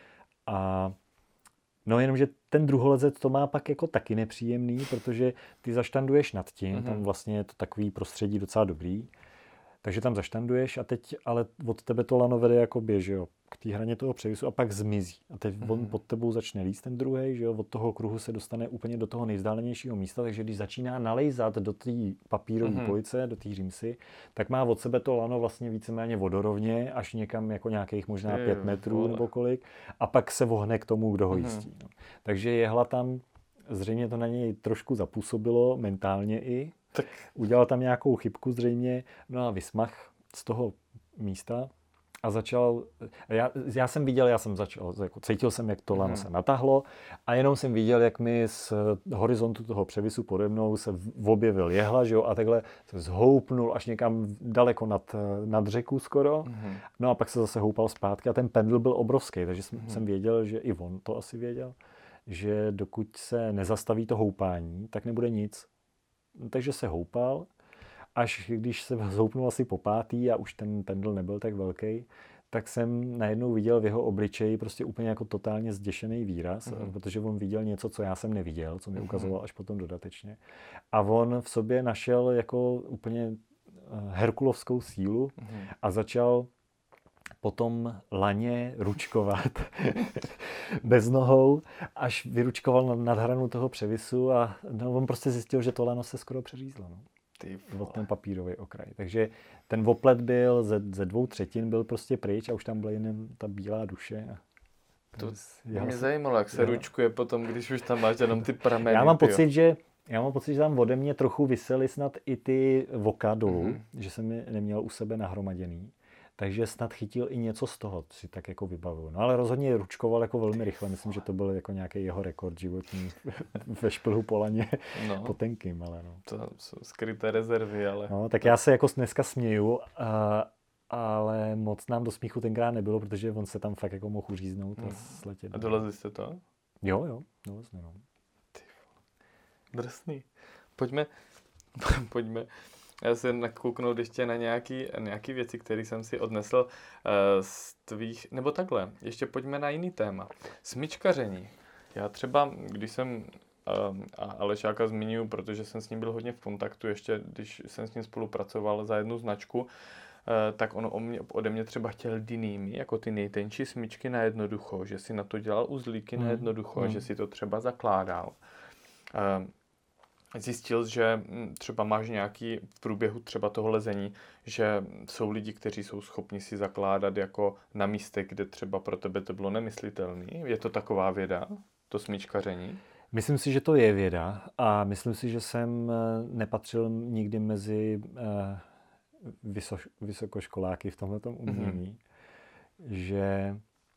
Speaker 5: A no jenomže ten druholezec to má pak jako taky nepříjemný, protože ty zaštanduješ nad tím, mm-hmm. tam vlastně je to takový prostředí docela dobrý, takže tam zaštanduješ a teď ale od tebe to lano vede jako běž, jo, k té hraně toho převisu a pak zmizí. A teď mm-hmm. on pod tebou začne líst ten druhej, že jo, od toho kruhu se dostane úplně do toho nejvzdálenějšího místa, takže když začíná nalejzat do té papírové mm-hmm. police, do té římsy, tak má od sebe to lano vlastně víceméně vodorovně, až někam jako nějakých možná
Speaker 6: je,
Speaker 5: pět metrů
Speaker 6: vole. Nebo
Speaker 5: kolik a pak se vohne k tomu, kdo ho
Speaker 6: mm-hmm.
Speaker 5: jistí. No. Takže jehla tam, zřejmě to na něj trošku zapůsobilo mentálně i,
Speaker 6: tak.
Speaker 5: Udělal tam nějakou chybku zřejmě, no a vysmach z toho místa a začal, já, já jsem viděl, já jsem začal, jako cítil jsem, jak to lano mm. se natáhlo a jenom jsem viděl, jak mi z horizontu toho převisu pode mnou se objevil jehla, že jo, a takhle se zhoupnul až někam daleko nad, nad řeku skoro, mm. no a pak se zase houpal zpátky a ten pendl byl obrovský, takže jsem, mm. jsem věděl, že i on to asi věděl, že dokud se nezastaví to houpání, tak nebude nic. Takže se houpal, až když se zhoupnul asi po pátý a už ten pendl nebyl tak velký, tak jsem najednou viděl v jeho obličeji prostě úplně jako totálně zděšený výraz, mm-hmm. protože on viděl něco, co já jsem neviděl, co mi mm-hmm. ukazoval až potom dodatečně. A on v sobě našel jako úplně herkulovskou sílu mm-hmm. a začal potom laně ručkovat bez nohou, až vyručkoval nad hranu toho převisu a no, on prostě zjistil, že to lano se skoro přeřízlo. No. Od ten papírový okraj. Takže ten oplet byl ze, ze dvou třetin byl prostě pryč a už tam byla jen ta bílá duše. A
Speaker 6: to mě jsem, zajímalo, jak se jo. ručkuje potom, když už tam máš jenom ty prameny.
Speaker 5: Já mám pocit, že Já mám pocit, že tam ode mě trochu visely snad i ty voka dolů, mm-hmm. že jsem je neměl u sebe nahromaděný. Takže snad chytil i něco z toho, si tak jako vybavuju. No ale rozhodně ručkoval jako velmi rychle. Myslím, že to byl jako nějaký jeho rekord životní ve šplhu po laně no, po tenkým, ale no.
Speaker 6: To jsou skryté rezervy, ale...
Speaker 5: No, tak já se jako dneska směju, a, ale moc nám do smíchu tenkrát nebylo, protože on se tam fakt jako mohl uříznout a sletět.
Speaker 6: A dolezli jste to?
Speaker 5: Jo, jo, dolezli, no.
Speaker 6: Drsný. Pojďme, pojďme. Já se nakouknout ještě na nějaký, nějaký věci, které jsem si odnesl uh, z tvých, nebo takhle, ještě pojďme na jiný téma. Smyčkaření. Já třeba, když jsem uh, a Alešáka zmiňuji, protože jsem s ním byl hodně v kontaktu, ještě když jsem s ním spolupracoval za jednu značku, uh, tak on o mě, ode mě třeba chtěl dynými, jako ty nejtenčí smyčky na jednoducho, že si na to dělal uzlíky mm. na jednoducho, mm. že si to třeba zakládal. Uh, Zjistil, že třeba máš nějaký v průběhu třeba toho lezení, že jsou lidi, kteří jsou schopni si zakládat jako na místech, kde třeba pro tebe to bylo nemyslitelné. Je to taková věda, to smyčkaření?
Speaker 5: Myslím si, že to je věda a myslím si, že jsem nepatřil nikdy mezi vyso- vysokoškoláky v tomhletom umění, mm-hmm. že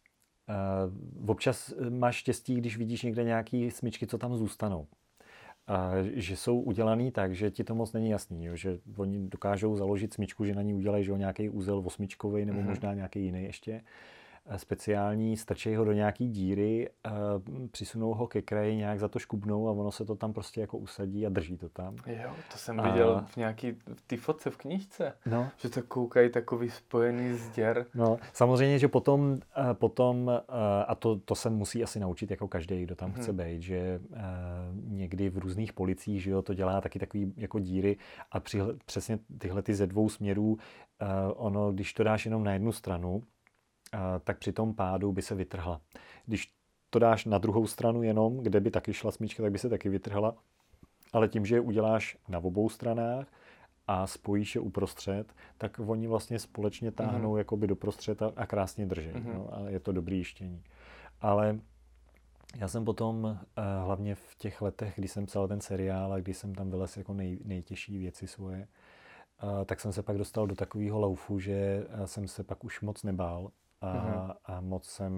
Speaker 5: občas máš štěstí, když vidíš někde nějaký smyčky, co tam zůstanou. A že jsou udělaný tak, že ti to moc není jasný, jo? Že oni dokážou založit smyčku, že na ní udělají že nějaký úzel osmičkový nebo mm-hmm. možná nějaký jiný ještě speciální, strčej ho do nějaký díry, přisunou ho ke kraji, nějak za to škubnou a ono se to tam prostě jako usadí a drží to tam.
Speaker 6: Jo, to jsem a... viděl v nějaký, v té fotce v knížce,
Speaker 5: no.
Speaker 6: že to koukají takový spojený z děr.
Speaker 5: No, samozřejmě, že potom, potom a to, to se musí asi naučit jako každý, kdo tam hmm. chce být, že někdy v různých policích, že jo, to dělá taky takový jako díry a při, přesně tyhle ty ze dvou směrů, ono, když to dáš jenom na jednu stranu, tak při tom pádu by se vytrhla. Když to dáš na druhou stranu jenom, kde by taky šla smyčka, tak by se taky vytrhla. Ale tím, že je uděláš na obou stranách a spojíš je uprostřed, tak oni vlastně společně táhnou mm-hmm. jakoby doprostřed a, a krásně drží. Mm-hmm. No, a je to dobrý jištění. Ale já jsem potom, hlavně v těch letech, kdy jsem psal ten seriál a kdy jsem tam vylez jako nej, nejtěžší věci svoje, tak jsem se pak dostal do takového laufu, že jsem se pak už moc nebál. A, a moc jsem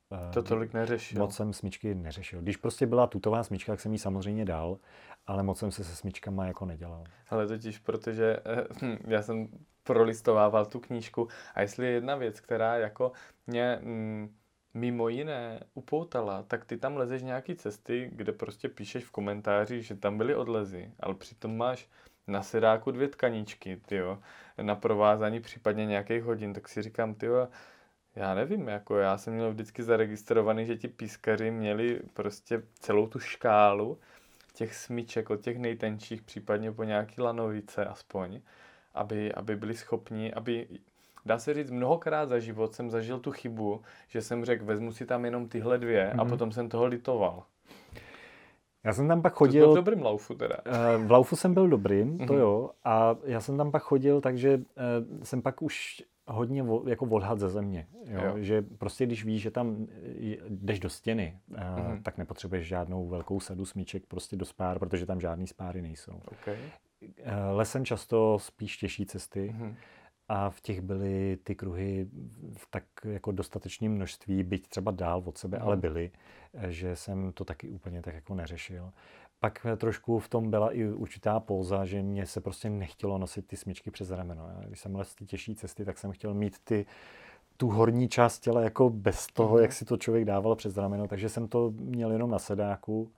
Speaker 6: To tolik neřešil.
Speaker 5: Moc jsem smyčky neřešil. Když prostě byla tutová smyčka, tak jsem ji samozřejmě dal, ale moc jsem se se smyčkama jako nedělal.
Speaker 6: Ale totiž, protože eh, já jsem prolistovával tu knížku a jestli je jedna věc, která jako mě mm, mimo jiné upoutala, tak ty tam lezeš nějaký cesty, kde prostě píšeš v komentářích, že tam byly odlezy, ale přitom máš na sedáku dvě tkaníčky, tyjo, na provázání případně nějakých hodin, tak si říkám, tyjo, já nevím, jako já jsem měl vždycky zaregistrovaný, že ti pískaři měli prostě celou tu škálu těch smyček od těch nejtenčích, případně po nějaký lanovice aspoň, aby, aby byli schopni, aby, dá se říct, mnohokrát za život jsem zažil tu chybu, že jsem řekl, vezmu si tam jenom tyhle dvě mm-hmm. a potom jsem toho litoval.
Speaker 5: Já jsem tam pak chodil...
Speaker 6: To byl v dobrým laufu teda.
Speaker 5: V laufu jsem byl dobrým, to
Speaker 6: mm-hmm.
Speaker 5: jo, a já jsem tam pak chodil, takže jsem pak už hodně jako odhad ze země, jo? Jo. Že prostě když víš, že tam jdeš do stěny, mm-hmm. tak nepotřebuješ žádnou velkou sadu smyček prostě do spár, protože tam žádný spáry nejsou.
Speaker 6: Okay.
Speaker 5: Lesem často spíš těžší cesty
Speaker 6: mm-hmm.
Speaker 5: a v těch byly ty kruhy v tak jako dostatečném množství, byť třeba dál od sebe, mm-hmm. ale byly, že jsem to taky úplně tak jako neřešil. Pak trošku v tom byla i určitá póza, že mě se prostě nechtělo nosit ty smyčky přes rameno. Když jsem les ty těžší cesty, tak jsem chtěl mít ty, tu horní část těla jako bez toho, mm-hmm. jak si to člověk dával přes rameno, takže jsem to měl jenom na sedáku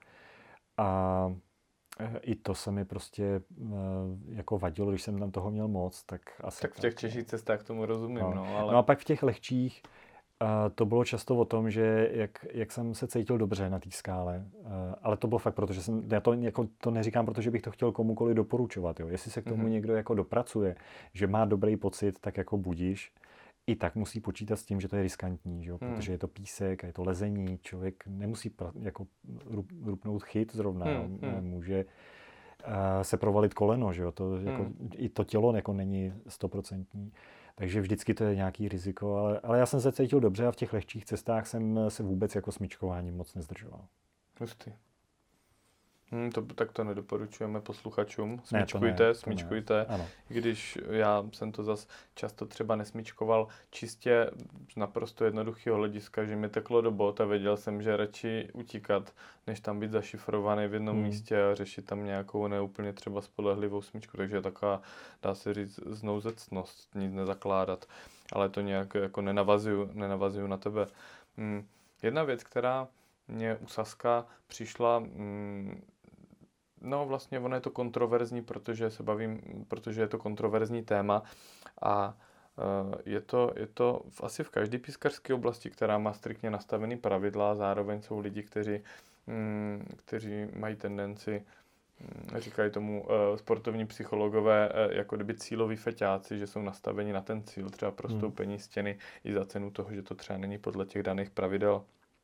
Speaker 5: a i to se mi prostě jako vadilo, když jsem tam toho měl moc, tak asi...
Speaker 6: Tak v těch těžších cestách tomu rozumím,
Speaker 5: no.
Speaker 6: no, ale...
Speaker 5: No a pak v těch lehčích Uh, to bylo často o tom, že jak, jak jsem se cítil dobře na té skále, uh, ale to bylo fakt proto, že jsem, já to, jako, to neříkám, protože bych to chtěl komukoliv doporučovat, jo. Jestli se k tomu mm-hmm. někdo jako dopracuje, že má dobrý pocit, tak jako budíš, i tak musí počítat s tím, že to je riskantní, že jo, mm. protože je to písek a je to lezení, člověk nemusí pra, jako rupnout chyt zrovna, mm. jo. může uh, se provalit koleno, že jo, to, mm. jako, i to tělo jako není stoprocentní. Takže vždycky to je nějaký riziko, ale, ale já jsem se cítil dobře a v těch lehčích cestách jsem se vůbec jako smyčkováním moc nezdržoval.
Speaker 6: Hustý. Hmm, to, tak to nedoporučujeme posluchačům.
Speaker 5: Smyčkujte,
Speaker 6: ne, to ne, smyčkujte.
Speaker 5: To ne.
Speaker 6: Když já jsem to zas často třeba nesmyčkoval čistě z naprosto jednoduchého hlediska, že mi teklo do bot a věděl jsem, že radši utíkat, než tam být zašifrovaný v jednom hmm. místě a řešit tam nějakou neúplně třeba spolehlivou smyčku. Takže je taková, dá se říct, znouzectnost, nic nezakládat. Ale to nějak jako nenavazuju, nenavazuju na tebe. Hmm. Jedna věc, která mě u Saska přišla, hmm, no vlastně ono je to kontroverzní, protože se bavím, protože je to kontroverzní téma a uh, je to, je to v, asi v každé pískařské oblasti, která má striktně nastavený pravidla, zároveň jsou lidi, kteří, mm, kteří mají tendenci, mm, říkají tomu uh, sportovní psychologové, uh, jako kdyby cíloví feťáci, že jsou nastaveni na ten cíl, třeba prostoupení hmm. stěny i za cenu toho, že to třeba není podle těch daných pravidel.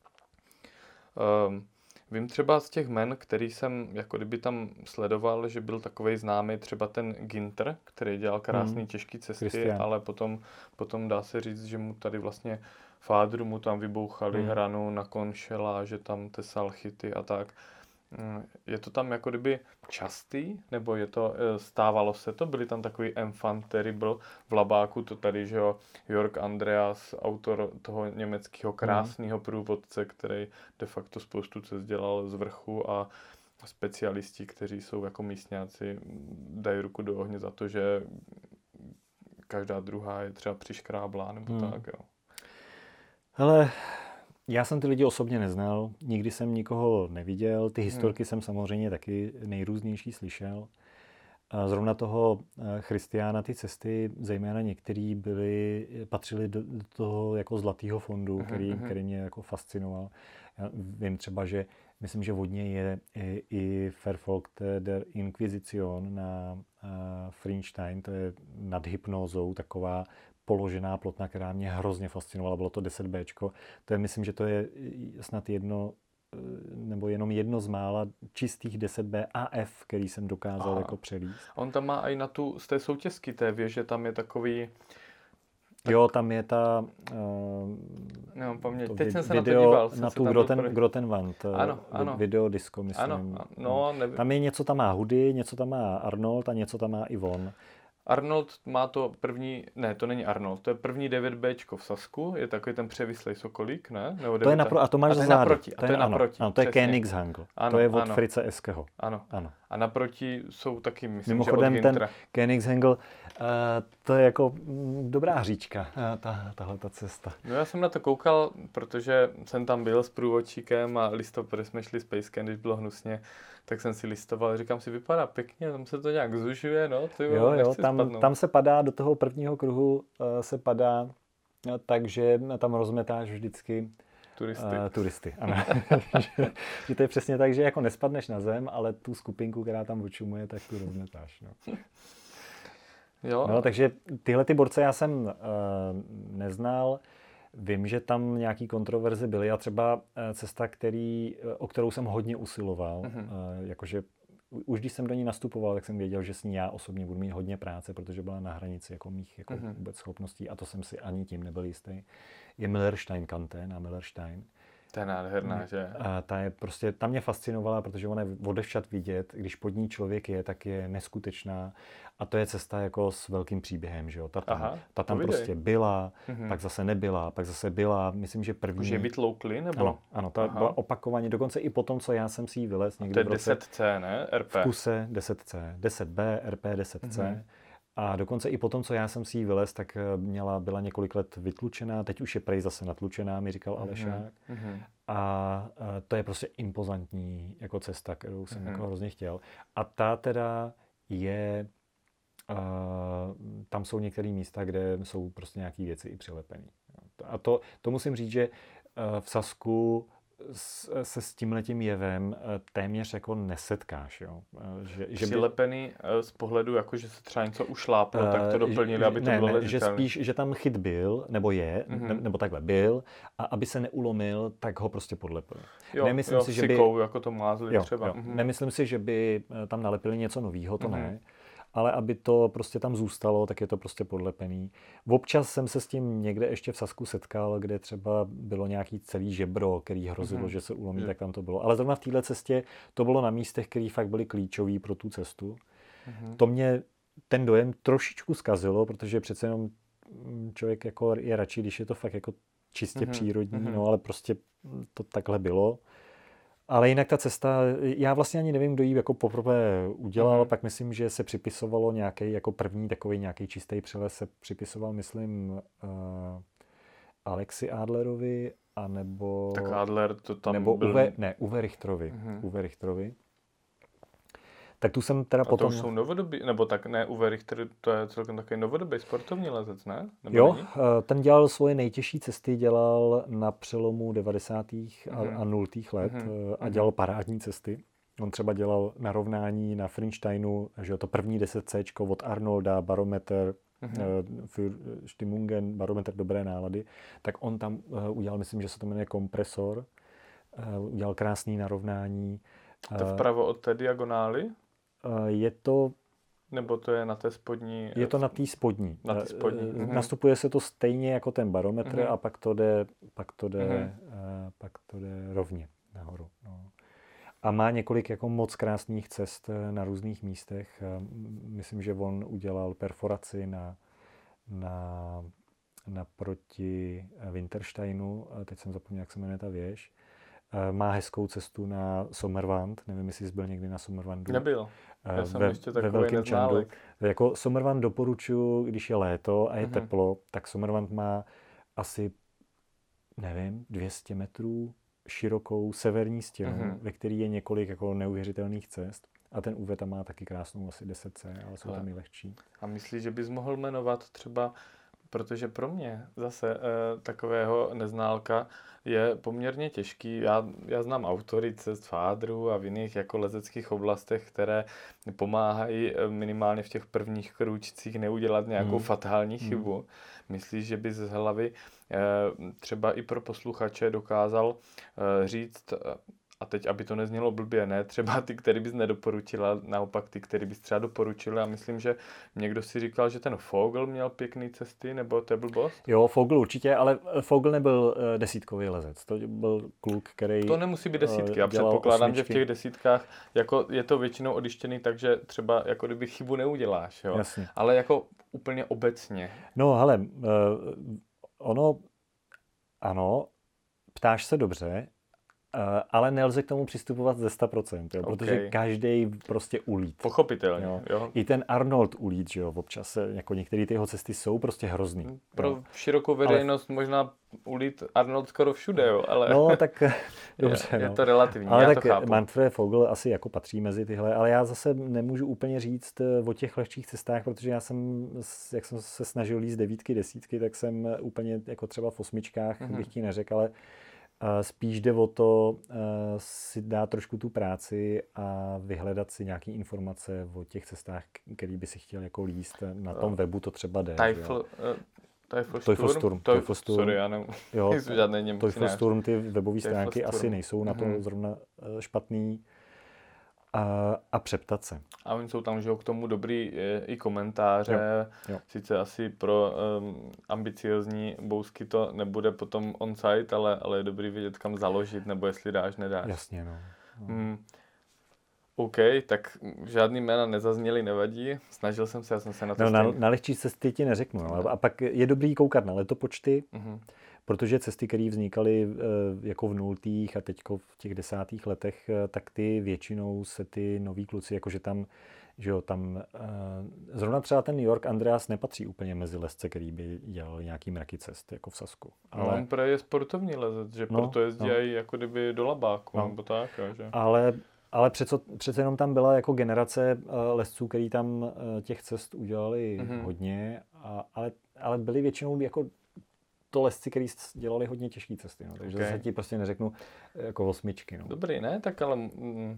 Speaker 6: Um, Vím třeba z těch men, který jsem jako kdyby tam sledoval, že byl takovej známý třeba ten Ginter, který dělal krásný hmm. těžký cesty, Christian. Ale potom, potom dá se říct, že mu tady vlastně fádru mu tam vybouchali hmm. hranu na konšela, že tam tesal chyty a tak. Je to tam jako kdyby častý, nebo je to, stávalo se to? Byli tam takový enfant terrible v Labáku, to tady, že jo, Jörg Andreas, autor toho německého krásného průvodce, který de facto spoustu cest dělal z vrchu a specialisti, kteří jsou jako místňáci, dají ruku do ohně za to, že každá druhá je třeba přiškráblá, nebo hmm. tak, jo.
Speaker 5: Hele, já jsem ty lidi osobně neznal, nikdy jsem nikoho neviděl, ty historky hmm. jsem samozřejmě taky nejrůznější slyšel. Zrovna toho Christiana ty cesty, zejména některý byly, patřily do, do toho jako zlatého fondu, uh-huh, který, uh-huh. který mě jako fascinoval. Já vím třeba, že myslím, že vodně je i, i Verfolg der Inquisition na uh, Frinstein, to je nad hypnózou, taková položená plotna, která mě hrozně fascinovala, bylo to deset béčko. To je, myslím, že to je snad jedno, nebo jenom jedno z mála čistých deset bé A F, který jsem dokázal Aha. jako přelíst.
Speaker 6: On tam má i na tu, z té soutězky té věže, tam je takový...
Speaker 5: Tak... Jo, tam je ta...
Speaker 6: Uh, no, paměť. Teď
Speaker 5: vi-
Speaker 6: jsem se
Speaker 5: video,
Speaker 6: na to díval.
Speaker 5: Na tu Groten, Grotenwand.
Speaker 6: Ano, ano.
Speaker 5: Videodisko, myslím.
Speaker 6: Ano, no,
Speaker 5: tam je něco, tam má Hudy, něco tam má Arnold a něco tam má i on.
Speaker 6: Arnold má to první, ne, to není Arnold, to je první devět béčko v Sasku, je takový ten převislej sokolík, ne? Nebo
Speaker 5: To je napro- a to máš
Speaker 6: a to je
Speaker 5: za zády.
Speaker 6: naproti, a to je
Speaker 5: ano,
Speaker 6: naproti,
Speaker 5: ano, to je
Speaker 6: přesně.
Speaker 5: Koenigshangl.
Speaker 6: Ano,
Speaker 5: To je od
Speaker 6: ano.
Speaker 5: Fritze Eskeho.
Speaker 6: Ano.
Speaker 5: Ano.
Speaker 6: A naproti jsou taky, myslím,
Speaker 5: Mimochodem
Speaker 6: že od
Speaker 5: ten
Speaker 6: Gintra.
Speaker 5: Koenigshangl, uh, to je jako mm, dobrá hříčka, uh, ta, tahle ta cesta.
Speaker 6: No já jsem na to koukal, protože jsem tam byl s průvodčíkem a listopad jsme šli z Pejskem, když bylo hnusně, tak jsem si listoval, říkám si, vypadá pěkně, tam se to nějak zužuje, no, ty
Speaker 5: Jo, jo, tam,
Speaker 6: spadnout.
Speaker 5: tam se padá, do toho prvního kruhu uh, se padá, uh, takže tam rozmetáš vždycky
Speaker 6: Turisty.
Speaker 5: Uh, turisty, ano. že, že to je přesně tak, že jako nespadneš na zem, ale tu skupinku, která tam očumuje, tak tu rozmetáš. No.
Speaker 6: Jo.
Speaker 5: No, takže tyhle ty borce já jsem uh, neznal. Vím, že tam nějaký kontroverze byly a třeba uh, cesta, který, uh, o kterou jsem hodně usiloval,
Speaker 6: Mhm.
Speaker 5: uh, jakože už když jsem do ní nastupoval, tak jsem věděl, že s ní já osobně budu mít hodně práce, protože byla na hranici jako mých jako
Speaker 6: Mhm.
Speaker 5: vůbec schopností a to jsem si ani tím nebyl jistý. Je Millerstein-Kante na Millerstein.
Speaker 6: To je nádherná, že?
Speaker 5: A ta je prostě, ta mě fascinovala, protože ona je odevšad vidět, když pod ní člověk je, tak je neskutečná. A to je cesta jako s velkým příběhem, že jo. Ta tam,
Speaker 6: Aha,
Speaker 5: ta tam
Speaker 6: povídej.
Speaker 5: prostě byla,
Speaker 6: Mhm.
Speaker 5: pak zase nebyla, pak zase byla, myslím, že první...
Speaker 6: Už je vytloukli, nebo?
Speaker 5: Ano, ano, ta
Speaker 6: Aha.
Speaker 5: byla opakovaně, dokonce i po tom, co já jsem si ji vylez někdy
Speaker 6: To je
Speaker 5: v roce
Speaker 6: deset C, ne? R P.
Speaker 5: v kuse deset C, deset B, R P deset C.
Speaker 6: Mhm.
Speaker 5: A dokonce i po tom, co já jsem si ji vylez, tak měla, byla několik let vytlučená, teď už je prej zase natlučená, mi říkal Alešák.
Speaker 6: Mhm.
Speaker 5: A, a to je prostě impozantní jako cesta, kterou jsem
Speaker 6: Mhm.
Speaker 5: jako hrozně chtěl. A ta teda je, uh, tam jsou některé místa, kde jsou prostě nějaké věci i přilepené. A to, to musím říct, že uh, v Sasku s, se s tímhletím jevem uh, téměř jako nesetkáš. Jo? Uh, že, že by,
Speaker 6: Přilepený eh, z pohledu, jako že se třeba něco ušláplo, tak to
Speaker 5: Uh,
Speaker 6: doplnili,
Speaker 5: že-
Speaker 6: aby to
Speaker 5: ne,
Speaker 6: bylo
Speaker 5: ne, že
Speaker 6: lezitelné.
Speaker 5: spíš, že tam chyt byl, nebo je,
Speaker 6: Mhm.
Speaker 5: ne, nebo takhle byl, a aby se neulomil, tak ho prostě podlepili.
Speaker 6: Jo,
Speaker 5: Nemyslím
Speaker 6: jo,
Speaker 5: si, že by-
Speaker 6: sikou, jako to mázli
Speaker 5: Jo,
Speaker 6: třeba.
Speaker 5: jo.
Speaker 6: Mhm.
Speaker 5: Nemyslím si, že by eh, tam nalepili něco nového, to
Speaker 6: Mhm.
Speaker 5: ne. Ale aby to prostě tam zůstalo, tak je to prostě podlepený. Občas jsem se s tím někde ještě v Sasku setkal, kde třeba bylo nějaký celý žebro, který hrozilo,
Speaker 6: Mhm.
Speaker 5: že se ulomí,
Speaker 6: Že-
Speaker 5: tak tam to bylo. Ale zrovna v téhle cestě to bylo na místech, které fakt byly klíčový pro tu cestu.
Speaker 6: Mhm.
Speaker 5: To mě ten dojem trošičku zkazilo, protože přece jenom mm, člověk jako je radši, když je to fakt jako čistě
Speaker 6: Mhm,
Speaker 5: přírodní,
Speaker 6: mhm.
Speaker 5: no ale prostě mm, to takhle bylo. Ale jinak ta cesta, já vlastně ani nevím, kdo ji jako poprvé udělal,
Speaker 6: Mhm.
Speaker 5: pak myslím, že se připisovalo nějaký jako první takový nějaký čistý přeles se připisoval, myslím, uh, Alexi Adlerovi, anebo,
Speaker 6: Tak Adler to tam
Speaker 5: nebo
Speaker 6: byl...
Speaker 5: Uwe, ne, Uwe Richterovi.
Speaker 6: Mhm.
Speaker 5: Uwe Richterovi. Tak tu jsem teda
Speaker 6: A
Speaker 5: potom...
Speaker 6: to už jsou novodobí, nebo tak ne, Uwe Richter, to je celkem takový novodobý sportovní lezec, ne? Nebo
Speaker 5: Jo,
Speaker 6: není?
Speaker 5: eh, ten dělal svoje nejtěžší cesty, dělal na přelomu devadesátých a,
Speaker 6: Mhm.
Speaker 5: a nultých let
Speaker 6: Mhm.
Speaker 5: eh, a
Speaker 6: Mhm.
Speaker 5: dělal parádní cesty. On třeba dělal narovnání na Frinsteinu, že jo, to první deset C od Arnolda, barometr,
Speaker 6: Mhm.
Speaker 5: eh, für Stimmungen, barometr dobré nálady, tak on tam eh, udělal, myslím, že se to jmenuje kompresor, eh, udělal krásný narovnání.
Speaker 6: To
Speaker 5: Eh,
Speaker 6: vpravo od té diagonály?
Speaker 5: eh, je to
Speaker 6: Nebo to je na té spodní?
Speaker 5: Je to na té spodní.
Speaker 6: Na té spodní,
Speaker 5: Eh,
Speaker 6: mhm.
Speaker 5: Nastupuje se to stejně jako ten barometr
Speaker 6: Mhm.
Speaker 5: a pak to jde, pak to jde,
Speaker 6: Mhm.
Speaker 5: eh, pak to jde rovně nahoru. No. A má několik jako moc krásných cest eh, na různých místech. Eh, m- Myslím, že on udělal perforaci na, na, naproti eh, Wintersteinu. Eh, Teď jsem zapomněl, jak se jmenuje ta věž. Eh, Má hezkou cestu na Sommerwand. Nevím, jestli jsi byl někdy na Sommerwandu.
Speaker 6: Nebyl.
Speaker 5: Eh,
Speaker 6: Já jsem
Speaker 5: ve,
Speaker 6: ještě
Speaker 5: ve
Speaker 6: takový
Speaker 5: Velkém Čandu.
Speaker 6: neználek.
Speaker 5: Jako Sommerwand doporučuji, když je léto a je
Speaker 6: Mhm.
Speaker 5: teplo, tak Sommerwand má asi, nevím, dvě stě metrů širokou severní stěnu,
Speaker 6: Mhm.
Speaker 5: ve který je několik jako neuvěřitelných cest. A ten Uwe tam má taky krásnou asi deset C, ale jsou
Speaker 6: Ale-
Speaker 5: tam i lehčí.
Speaker 6: A myslíš, že bys mohl jmenovat třeba, protože pro mě zase e, takového neználka je poměrně těžký. Já, já znám autory cest Fádru a v jiných jako lezeckých oblastech, které pomáhají e, minimálně v těch prvních krůčcích neudělat nějakou
Speaker 5: Hmm.
Speaker 6: fatální
Speaker 5: Hmm.
Speaker 6: chybu. Myslíš, že bys z hlavy e, třeba i pro posluchače dokázal e, říct, e, a a teď, aby to neznělo blbě, ne třeba ty, který bys nedoporučila, naopak ty, který bys třeba doporučila. A myslím, že někdo si říkal, že ten Fogel měl pěkný cesty, nebo to je blbost?
Speaker 5: Jo, Fogel určitě, ale Fogel nebyl uh, desítkový lezec. To byl kluk, který
Speaker 6: To nemusí být desítky. Já
Speaker 5: uh,
Speaker 6: předpokládám,
Speaker 5: osmičky.
Speaker 6: že v těch desítkách jako je to většinou odištěný tak, že třeba jako kdyby chybu neuděláš. Jo?
Speaker 5: Jasně.
Speaker 6: Ale jako úplně obecně.
Speaker 5: No hele, uh, ono, ano, ptáš se dobře, uh, ale nelze k tomu přistupovat ze sto procent, jo,
Speaker 6: Okay.
Speaker 5: protože každý prostě ulít.
Speaker 6: Pochopitelně.
Speaker 5: Jo.
Speaker 6: Jo.
Speaker 5: I ten Arnold ulít, že jo, občas, jako některé ty jeho cesty jsou prostě hrozný.
Speaker 6: Pro
Speaker 5: jo.
Speaker 6: širokou veřejnost ale... možná ulít Arnold skoro všude, jo, ale
Speaker 5: No tak dobře.
Speaker 6: je, je
Speaker 5: no.
Speaker 6: to relativní,
Speaker 5: ale
Speaker 6: já
Speaker 5: tak
Speaker 6: to chápu.
Speaker 5: Manfred Fogel asi jako patří mezi tyhle, ale já zase nemůžu úplně říct o těch lehčích cestách, protože já jsem, jak jsem se snažil líst devítky, desítky, tak jsem úplně jako třeba v osmičkách, mm-hmm. bych ti neřekl, ale spíš jde o to si dát trošku tu práci a vyhledat si nějaké informace o těch cestách, který by si chtěl jako líst. Na tom webu to třeba jde.
Speaker 6: Teufel,
Speaker 5: Teufelsturm.
Speaker 6: Teufelsturm. Sorry, já nevím.
Speaker 5: Jo,
Speaker 6: žádný němčina.
Speaker 5: Teufelsturm, ty webové stránky asi nejsou na to
Speaker 6: mm-hmm.
Speaker 5: zrovna špatný. A, a přeptat se.
Speaker 6: A oni jsou tam, že jo, k tomu dobrý je, i komentáře.
Speaker 5: Jo, jo.
Speaker 6: Sice asi pro um, ambiciozní bousky to nebude potom on-site, ale, ale je dobrý vědět, kam založit, nebo jestli dáš, nedáš.
Speaker 5: Jasně, no. no.
Speaker 6: Hmm. OK, tak žádný jména nezazněly, nevadí. Snažil jsem se, já jsem se na to
Speaker 5: no, na,
Speaker 6: stejný...
Speaker 5: na lehčí cesty ti neřeknu. No. A pak je dobrý koukat na letopočty,
Speaker 6: mm-hmm.
Speaker 5: protože cesty, které vznikaly jako v nultých a teďko v těch desátých letech, tak ty většinou se ty noví kluci, jakože tam, že jo, tam zrovna třeba ten New York Andreas nepatří úplně mezi lezce, který by dělal nějaký mraky cest, jako v Sasku.
Speaker 6: Ale... No, on prej je sportovní lezec, že
Speaker 5: no,
Speaker 6: proto jezdí
Speaker 5: no.
Speaker 6: jako kdyby do labáku,
Speaker 5: no.
Speaker 6: nebo tak, že?
Speaker 5: Ale Ale přece, přece jenom tam byla jako generace uh, lesců, který tam uh, těch cest udělali mm-hmm. hodně, a, ale, ale byli většinou jako to lesci, kteří dělali hodně těžké cesty. No. Takže okay. zase ti prostě neřeknu jako osmičky. No.
Speaker 6: Dobrý, ne? Tak ale... Mm,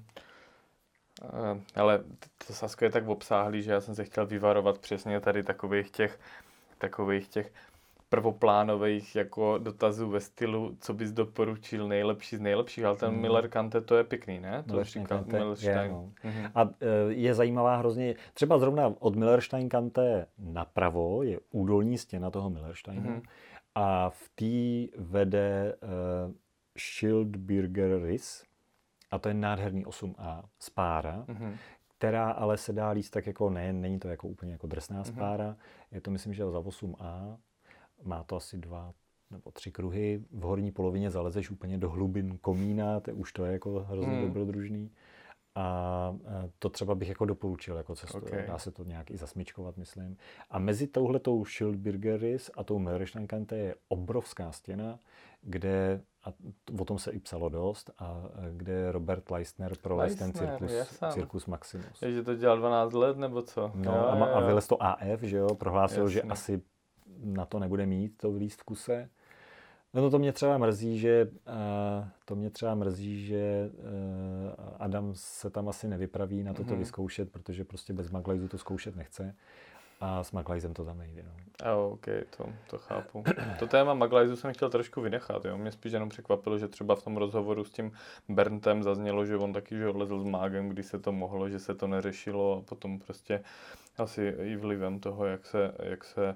Speaker 6: uh, ale to Sasko je tak obsáhlý, že já jsem se chtěl vyvarovat přesně tady takových těch, takových těch prvoplánových jako dotazů ve stylu, co bys doporučil nejlepší z nejlepších, ale ten mm. Miller Kante, to je pěkný, ne? To říkal Millerstein.
Speaker 5: No.
Speaker 6: Mm-hmm.
Speaker 5: A je zajímavá hrozně, třeba zrovna od Millerstein Kante napravo je údolní stěna toho Millersteinu mm-hmm. a v té vede uh, Schildberger Riss a to je nádherný osm A spára, mm-hmm. která ale se dá líst tak jako, ne, není to jako úplně jako drsná spára, mm-hmm. je to myslím, že za osm A. Má to asi dva nebo tři kruhy. V horní polovině zalezeš úplně do hlubin komína, to už to je jako hrozně hmm. dobrodružný. A to třeba bych jako doporučil jako cestu. Okay. Dá se to nějak i zasmičkovat, myslím. A mezi touhletou Schildberger Riss a tou Millerstein Kante je obrovská stěna, kde, a o tom se i psalo dost, a kde Robert Leistner provez ten cirkus, cirkus Maximus.
Speaker 6: Je, že to dělal dvanáct let, nebo co?
Speaker 5: No jo, a, a vylez to A F, že jo, prohlásil, jasně. že asi na to nebude mít, to vylíst v kuse. No to mě třeba mrzí, že uh, to mě třeba mrzí, že uh, Adam se tam asi nevypraví na toto mm-hmm. vyzkoušet, protože prostě bez Maglajzu to zkoušet nechce. A s Maglajzem to tam nejde. No.
Speaker 6: Oh, OK, to, to chápu. To téma Maglajzu jsem chtěl trošku vynechat. Jo. Mě spíš jenom překvapilo, že třeba v tom rozhovoru s tím Berntem zaznělo, že on taky že odlezl s Mágem, když se to mohlo, že se to neřešilo a potom prostě asi i vlivem toho, jak se, jak se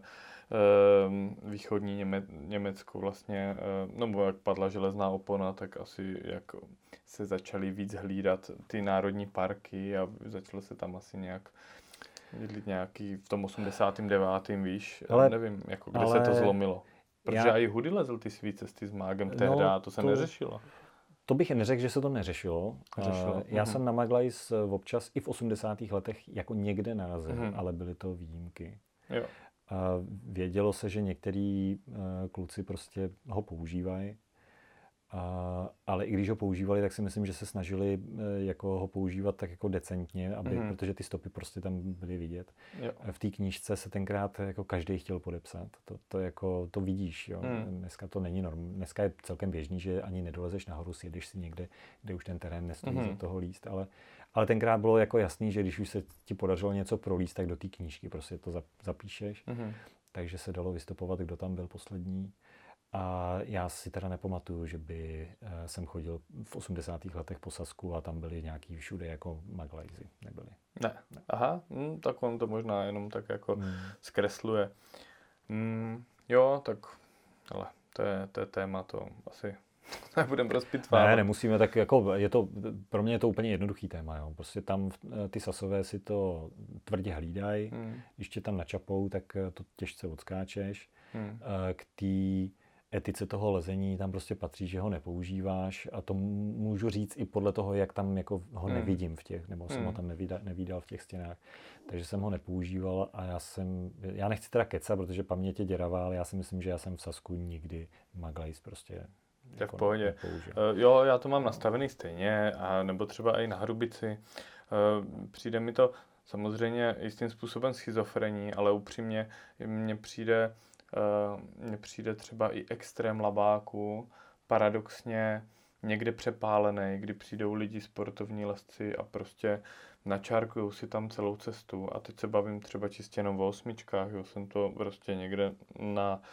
Speaker 6: východní Něme, Německo vlastně, no jak padla železná opona, tak asi jak se začaly víc hlídat ty národní parky a začalo se tam asi nějak dělit nějaký v tom osmdesátém devátém víš, ale, nevím, jako kde ale se to zlomilo. Protože já, i Hudy lezl ty svý cesty s Mágem tehda, no, to se to, neřešilo.
Speaker 5: To bych neřekl, že se to neřešilo.
Speaker 6: Řešilo.
Speaker 5: Já uhum. jsem na Maglajz občas i v osmdesátých letech jako někde narazil, uhum. ale byly to výjimky.
Speaker 6: Jo.
Speaker 5: A vědělo se, že některý uh, kluci prostě ho používají, a, ale i když ho používali, tak si myslím, že se snažili uh, jako ho používat tak jako decentně, aby, mm-hmm. protože ty stopy prostě tam byly vidět. Jo. V té knížce se tenkrát jako každý chtěl podepsat. To, to, jako, to vidíš. Jo. Mm. Dneska to není norm. Dneska je celkem běžný, že ani nedolezeš nahoru, sjedeš si někde, kde už ten terén nestojí mm-hmm. za toho líst, ale Ale tenkrát bylo jako jasný, že když už se ti podařilo něco prolíst, tak do té knížky prostě to zapíšeš. Mm-hmm. Takže se dalo vystupovat, kdo tam byl poslední. A já si teda nepamatuju, že by jsem chodil v osmdesátých letech po Sasku a tam byly nějaký všude jako maglajzy. Nebyly.
Speaker 6: Ne. ne. Aha, hm, tak on to možná jenom tak jako hmm. zkresluje. Hmm, jo, tak ale to je, to je téma, to asi nebudem rozpitvávat.
Speaker 5: Ne, nemusíme, tak jako je to, pro mě je to úplně jednoduchý téma, jo. Prostě tam ty Sasové si to tvrdě hlídají, hmm. když tě tam načapou, tak to těžce odskáčeš. Hmm. K té etice toho lezení tam prostě patří, že ho nepoužíváš a to můžu říct i podle toho, jak tam jako ho hmm. nevidím v těch, nebo jsem hmm. ho tam nevídal, nevídal v těch stěnách. Takže jsem ho nepoužíval a já jsem, já nechci teda kecat, protože paměť je děravá, ale já si myslím, že já jsem v Sasku nikdy maglajs prostě
Speaker 6: je v pohodě. Uh, jo, já to mám nastavený stejně, a nebo třeba i na hrubici. Uh, přijde mi to samozřejmě jistým způsobem schizofrení, ale upřímně mně přijde, uh, mně přijde třeba i extrém labáků, paradoxně někde přepálený, kdy přijdou lidi, sportovní lezci a prostě načárkujou si tam celou cestu. A teď se bavím třeba čistě jenom o osmičkách, jo, jsem to prostě někde na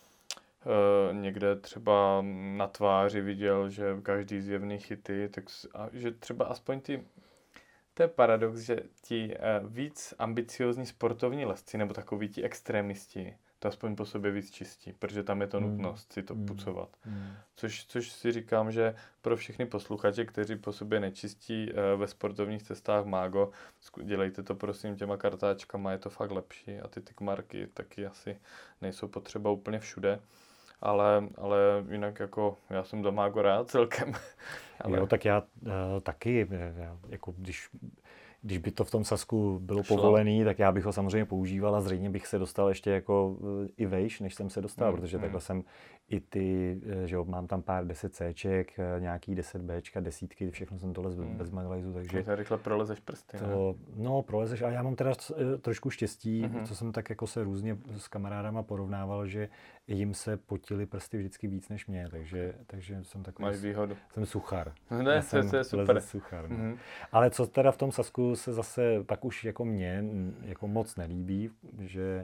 Speaker 6: Uh, někde třeba na tváři viděl, že každý zjevný chyty, tak a že třeba aspoň ty, to je paradox, že ti uh, víc ambiciózní sportovní lezci nebo takoví ti extrémisti to aspoň po sobě víc čistí, protože tam je to nutnost si to
Speaker 5: mm.
Speaker 6: pucovat.
Speaker 5: Mm.
Speaker 6: Což, což si říkám, že pro všechny posluchače, kteří po sobě nečistí uh, ve sportovních cestách Mágo, dělejte to prosím těma kartáčkama, je to fakt lepší a ty tickmarky taky asi nejsou potřeba úplně všude. Ale, ale jinak jako já jsem do Mágo rád celkem. Ale...
Speaker 5: Jo, tak já uh, taky, já, jako když, když by to v tom Sasku bylo
Speaker 6: Šlo.
Speaker 5: povolený, tak já bych ho samozřejmě používal a zřejmě bych se dostal ještě jako uh, i vejš, než jsem se dostal,
Speaker 6: mm,
Speaker 5: protože
Speaker 6: mm.
Speaker 5: takhle jsem i ty, že jo, mám tam pár deset Cček, nějaký deset Bčka, desítky, všechno jsem to lez mm. bez maglajzu, takže...
Speaker 6: To rychle prolezeš prsty,
Speaker 5: to, no, prolezeš, a já mám teda trošku štěstí,
Speaker 6: mm-hmm.
Speaker 5: co jsem tak jako se různě s kamarádama porovnával, že jim se potily prsty vždycky víc než mě, takže, takže jsem takový...
Speaker 6: Máš výhodu.
Speaker 5: Jsem suchar.
Speaker 6: Ne, to je super.
Speaker 5: Suchar, no.
Speaker 6: mm-hmm.
Speaker 5: Ale co teda v tom Sasku se zase pak už jako mě jako moc nelíbí, že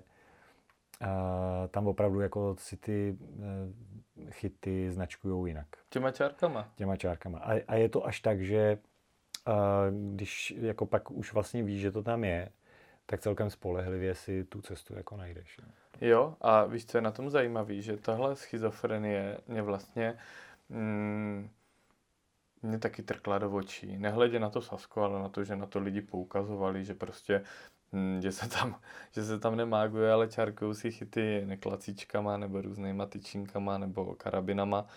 Speaker 5: a tam opravdu jako si ty e, chyty značkujou jinak.
Speaker 6: Těma čárkama.
Speaker 5: Těma čárkama. A, a je to až tak, že a, když jako pak už vlastně víš, že to tam je, tak celkem spolehlivě si tu cestu jako najdeš.
Speaker 6: Jo, a víš, co je na tom zajímavý, že tahle schizofrenie mě vlastně mm, mě taky trkla do očí. Nehledě na to Sasko, ale na to, že na to lidi poukazovali, že prostě Že se, tam, že se tam nemáguje, ale čárkujou si chyty neklacíčkama nebo různýma tyčinkama nebo karabinama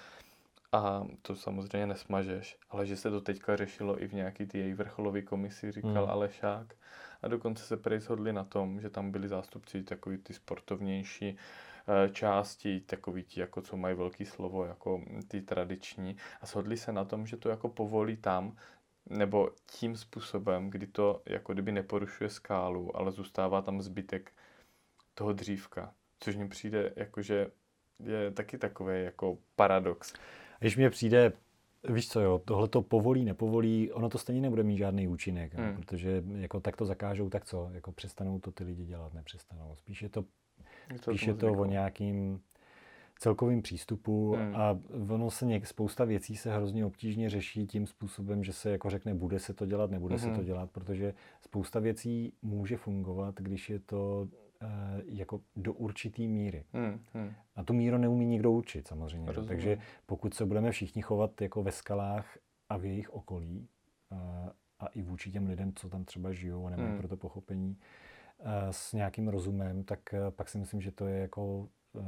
Speaker 6: a to samozřejmě nesmažeš, ale že se to teďka řešilo i v nějaký ty její vrcholový komisi, říkal hmm. Alešák, a dokonce se prej shodli na tom, že tam byli zástupci takový ty sportovnější e, části, takový ti, jako co mají velký slovo, jako ty tradiční, a shodli se na tom, že to jako povolí tam, nebo tím způsobem, kdy to jako kdyby neporušuje skálu, ale zůstává tam zbytek toho dřívka. Což mi přijde jakože je taky takový jako paradox.
Speaker 5: Když mě přijde, víš co jo, tohle to povolí, nepovolí, ono to stejně nebude mít žádný účinek, hmm. no, protože jako tak to zakážou, tak co, jako přestanou to ty lidi dělat, nepřestanou. Spíš je to, spíš je to o nějakým celkovým přístupu hmm. a ono se něk, spousta věcí se hrozně obtížně řeší tím způsobem, že se jako řekne, bude se to dělat, nebude hmm. se to dělat, protože spousta věcí může fungovat, když je to uh, jako do určitý míry. Hmm. Hmm. A tu míru neumí nikdo určit samozřejmě. Rozumím. Takže pokud se budeme všichni chovat jako ve skalách a v jejich okolí uh, a i vůči těm lidem, co tam třeba žijou a nemají hmm. pro to pochopení uh, s nějakým rozumem, tak uh, pak si myslím, že to je jako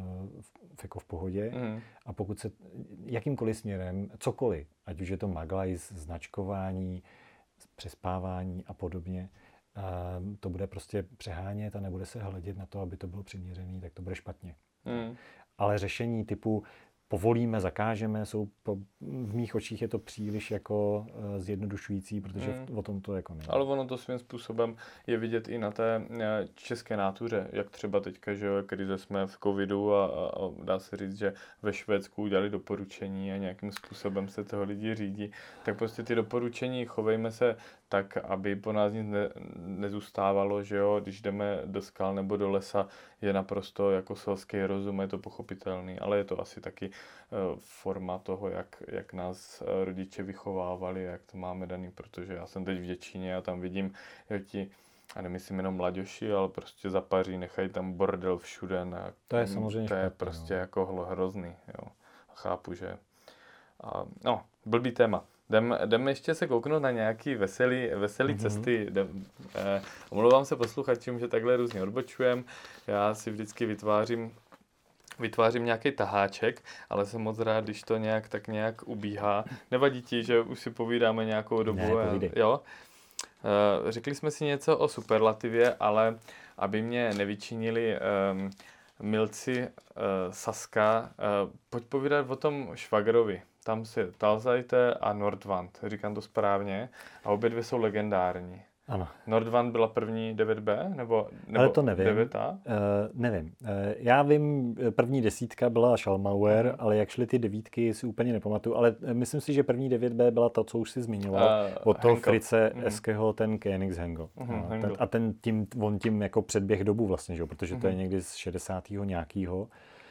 Speaker 5: V, jako v pohodě mm. a pokud se jakýmkoliv směrem, cokoliv, ať už je to maglajs, značkování, přespávání a podobně, a to bude prostě přehánět a nebude se hledět na to, aby to bylo přiměřené, tak to bude špatně. Mm. Ale řešení typu povolíme, zakážeme, jsou po, v mých očích je to příliš jako uh, zjednodušující, protože mm. v, o tom to jako není.
Speaker 6: Ale ono to svým způsobem je vidět i na té české nátuře, jak třeba teďka, že jo, krize jsme v covidu a, a, a dá se říct, že ve Švédsku udělali doporučení a nějakým způsobem se toho lidi řídí, tak prostě ty doporučení, chovejme se tak aby po nás nic ne, nezůstávalo, že jo, když jdeme do skal nebo do lesa, je naprosto jako selský rozum, je to pochopitelný, ale je to asi taky uh, forma toho, jak, jak nás uh, rodiče vychovávali, jak to máme daný, protože já jsem teď v Děčíně a tam vidím, jak ti, a nemyslím jenom mladěši, ale prostě zapaří, nechají tam bordel všude. Na,
Speaker 5: To je samozřejmě
Speaker 6: To je
Speaker 5: špatný,
Speaker 6: prostě
Speaker 5: no.
Speaker 6: jako hlo- hrozný, jo. A chápu, že... A, no, blbý téma. Jdeme jdem ještě se kouknout na nějaký veselý, veselý mm-hmm. cesty. Jdem, eh, omlouvám se posluchačům, že takhle různě odbočujem. Já si vždycky vytvářím vytvářím nějaký taháček, ale jsem moc rád, když to nějak tak nějak ubíhá. Nevadí ti, že už si povídáme nějakou dobu?
Speaker 5: Ne, povídej.
Speaker 6: Jo? Eh, řekli jsme si něco o superlativě, ale aby mě nevyčinili um, milci uh, Saska, uh, pojď povídat o tom švagrovi. Tam si Talzajte a Nordwand, říkám to správně, a obě dvě jsou legendární.
Speaker 5: Ano.
Speaker 6: Nordwand byla první devět bé, nebo, nebo
Speaker 5: Ale to nevím.
Speaker 6: devět á?
Speaker 5: Uh, nevím. Uh, já vím, první desítka byla Schallmauer,
Speaker 6: Mhm.
Speaker 5: ale jak šly ty devítky, si úplně nepamatuju, ale myslím si, že první devět bé byla ta, co už si zmiňoval,
Speaker 6: Uh,
Speaker 5: od toho
Speaker 6: Henkel.
Speaker 5: Frice
Speaker 6: Mhm.
Speaker 5: Eského, ten Koenigsegel.
Speaker 6: Mhm,
Speaker 5: No,
Speaker 6: Henkel.
Speaker 5: ten, a ten tím, on tím jako předběh dobu vlastně, že? jo, protože to je
Speaker 6: Mhm.
Speaker 5: někdy z šedesátého nějakýho.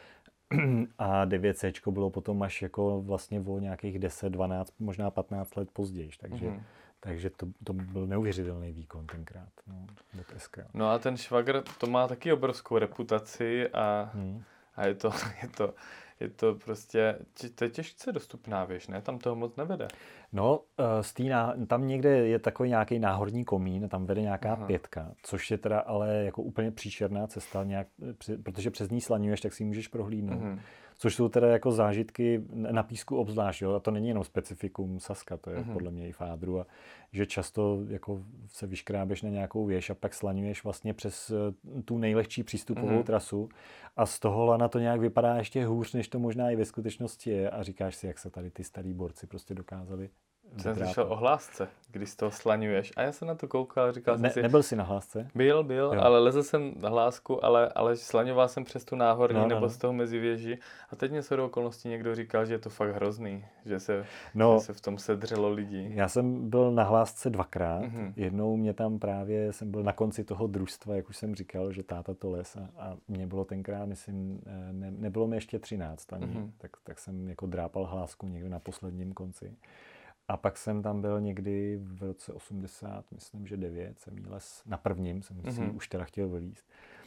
Speaker 5: A devět séčko bylo potom až jako vlastně o nějakých deset, dvanáct, možná patnáct let později, takže,
Speaker 6: Mhm.
Speaker 5: takže to, to byl neuvěřitelný výkon tenkrát. No, od S K.
Speaker 6: No a ten švagr, to má taky obrovskou reputaci a,
Speaker 5: Hmm.
Speaker 6: a je, to, je, to, je to prostě, to je těžce dostupná věc, ne? Tam toho moc nevede.
Speaker 5: No, eh, z té ná- tam někde je takový nějaký náhorní komín, tam vede nějaká
Speaker 6: Aha.
Speaker 5: pětka, což je teda ale jako úplně příšerná cesta, nějak, při- protože přes ní slaňuješ, tak si ji můžeš prohlídnout.
Speaker 6: Mhm.
Speaker 5: Což jsou teda jako zážitky na písku obzvlášť, jo? A to není jenom specifikum Saska, to je
Speaker 6: Mhm.
Speaker 5: podle mě i Fádru, a že často jako se vyškrábeš na nějakou věž a pak slaňuješ vlastně přes eh, tu nejlehčí přístupovou
Speaker 6: Mhm.
Speaker 5: trasu a z toho lana to nějak vypadá ještě hůř, než to možná i ve skutečnosti je, a říkáš si, jak se tady ty starý borci prostě dokázali
Speaker 6: Jsem
Speaker 5: vytrápat.
Speaker 6: slyšel o hlásce, když to slaňuješ. A já jsem na to koukal a říkal
Speaker 5: Ne,
Speaker 6: jsem si,
Speaker 5: nebyl jsi na hlásce?
Speaker 6: byl, byl,
Speaker 5: Jo.
Speaker 6: ale lezl jsem na hlásku, ale, ale slaňoval jsem přes tu náhorní
Speaker 5: No, no,
Speaker 6: nebo
Speaker 5: no.
Speaker 6: z toho mezivěží. A teď mě shodou okolností někdo říkal, že je to fakt hrozný, že se,
Speaker 5: No,
Speaker 6: že se v tom sedřelo lidí.
Speaker 5: já jsem byl na hlásce dvakrát.
Speaker 6: Mhm.
Speaker 5: Jednou mě tam právě, jsem byl na konci toho družstva, jak už jsem říkal, že táta to les, a, a mě bylo tenkrát, myslím, eh, ne, nebylo mi ještě třináct ani,
Speaker 6: Mhm.
Speaker 5: tak, tak jsem jako drápal hlásku někde na posledním konci. A pak jsem tam byl někdy v roce osmdesát, myslím, že devět, jsem jí les na prvním, jsem si
Speaker 6: Mhm.
Speaker 5: už teda chtěl vylízt.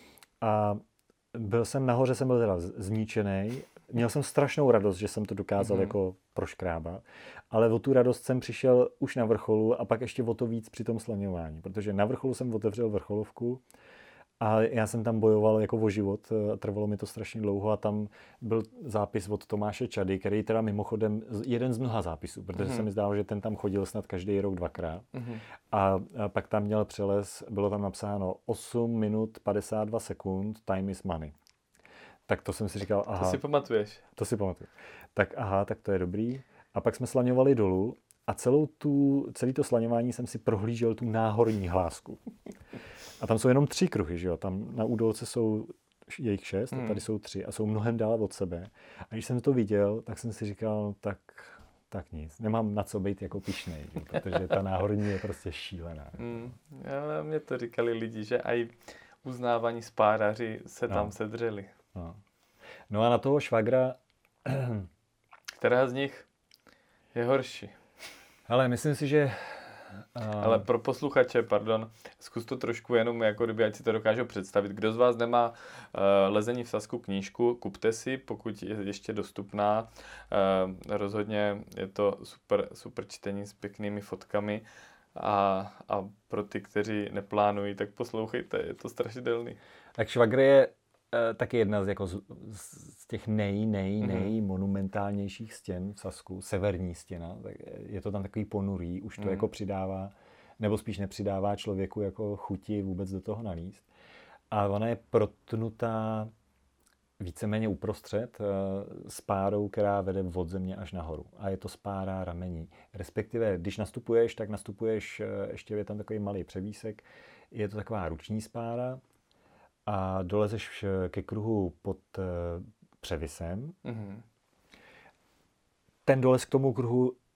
Speaker 5: A byl jsem nahoře, jsem byl teda z- zničený. Měl jsem strašnou radost, že jsem to dokázal
Speaker 6: Mhm.
Speaker 5: jako proškrábat, ale o tu radost jsem přišel už na vrcholu a pak ještě o to víc při tom slaňování, protože na vrcholu jsem otevřel vrcholovku a já jsem tam bojoval jako o život, eh, trvalo mi to strašně dlouho a tam byl zápis od Tomáše Čady, který teda mimochodem z- jeden z mnoha zápisů, protože
Speaker 6: Mhm.
Speaker 5: se mi zdálo, že ten tam chodil snad každý rok dvakrát.
Speaker 6: Mhm.
Speaker 5: A a pak tam měl přeles, bylo tam napsáno osm minut padesát dva sekund, time is money. Tak to jsem si říkal, aha,
Speaker 6: To si pamatuješ.
Speaker 5: to si pamatuju. Tak aha, tak to je dobrý. A pak jsme slaňovali dolů a celou tu, celý to slaňování jsem si prohlížel tu náhorní hlásku. A tam jsou jenom tři kruhy, že jo? Tam na údolce jsou jejich šest a
Speaker 6: Hmm.
Speaker 5: tady jsou tři a jsou mnohem dál od sebe. A když jsem to viděl, tak jsem si říkal, tak, tak nic. Nemám na co být jako pyšnej, že? Protože ta náhorní je prostě šílená.
Speaker 6: Mm. Já, mě to říkali lidi, že i uznávaní spáraři se
Speaker 5: No.
Speaker 6: tam sedřeli.
Speaker 5: No. no a na toho švagra,
Speaker 6: Která z nich je horší?
Speaker 5: ale myslím si, že... Uh,
Speaker 6: Ale pro posluchače, pardon, zkus to trošku jenom, jako kdyby, ať si to dokážou představit. Kdo z vás nemá uh, Lezení v Sasku knížku, kupte si, pokud je ještě dostupná. Uh, rozhodně je to super, super čtení s pěknými fotkami. A, a pro ty, kteří neplánují, tak poslouchejte, je to strašidelný.
Speaker 5: Tak švagr je e, taky jedna z, jako z, z těch nej, nej,
Speaker 6: Mhm.
Speaker 5: nej monumentálnějších stěn v Sasku, severní stěna. Tak je to tam takový ponurý, už to
Speaker 6: Mhm.
Speaker 5: jako přidává, nebo spíš nepřidává člověku jako chuti vůbec do toho nalízt. A ona je protnutá víceméně uprostřed e, spárou, která vede od země až nahoru. A je to spára ramení. Respektive, když nastupuješ, tak nastupuješ, e, ještě je tam takový malý převísek, je to taková ruční spára a dolezeš ke kruhu pod e, převisem.
Speaker 6: Mhm.
Speaker 5: Ten dolez k tomu kruhu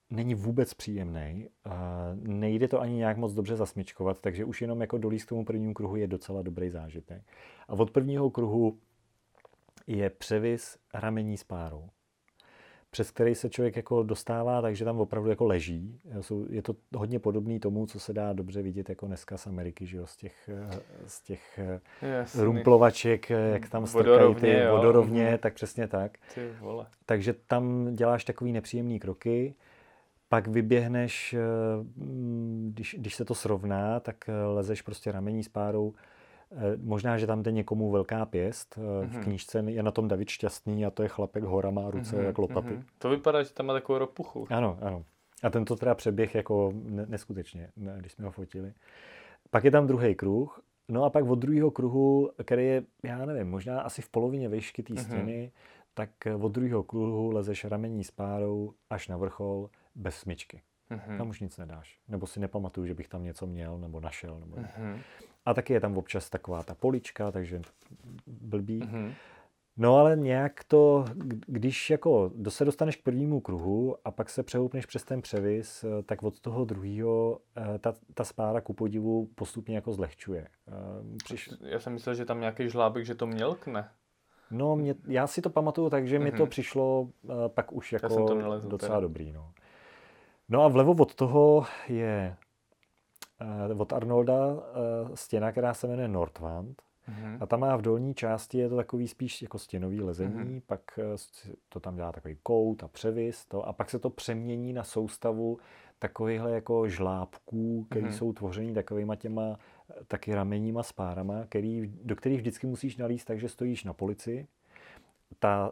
Speaker 5: není vůbec příjemný. Nejde to ani nějak moc dobře zasmyčkovat, takže už jenom jako dolíz k tomu prvnímu kruhu je docela dobrý zážitek. A od prvního kruhu je převis ramení s párou, přes který se člověk jako dostává, takže tam opravdu jako leží. Je to hodně podobný tomu, co se dá dobře vidět jako dneska z Ameriky, že jo? Z těch, z těch rumplovaček, jak tam strkají ty vodorovně, jo. Tak přesně tak.
Speaker 6: Ty vole.
Speaker 5: Takže tam děláš takový nepříjemný kroky, pak vyběhneš, když, když se to srovná, tak lezeš prostě ramení s párou. Možná, že tam jde někomu velká pěst. Mm-hmm. V knížce je na tom David Šťastný a to je chlapek, hora má ruce mm-hmm. jak lopaty. Mm-hmm.
Speaker 6: To vypadá, že tam má takovou ropuchu.
Speaker 5: Ano, ano. A ten to teda přeběh jako neskutečně, když jsme ho fotili. Pak je tam druhý kruh. No a pak od druhého kruhu, který je, já nevím, možná asi v polovině výšky té mm-hmm. stěny, tak od druhého kruhu lezeš ramení s párou až na vrchol bez smyčky. Mm-hmm. Tam už nic nedáš. Nebo si nepamatuju, že bych tam něco měl nebo našel. Nebo mm-hmm. A taky je tam občas taková ta polička, takže blbý. Mm-hmm. No ale nějak to, když jako se dostaneš k prvnímu kruhu a pak se přehoupneš přes ten převis, tak od toho druhého ta, ta spára ku podivu postupně jako zlehčuje.
Speaker 6: Přiš... Já jsem myslel, že tam nějaký žlábek, že to mělkne.
Speaker 5: No, mě, já si to pamatuju tak, že mm-hmm. mi to přišlo pak už jako docela teda. Dobrý. No. no a vlevo od toho je od Arnolda stěna, která se jmenuje Nordwand. Mm-hmm. A tam má v dolní části, je to takový spíš jako stěnový lezení, mm-hmm. pak to tam dělá takový kout a převis, to, a pak se to přemění na soustavu takovýchhle jako žlábků, který mm-hmm. jsou tvořený takovýma těma taky rameníma s párama, který, do kterých vždycky musíš nalízt tak, že stojíš na polici. Ta,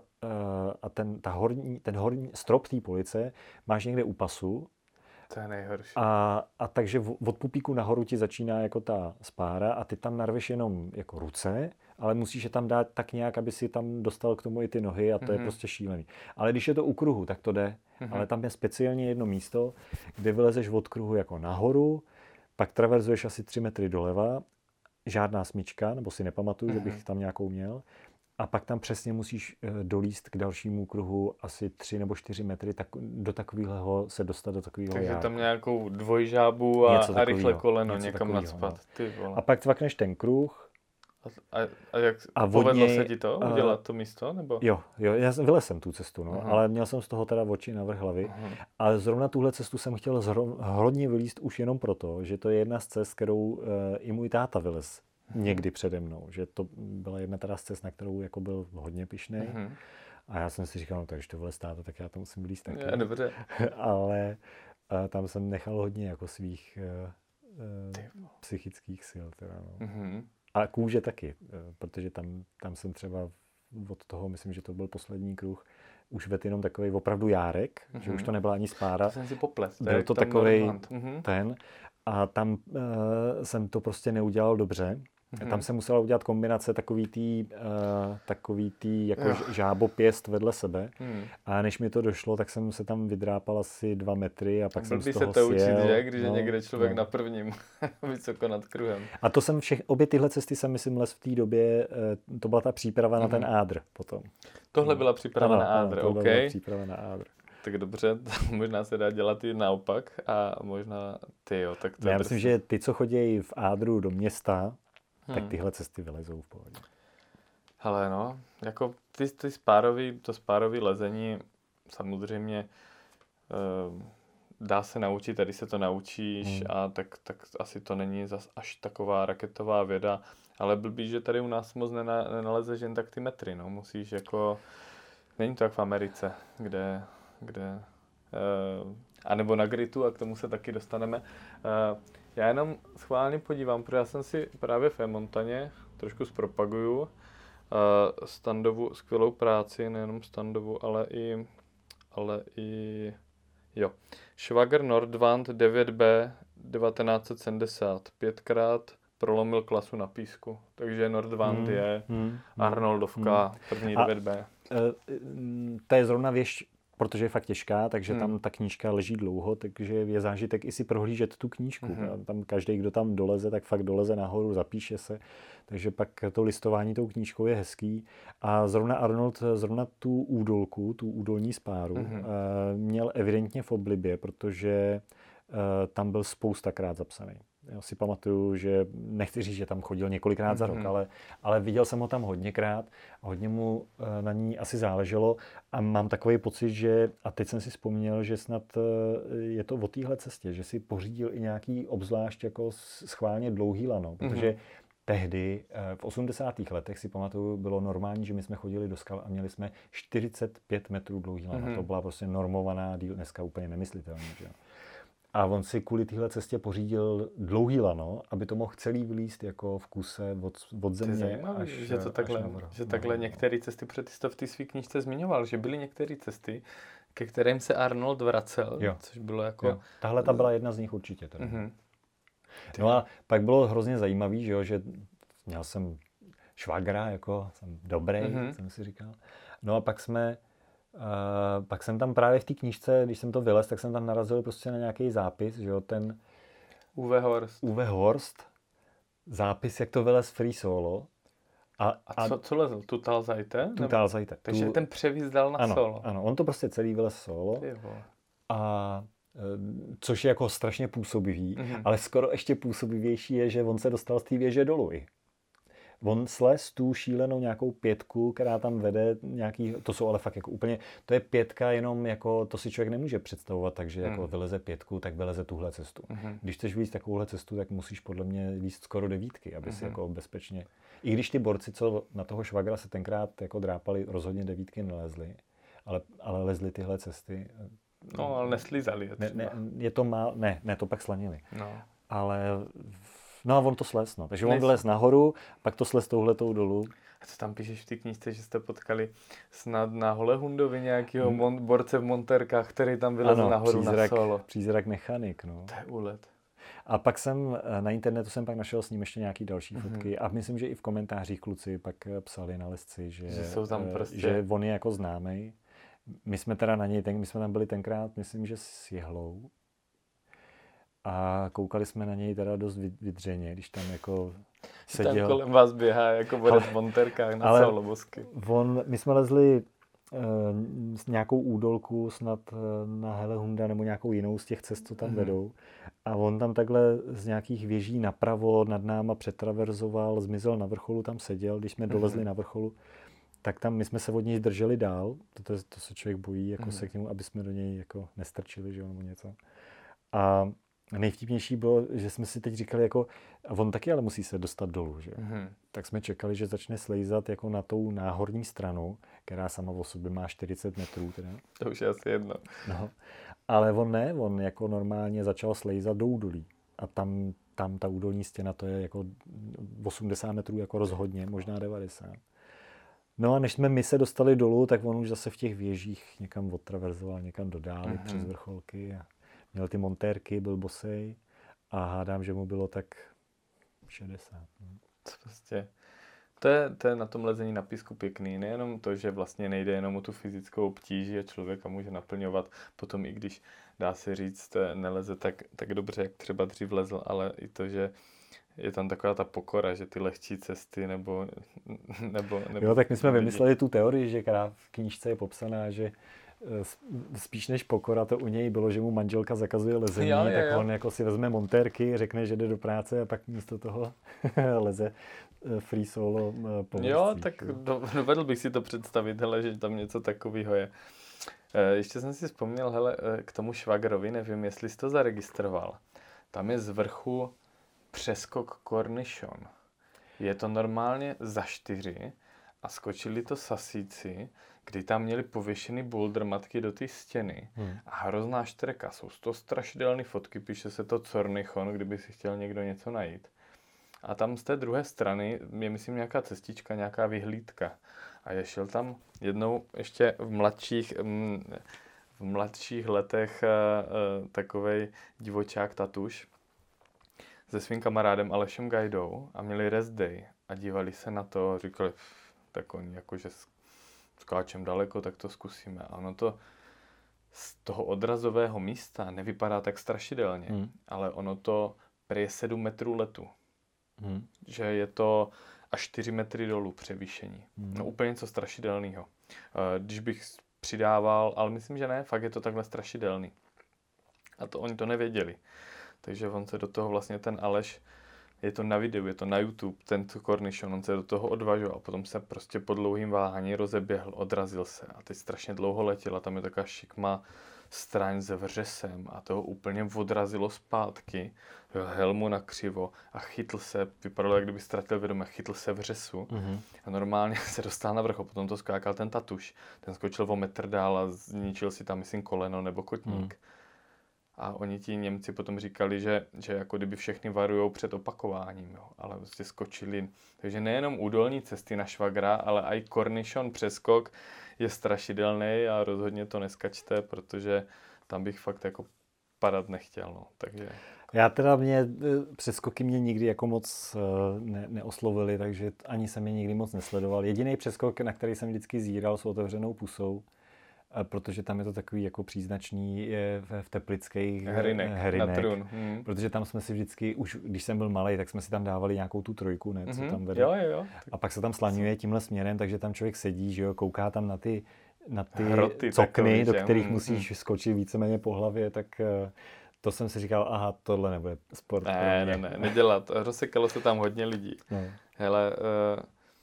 Speaker 5: a ten, ta horní, ten horní strop té police máš někde u pasu.
Speaker 6: To je nejhorší.
Speaker 5: A, a takže od pupíku nahoru ti začíná jako ta spára a ty tam narveš jenom jako ruce, ale musíš je tam dát tak nějak, aby si tam dostal k tomu i ty nohy a to mm-hmm. je prostě šílený. Ale když je to u kruhu, tak to jde. Mm-hmm. Ale tam je speciálně jedno místo, kde vylezeš od kruhu jako nahoru, pak traverzuješ asi tři metry doleva, žádná smyčka, nebo si nepamatuju, mm-hmm. že bych tam nějakou měl. A pak tam přesně musíš dolíst k dalšímu kruhu asi tři nebo čtyři metry, tak do takového se dostat do takového
Speaker 6: Takže
Speaker 5: járku.
Speaker 6: tam nějakou dvojžábu a, a rychle koleno někam nacpat.
Speaker 5: No. A pak tvakneš ten kruh.
Speaker 6: A, a, a jak a povedlo něj, se ti to udělat to místo? Nebo?
Speaker 5: Jo, jo, já vylez jsem tu cestu, no, uh-huh. ale měl jsem z toho teda oči na vrch hlavy. Uh-huh. Ale zrovna tuhle cestu jsem chtěl zro, hodně vylízt už jenom proto, že to je jedna z cest, kterou uh, i můj táta vylez. Někdy přede mnou, že to byla jedna teda z cest, na kterou jako byl hodně pyšnej. Uh-huh. A já jsem si říkal, no, když to vylez táta, tak já to musím vylízt taky.
Speaker 6: Je, dobře.
Speaker 5: Ale uh, tam jsem nechal hodně jako svých uh, uh, psychických sil. Teda, no. Uh-huh. A kůže taky, uh, protože tam, tam jsem třeba od toho, myslím, že to byl poslední kruh, už vedl jenom takový opravdu járek, uh-huh. že už to nebyla ani spára.
Speaker 6: To jsem si poplet.
Speaker 5: Byl to takovej uh-huh. ten. A tam uh, jsem to prostě neudělal dobře. Mm-hmm. Tam se musela udělat kombinace takový tý, uh, takový tý jako jo. žábopěst vedle sebe. Mm. A než mi to došlo, tak jsem se tam vydrápal asi dva metry a pak
Speaker 6: Byl
Speaker 5: jsem z toho
Speaker 6: se to
Speaker 5: sjel.
Speaker 6: Učit, že? Když
Speaker 5: no,
Speaker 6: je někde člověk
Speaker 5: no.
Speaker 6: na prvním vysoko nad kruhem.
Speaker 5: A to jsem všech, obě tyhle cesty jsem myslím les v té době, to byla ta příprava mm-hmm. na ten ádr potom.
Speaker 6: Tohle byla příprava
Speaker 5: ano,
Speaker 6: na ádr,
Speaker 5: ano,
Speaker 6: OK.
Speaker 5: Tohle byla příprava na ádr.
Speaker 6: Tak dobře, možná se dá dělat i naopak a možná ty jo. Tak to
Speaker 5: Já
Speaker 6: je
Speaker 5: myslím,
Speaker 6: drsný.
Speaker 5: že ty, co chodí v ádru do města,
Speaker 6: Hmm.
Speaker 5: tak tyhle cesty vylezou v pohodě.
Speaker 6: Hele no, jako ty, ty spárový, to spárový lezení samozřejmě uh, dá se naučit, a když se to naučíš, hmm. a tak, tak asi to není zas až taková raketová věda, ale blbý, že tady u nás moc nena, nenalezeš jen tak ty metry, no, musíš jako, není to jak v Americe, kde, kde uh, anebo na gritu, a k tomu se taky dostaneme. Uh, Já jenom schválně podívám, protože já jsem si právě v E-Montaně trošku zpropaguju uh, Standovu skvělou práci, nejenom Standovu, ale i, ale i jo. Schwager Nordwand devět B devatenáct set sedmdesát, pětkrát prolomil klasu na písku, takže Nordwand hmm, je hmm, Arnoldovka, hmm. první
Speaker 5: a,
Speaker 6: devět B.
Speaker 5: Uh, to je zrovna věž protože je fakt těžká, takže
Speaker 6: Hmm.
Speaker 5: tam ta knížka leží dlouho, takže je zážitek i si prohlížet tu knížku.
Speaker 6: Mhm.
Speaker 5: A tam každý, kdo tam doleze, tak fakt doleze nahoru, zapíše se. Takže pak to listování tou knížkou je hezký. A zrovna Arnold, zrovna tu údolku, tu údolní spáru,
Speaker 6: Mhm.
Speaker 5: eh, měl evidentně v oblibě, protože eh, tam byl spoustakrát zapsaný. Já si pamatuju, že nechci říct, že tam chodil několikrát za rok,
Speaker 6: Mhm.
Speaker 5: ale, ale viděl jsem ho tam hodněkrát a hodně mu eh, na ní asi záleželo a mám takový pocit, že, a teď jsem si vzpomněl, že snad eh, je to o téhle cestě, že si pořídil i nějaký obzvlášť jako schválně dlouhý lano, protože
Speaker 6: Mhm.
Speaker 5: tehdy eh, v osmdesátých letech si pamatuju, bylo normální, že my jsme chodili do skal a měli jsme čtyřicet pět metrů dlouhý lano.
Speaker 6: Mhm.
Speaker 5: To byla prostě normovaná díl, dneska úplně nemyslitelný. Že? jo. A on si kvůli téhle cestě pořídil dlouhý lano, aby to mohl celý vylíst jako v kuse od, od
Speaker 6: To je
Speaker 5: země
Speaker 6: zajímavé,
Speaker 5: až,
Speaker 6: že to
Speaker 5: až
Speaker 6: takhle,
Speaker 5: nahoru.
Speaker 6: že
Speaker 5: No,
Speaker 6: takhle
Speaker 5: no.
Speaker 6: některé cesty, protože ty jsi to v té své knížce zmiňoval, že byly některé cesty, ke kterým se Arnold vracel,
Speaker 5: Jo.
Speaker 6: což bylo jako...
Speaker 5: Jo. Tahle ta byla jedna z nich určitě. Teda.
Speaker 6: Mhm.
Speaker 5: No a pak bylo hrozně zajímavý, že, jo, že měl jsem švagra, jako jsem dobrý,
Speaker 6: Mhm.
Speaker 5: mm-hmm. jsem si říkal. No a pak jsme, uh, pak jsem tam právě v té knížce, když jsem to vylez, tak jsem tam narazil prostě na nějaký zápis, že jo, ten
Speaker 6: Uwe Horst.
Speaker 5: Uwe Horst, zápis, jak to vylez free solo. A,
Speaker 6: A co, co lezl? Tutal Zajte?
Speaker 5: tu Talzajte.
Speaker 6: Takže
Speaker 5: tu,
Speaker 6: ten převis dal na
Speaker 5: ano,
Speaker 6: solo.
Speaker 5: ano, on to prostě celý vylez solo.
Speaker 6: Ty vole.
Speaker 5: A eh, což je jako strašně působivý,
Speaker 6: Mhm.
Speaker 5: ale skoro ještě působivější je, že on se dostal z té věže dolů i. On slez tu šílenou nějakou pětku, která tam vede nějaký, to jsou ale fakt jako úplně, to je pětka jenom jako, to si člověk nemůže představovat, takže jako
Speaker 6: Hmm.
Speaker 5: vyleze pětku, tak vyleze tuhle cestu.
Speaker 6: Mhm.
Speaker 5: Když chceš víc takovouhle cestu, tak musíš podle mě víc skoro devítky, aby si
Speaker 6: Mhm.
Speaker 5: jako bezpečně, i když ty borci, co na toho švagra se tenkrát jako drápali, rozhodně devítky nelezli, ale, ale lezli tyhle cesty.
Speaker 6: No, ale neslízali je
Speaker 5: Ne,
Speaker 6: třeba.
Speaker 5: ne, je to má, ne, ne, to pak slanili.
Speaker 6: No.
Speaker 5: Ale, no a on to slez, no. Takže on
Speaker 6: Nejs-
Speaker 5: vylez nahoru, pak to slez touhletou dolů.
Speaker 6: A co tam píšeš v té knížce, že jste potkali snad na Holehundovi nějakého mon- borce v monterkách, který tam vylezl nahoru
Speaker 5: přízrak,
Speaker 6: na solo.
Speaker 5: přízrak mechanik, no.
Speaker 6: To je úlet.
Speaker 5: A pak jsem eh, na internetu jsem pak našel s ním ještě nějaký další
Speaker 6: Mhm.
Speaker 5: fotky a myslím, že i v komentářích kluci pak eh, psali na lesci, že,
Speaker 6: Že jsou tam
Speaker 5: eh,
Speaker 6: prostě-
Speaker 5: že on je jako známej. My jsme teda na něj, ten, my jsme tam byli tenkrát, myslím, že s jehlou. A koukali jsme na něj teda dost vy- vydřeně, když tam jako
Speaker 6: Tam
Speaker 5: seděl.
Speaker 6: kolem vás běhá jako borec
Speaker 5: Ale-
Speaker 6: v monterkách na
Speaker 5: ale-
Speaker 6: solo bosky.
Speaker 5: On, my jsme lezli eh, s nějakou údolku snad eh, na Helehunda nebo nějakou jinou z těch cest, co tam
Speaker 6: Mhm.
Speaker 5: vedou. A on tam takhle z nějakých věží napravo nad náma přetraverzoval, zmizel na vrcholu, tam seděl, když jsme dolezli
Speaker 6: Mhm.
Speaker 5: na vrcholu. Tak tam my jsme se od něj drželi dál, to, to, to se člověk bojí, jako
Speaker 6: Mhm.
Speaker 5: se k němu, aby jsme do něj jako nestrčili, že jo, nebo něco. A nejvtipnější bylo, že jsme si teď říkali jako, a on taky ale musí se dostat dolů, že jo.
Speaker 6: Mhm.
Speaker 5: Tak jsme čekali, že začne slejzat jako na tou náhorní stranu, která sama o sobě má čtyřicet metrů teda.
Speaker 6: To už je asi jedno.
Speaker 5: No. Ale on ne, on jako normálně začal slejzat do údolí. A tam, tam ta údolní stěna, to je jako osmdesát metrů jako rozhodně, možná devadesát. No a než jsme my se dostali dolů, tak on už zase v těch věžích někam odtraverzoval, někam do dály,
Speaker 6: Mhm.
Speaker 5: přes vrcholky. A měl ty montérky, byl bosej a hádám, že mu bylo tak šedesát. No.
Speaker 6: To prostě... To je, to je na tom lezení na písku pěkný. Nejenom to, že vlastně nejde jenom o tu fyzickou obtíži a člověka může naplňovat potom, i když dá se říct, neleze tak, tak dobře, jak třeba dřív lezl, ale i to, že je tam taková ta pokora, že ty lehčí cesty nebo... nebo, nebo
Speaker 5: Jo, tak my jsme
Speaker 6: lidi-
Speaker 5: vymysleli tu teorii, že která v knížce je popsaná, že eh, s- spíš než pokora to u něj bylo, že mu manželka zakazuje lezení,
Speaker 6: Jo, jo,
Speaker 5: tak
Speaker 6: jo.
Speaker 5: on jako si vezme montérky, řekne, že jde do práce a pak místo toho leze eh, free solo eh, po
Speaker 6: Jo,
Speaker 5: lescích,
Speaker 6: tak
Speaker 5: jo.
Speaker 6: do, dovedl bych si to představit, hele, že tam něco takového je. E, ještě jsem si vzpomněl, hele, e, k tomu švagrovi, nevím, jestli jsi to zaregistroval. Tam je z vrchu přeskok Cornichon. Je to normálně za čtyři a skočili to sasíci, kdy tam měli pověšený boulder matky do té stěny
Speaker 5: Hmm.
Speaker 6: a hrozná štreka. Jsou to strašidelné fotky, píše se to Cornichon, kdyby si chtěl někdo něco najít. A tam z té druhé strany je, myslím, nějaká cestička, nějaká vyhlídka. A je šel tam jednou ještě v mladších, mm, v mladších letech uh, takovej divočák Tatuš se svým kamarádem Alešem Gajdou a měli rest day a dívali se na to a říkali, "Pff, tak oni jakože s- skáčem daleko, tak to zkusíme." A ono to z toho odrazového místa nevypadá tak strašidelně,
Speaker 5: Hmm.
Speaker 6: ale ono to prý je sedm metrů letu.
Speaker 5: Hmm.
Speaker 6: Že je to až čtyři metry dolů převýšení.
Speaker 5: Hmm.
Speaker 6: No úplně něco strašidelného. Když bych přidával, ale myslím, že ne, fakt je to takhle strašidelný. A to oni to nevěděli. Takže on se do toho vlastně ten Aleš, je to na videu, je to na YouTube, tento kornišon, on se do toho odvažoval, potom se prostě po dlouhým váhání rozeběhl, odrazil se a teď strašně dlouho letěl a tam je taková šikma straň s vřesem a toho úplně odrazilo zpátky, helmu na křivo a chytl se, vypadalo, jak kdyby ztratil vědomí, chytl se vřesu
Speaker 5: Mm-hmm.
Speaker 6: a normálně se dostal na vrch, potom to skákal ten Tatuš, ten skočil o metr dál a zničil si tam, myslím, koleno nebo kotník. Mm. A oni ti Němci potom říkali, že, že jako kdyby všechny varujou před opakováním, jo, ale prostě skočili. Takže nejenom údolní cesty na švagra, ale i kornišon přeskok je strašidelný a rozhodně to neskačte, protože tam bych fakt jako padat nechtěl, no, takže...
Speaker 5: Já teda mě, přeskoky mě nikdy jako moc ne, neoslovily, takže ani jsem je nikdy moc nesledoval. Jediný přeskok, na který jsem vždycky zíral s otevřenou pusou, protože tam je to takový jako příznačný, je v, v teplických
Speaker 6: Herinek,
Speaker 5: herinek,
Speaker 6: na trůn. Hmm.
Speaker 5: Protože tam jsme si vždycky, už když jsem byl malej, tak jsme si tam dávali nějakou tu trojku, ne, co
Speaker 6: Mm-hmm.
Speaker 5: tam vede.
Speaker 6: Jo, jo, jo.
Speaker 5: A pak se tam slaňuje tímhle směrem, takže tam člověk sedí, že jo, kouká tam na ty, na ty
Speaker 6: Hroty
Speaker 5: cokny,
Speaker 6: takový,
Speaker 5: do
Speaker 6: že?
Speaker 5: kterých
Speaker 6: Mm,
Speaker 5: musíš
Speaker 6: mm.
Speaker 5: skočit víceméně po hlavě, tak to jsem si říkal, aha, tohle nebude sport.
Speaker 6: Ne, ne, ne, nedělat. Rozsekalo se tam hodně lidí.
Speaker 5: No.
Speaker 6: Hele, uh,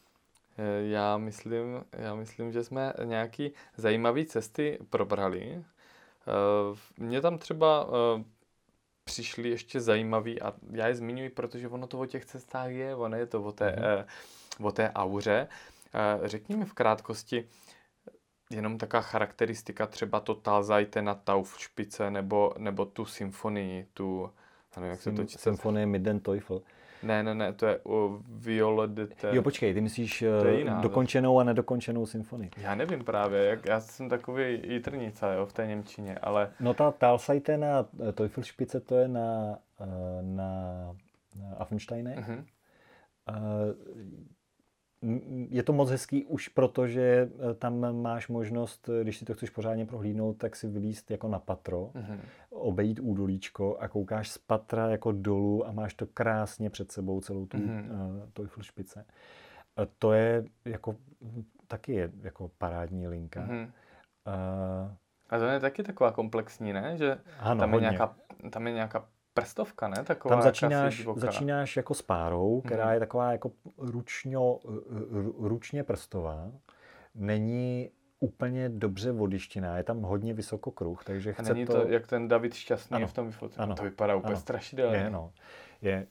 Speaker 6: já myslím, já myslím, že jsme nějaký zajímavé cesty probrali. Uh, Mně tam třeba uh, přišly ještě zajímavý a já je zmiňuji, protože ono to o těch cestách je, ono je to o té, mm. uh, o té auře. Uh, řekni mi v krátkosti, jenom taková charakteristika, třeba to Talseite na Taufspitze nebo, nebo tu symfonii, tu, nevím, jak se to čte.
Speaker 5: Symfonie Midden Teufel.
Speaker 6: Ne, ne, ne, to je uh, Viola de Terre.
Speaker 5: Jo, počkej, ty myslíš
Speaker 6: jiná,
Speaker 5: dokončenou a nedokončenou symfonii.
Speaker 6: Já nevím právě, jak, já jsem takový jitrnica, jo, v té němčině, ale...
Speaker 5: No ta Talseite na Teufelsspitze, to je na, na, na Affensteine.
Speaker 6: Uh-huh.
Speaker 5: Je to moc hezký už proto, že tam máš možnost, když si to chceš pořádně prohlídnout, tak si vylízt jako na patro, uh-huh. obejít údolíčko a koukáš z patra jako dolů a máš to krásně před sebou celou tu uh-huh. uh, Teufelsspitze. A to je jako taky je jako parádní linka.
Speaker 6: Uh-huh.
Speaker 5: Uh,
Speaker 6: a to je taky taková komplexní, ne? Že
Speaker 5: ano,
Speaker 6: tam, je
Speaker 5: hodně.
Speaker 6: nějaká, tam je nějaká prstovka, ne? Taková
Speaker 5: tam začínáš, začínáš jako s párou, která hmm. je taková jako ručňo, ručně prstová. Není úplně dobře vodištěná, je tam hodně vysoko kruh, takže chce
Speaker 6: a není to... to jak ten David Šťastný ano. v tom vyfocení. To vypadá úplně ano. strašidelně.
Speaker 5: Je, no. je,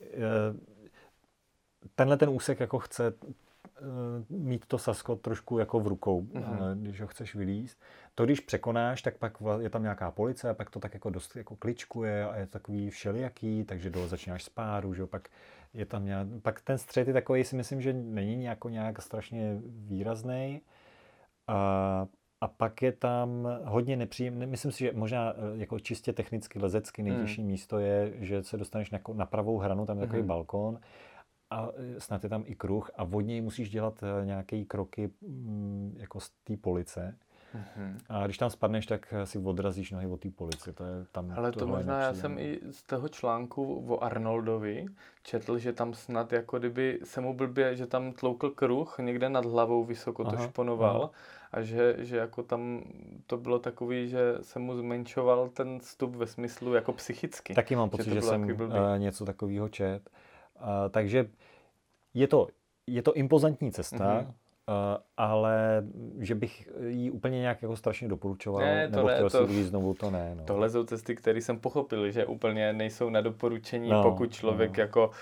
Speaker 5: tenhle ten úsek jako chce mít to sasko trošku jako v rukou, mm-hmm. když ho chceš vylízt. To, když překonáš, tak pak je tam nějaká police a pak to tak jako dost jako kličkuje a je takový všelijaký, takže dole začínáš s páru, že jo, pak je tam nějak, pak ten střed je takový, si myslím, že není nějak, nějak strašně výrazný. A, a pak je tam hodně nepříjemné, myslím si, že možná jako čistě technicky lezecky nejtěžší mm. místo je, že se dostaneš na, na pravou hranu, tam je takový mm. balkón, a snad je tam i kruh a od něj musíš dělat nějaké kroky jako z té police. Mm-hmm. A když tam spadneš, tak si odrazíš nohy od té police. To je tam.
Speaker 6: Ale to možná já jsem i z toho článku o Arnoldovi četl, že tam snad jako kdyby se mu blbě, že tam tloukl kruh, někde nad hlavou vysoko to aha, šponoval aha. a že, že jako tam to bylo takový, že se mu zmenšoval ten vstup ve smyslu jako psychicky.
Speaker 5: Taky mám pocit, že, že jsem uh, něco takového čet. Uh, takže je to, je to impozantní cesta, mm-hmm. uh, ale že bych ji úplně nějak jako strašně doporučoval,
Speaker 6: ne,
Speaker 5: nebo
Speaker 6: ne,
Speaker 5: chtěl
Speaker 6: to,
Speaker 5: si jít znovu, to ne. No.
Speaker 6: Tohle jsou cesty, které jsem pochopil, že úplně nejsou na doporučení, no, pokud člověk no. jako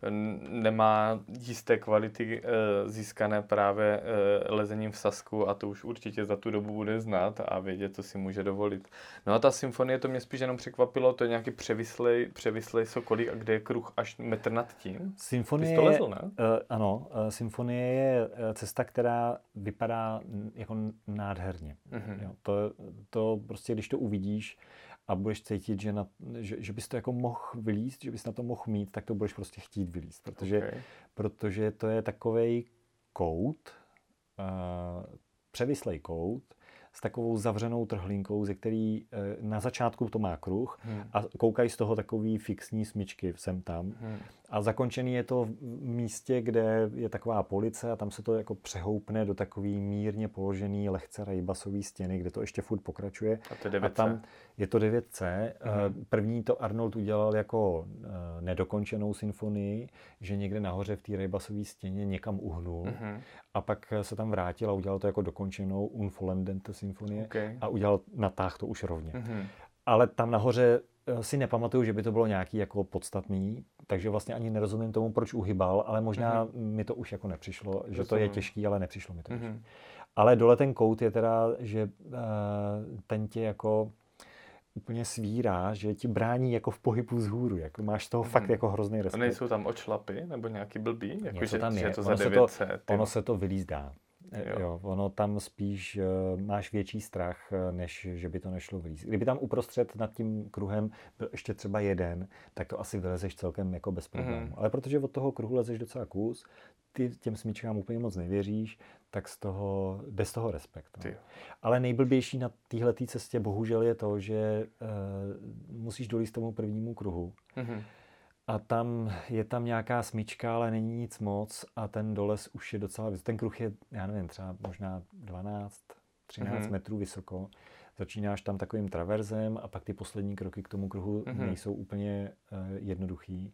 Speaker 6: nemá jisté kvality e, získané právě e, lezením v sasku a to už určitě za tu dobu bude znát a vědět, co si může dovolit. No a ta symfonie, to mě spíš jenom překvapilo, to je nějaký převislej, převislej sokolík a kde je kruh až metr nad tím.
Speaker 5: Symfonie,
Speaker 6: Ty jsi to lezl, ne?
Speaker 5: Uh, ano, uh, symfonie je cesta, která vypadá jako nádherně. Mm-hmm. Jo, to, to prostě, když to uvidíš, a budeš cítit, že, na, že, že bys to jako mohl vylízt, že bys na to mohl mít, tak to budeš prostě chtít vylízt. Protože, okay. protože to je takovej kout, uh, převislej kout, s takovou zavřenou trhlinkou, ze který na začátku to má kruh
Speaker 6: hmm.
Speaker 5: a koukají z toho takový fixní smyčky sem tam.
Speaker 6: Hmm.
Speaker 5: A zakončený je to v místě, kde je taková police a tam se to jako přehoupne do takový mírně položený, lehce rejbasový stěny, kde to ještě furt pokračuje.
Speaker 6: A to je devět
Speaker 5: A
Speaker 6: cé.
Speaker 5: tam je to devět cé.
Speaker 6: Hmm.
Speaker 5: První to Arnold udělal jako nedokončenou symfonii, že někde nahoře v té rejbasové stěně někam uhnul.
Speaker 6: Hmm.
Speaker 5: A pak se tam vrátil a udělal to jako dokončenou Unvollendete symfonie
Speaker 6: Okay.
Speaker 5: a udělal, natáhl to už rovně.
Speaker 6: Hmm.
Speaker 5: Ale tam nahoře si nepamatuju, že by to bylo nějaký jako podstatný, takže vlastně ani nerozumím tomu, proč uhybal, ale možná mm-hmm. mi to už jako nepřišlo, že to je těžký, ale nepřišlo mi to. Mm-hmm. Ale dole ten kout je teda, že uh, ten tě jako úplně svírá, že ti brání jako v pohybu vzhůru, jako máš z toho mm-hmm. fakt jako hrozný respekt.
Speaker 6: A nejsou tam očlapy nebo nějaký blbý? Jako
Speaker 5: Něco
Speaker 6: že,
Speaker 5: tam je,
Speaker 6: že to
Speaker 5: ono,
Speaker 6: za
Speaker 5: se
Speaker 6: devět
Speaker 5: to,
Speaker 6: cé,
Speaker 5: ono se to vylízdá.
Speaker 6: Jo.
Speaker 5: Jo, ono tam spíš uh, máš větší strach, než že by to nešlo vylízt. Kdyby tam uprostřed nad tím kruhem byl ještě třeba jeden, tak to asi vylezeš celkem jako bez problémů. Mm. Ale protože od toho kruhu lezeš docela kus, ty těm smyčkám úplně moc nevěříš, tak z toho, bez toho respekt. No. Ale nejblbější na téhletý cestě bohužel je to, že uh, musíš dolízt tomu prvnímu kruhu. Mm. A tam je tam nějaká smyčka, ale není nic moc a ten doles už je docela, ten kruh je, já nevím, třeba možná dvanáct třináct mm-hmm. metrů vysoko. Začínáš tam takovým traverzem a pak ty poslední kroky k tomu kruhu mm-hmm. nejsou úplně uh, jednoduchý.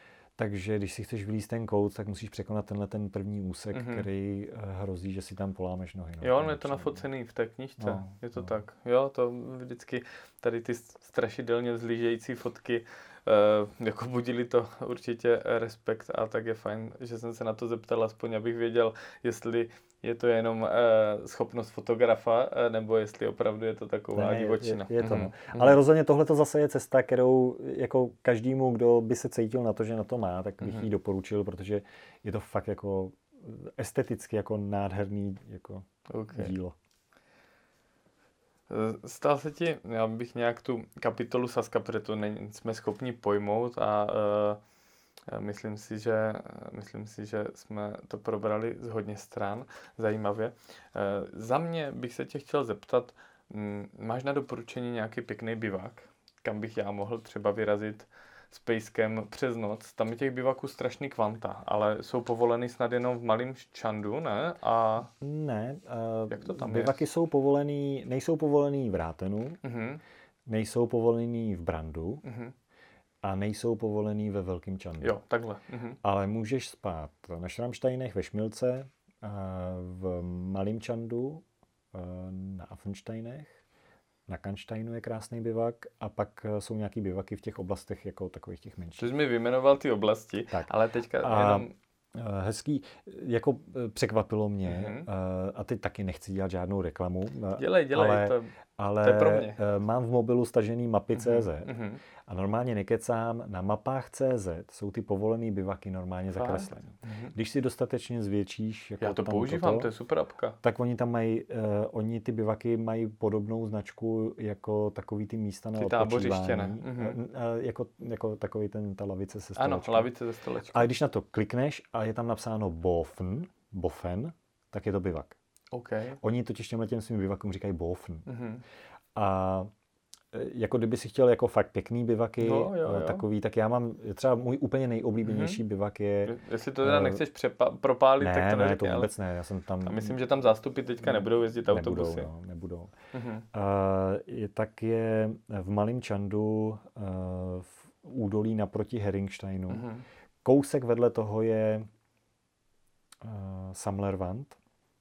Speaker 5: Takže když si chceš vylízt ten kout, tak musíš překonat tenhle ten první úsek, mm-hmm. který uh, hrozí, že si tam polámeš nohy. No,
Speaker 6: jo, on je to nafocený v té knížce, no, je to no. tak. Jo, to vždycky tady ty strašidelně vzlížející fotky Uh, jako budili to určitě respekt a tak je fajn, že jsem se na to zeptal, aspoň abych věděl, jestli je to jenom uh, schopnost fotografa, uh, nebo jestli opravdu je to taková
Speaker 5: ne,
Speaker 6: divočina.
Speaker 5: Je, je to, mm-hmm. no. Ale rozhodně tohle to zase je cesta, kterou jako každému, kdo by se cítil na to, že na to má, tak bych mm-hmm. ji doporučil, protože je to fakt jako esteticky jako nádherný jako okay. dílo.
Speaker 6: Stál se ti, já bych nějak tu kapitolu Saska, protože to není, jsme schopni pojmout a uh, myslím si, že, myslím si, že jsme to probrali z hodně stran, zajímavě. Uh, za mě bych se tě chtěl zeptat, m, máš na doporučení nějaký pěkný bivák, kam bych já mohl třeba vyrazit s pejskem přes noc? Tam je těch bivaků strašný kvanta, ale jsou povolený snad jenom v malém Čandu, ne? A
Speaker 5: ne, uh,
Speaker 6: jak to tam
Speaker 5: bivaky
Speaker 6: je?
Speaker 5: jsou povolený, nejsou povolený v Rátenu,
Speaker 6: uh-huh.
Speaker 5: nejsou povolený v Brandu
Speaker 6: uh-huh.
Speaker 5: a nejsou povolený ve Velkém Čandu.
Speaker 6: Jo, takhle. Uh-huh.
Speaker 5: Ale můžeš spát na Šramštejnech ve Šmilce, uh, v Malém Čandu, uh, na Affensteinech, na Kannsteinu je krásný bivak a pak jsou nějaký bivaky v těch oblastech jako takových těch menších.
Speaker 6: Ty jsi mi vyjmenoval ty oblasti, tak. ale teďka
Speaker 5: a
Speaker 6: jenom...
Speaker 5: Hezký, jako překvapilo mě mm-hmm. a teď taky nechci dělat žádnou reklamu.
Speaker 6: Dělej, dělej,
Speaker 5: ale,
Speaker 6: to,
Speaker 5: ale
Speaker 6: to je pro mě.
Speaker 5: Mám v mobilu stažený mapy tečka cé zet
Speaker 6: mm-hmm.
Speaker 5: a normálně nekecám, na mapách tečka cé zet jsou ty povolený bivaky normálně zakreslené. Mm-hmm. Když si dostatečně zvětšíš, jako
Speaker 6: já to
Speaker 5: tam
Speaker 6: používám,
Speaker 5: toto,
Speaker 6: to je super apka.
Speaker 5: Tak oni tam mají, uh, oni ty bivaky mají podobnou značku jako takový ty místa na odpočívání.
Speaker 6: Mm-hmm.
Speaker 5: Uh, jako, jako takový ten, ta lavice se
Speaker 6: Ano,
Speaker 5: stolečkou.
Speaker 6: lavice se stolečkou.
Speaker 5: Ale když na to klikneš a je tam napsáno Bofen, Bofen, tak je to bivak.
Speaker 6: Okay.
Speaker 5: Oni totiž těmhle těm svým bivakům říkají Bofen.
Speaker 6: Mm-hmm.
Speaker 5: A jako kdyby si chtěl jako fakt pěkný bivaky,
Speaker 6: no, jo, jo.
Speaker 5: takový, tak já mám, třeba můj úplně nejoblíbenější mm-hmm. bivak je...
Speaker 6: Jestli to teda uh, nechceš přepa- propálit,
Speaker 5: ne,
Speaker 6: tak to
Speaker 5: neřekně.
Speaker 6: Ne,
Speaker 5: to vůbec ne, já jsem tam...
Speaker 6: A myslím, že tam zástupy teďka nebudou jezdit
Speaker 5: nebudou,
Speaker 6: autobusy.
Speaker 5: No, nebudou.
Speaker 6: Mm-hmm.
Speaker 5: Uh, je, tak je v Malém Čandu uh, v údolí naproti Heringsteinu. Mm-hmm. Kousek vedle toho je uh, Samlerwand.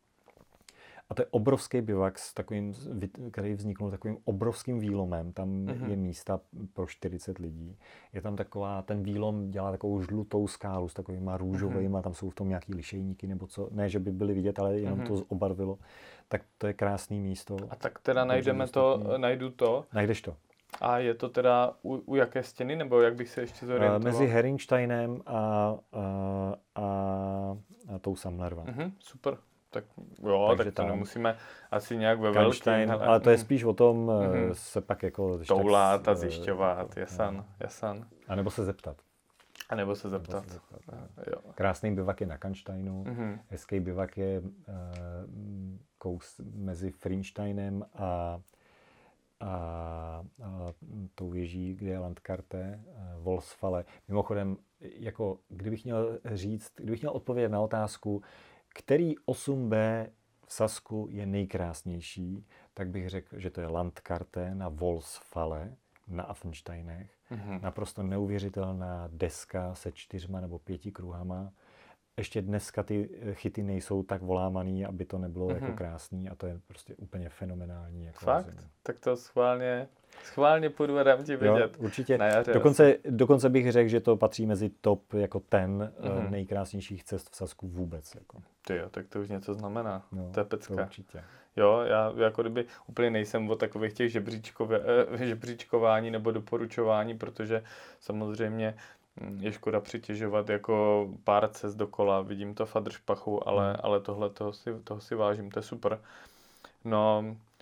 Speaker 5: A to je obrovský bivak, s takovým, který vzniknul takovým obrovským výlomem. Tam mm-hmm. je místa pro čtyřicet lidí. Je tam taková, ten výlom dělá takovou žlutou skálu s takovýma růžovejma, mm-hmm. tam jsou v tom nějaký lišejníky nebo co. Ne, že by byly vidět, ale jenom mm-hmm. to obarvilo. Tak to je krásný místo.
Speaker 6: A tak teda najdeme to, najdu to.
Speaker 5: Najdeš to.
Speaker 6: A je to teda u, u jaké stěny, nebo jak bych se ještě zorientoval?
Speaker 5: Mezi Heringsteinem a, a, a, a tou Samlerwand.
Speaker 6: Mm-hmm, super. Tak jo,
Speaker 5: takže
Speaker 6: tak to
Speaker 5: tam
Speaker 6: nemusíme asi nějak ve
Speaker 5: velkém. Ale to je spíš o tom mm-hmm. se pak jako...
Speaker 6: toulat
Speaker 5: tak,
Speaker 6: a zjišťovat, jasan, jasan.
Speaker 5: A nebo se zeptat.
Speaker 6: A nebo se zeptat. Nebo se zeptat
Speaker 5: jo. Krásný bivak je na Kannsteinu, mm-hmm. hezký bivak je uh, kous mezi Frinsteinem a, a, a tou věží, kde je Landkarte, Wolfsfalle. Mimochodem, jako kdybych měl říct, kdybych měl odpovědět na otázku, který osm bé v Sasku je nejkrásnější, tak bych řekl, že to je Landkarte na Wolfsfalle, na Affensteinech. Mm-hmm. Naprosto neuvěřitelná deska se čtyřma nebo pěti kruhama. Ještě dneska ty chyty nejsou tak volámaný, aby to nebylo mm-hmm. jako krásný a to je prostě úplně fenomenální. Jako
Speaker 6: Fakt?
Speaker 5: Zem.
Speaker 6: Tak to schválně, schválně půjdu a dám ti vědět.
Speaker 5: Jo, určitě.
Speaker 6: Na jaře
Speaker 5: dokonce, dokonce bych řekl, že to patří mezi top jako ten
Speaker 6: mm-hmm.
Speaker 5: nejkrásnějších cest v Sasku vůbec. Jako.
Speaker 6: Ty jo, tak to už něco znamená.
Speaker 5: No,
Speaker 6: to je pecka.
Speaker 5: To určitě.
Speaker 6: Jo, já jako kdyby úplně nejsem o takových těch žebříčkové, eh, žebříčkování nebo doporučování, protože samozřejmě je škoda přitěžovat jako pár cest dokola, vidím to v Adršpachu, ale, ale tohle toho si, toho si vážím, to je super. No,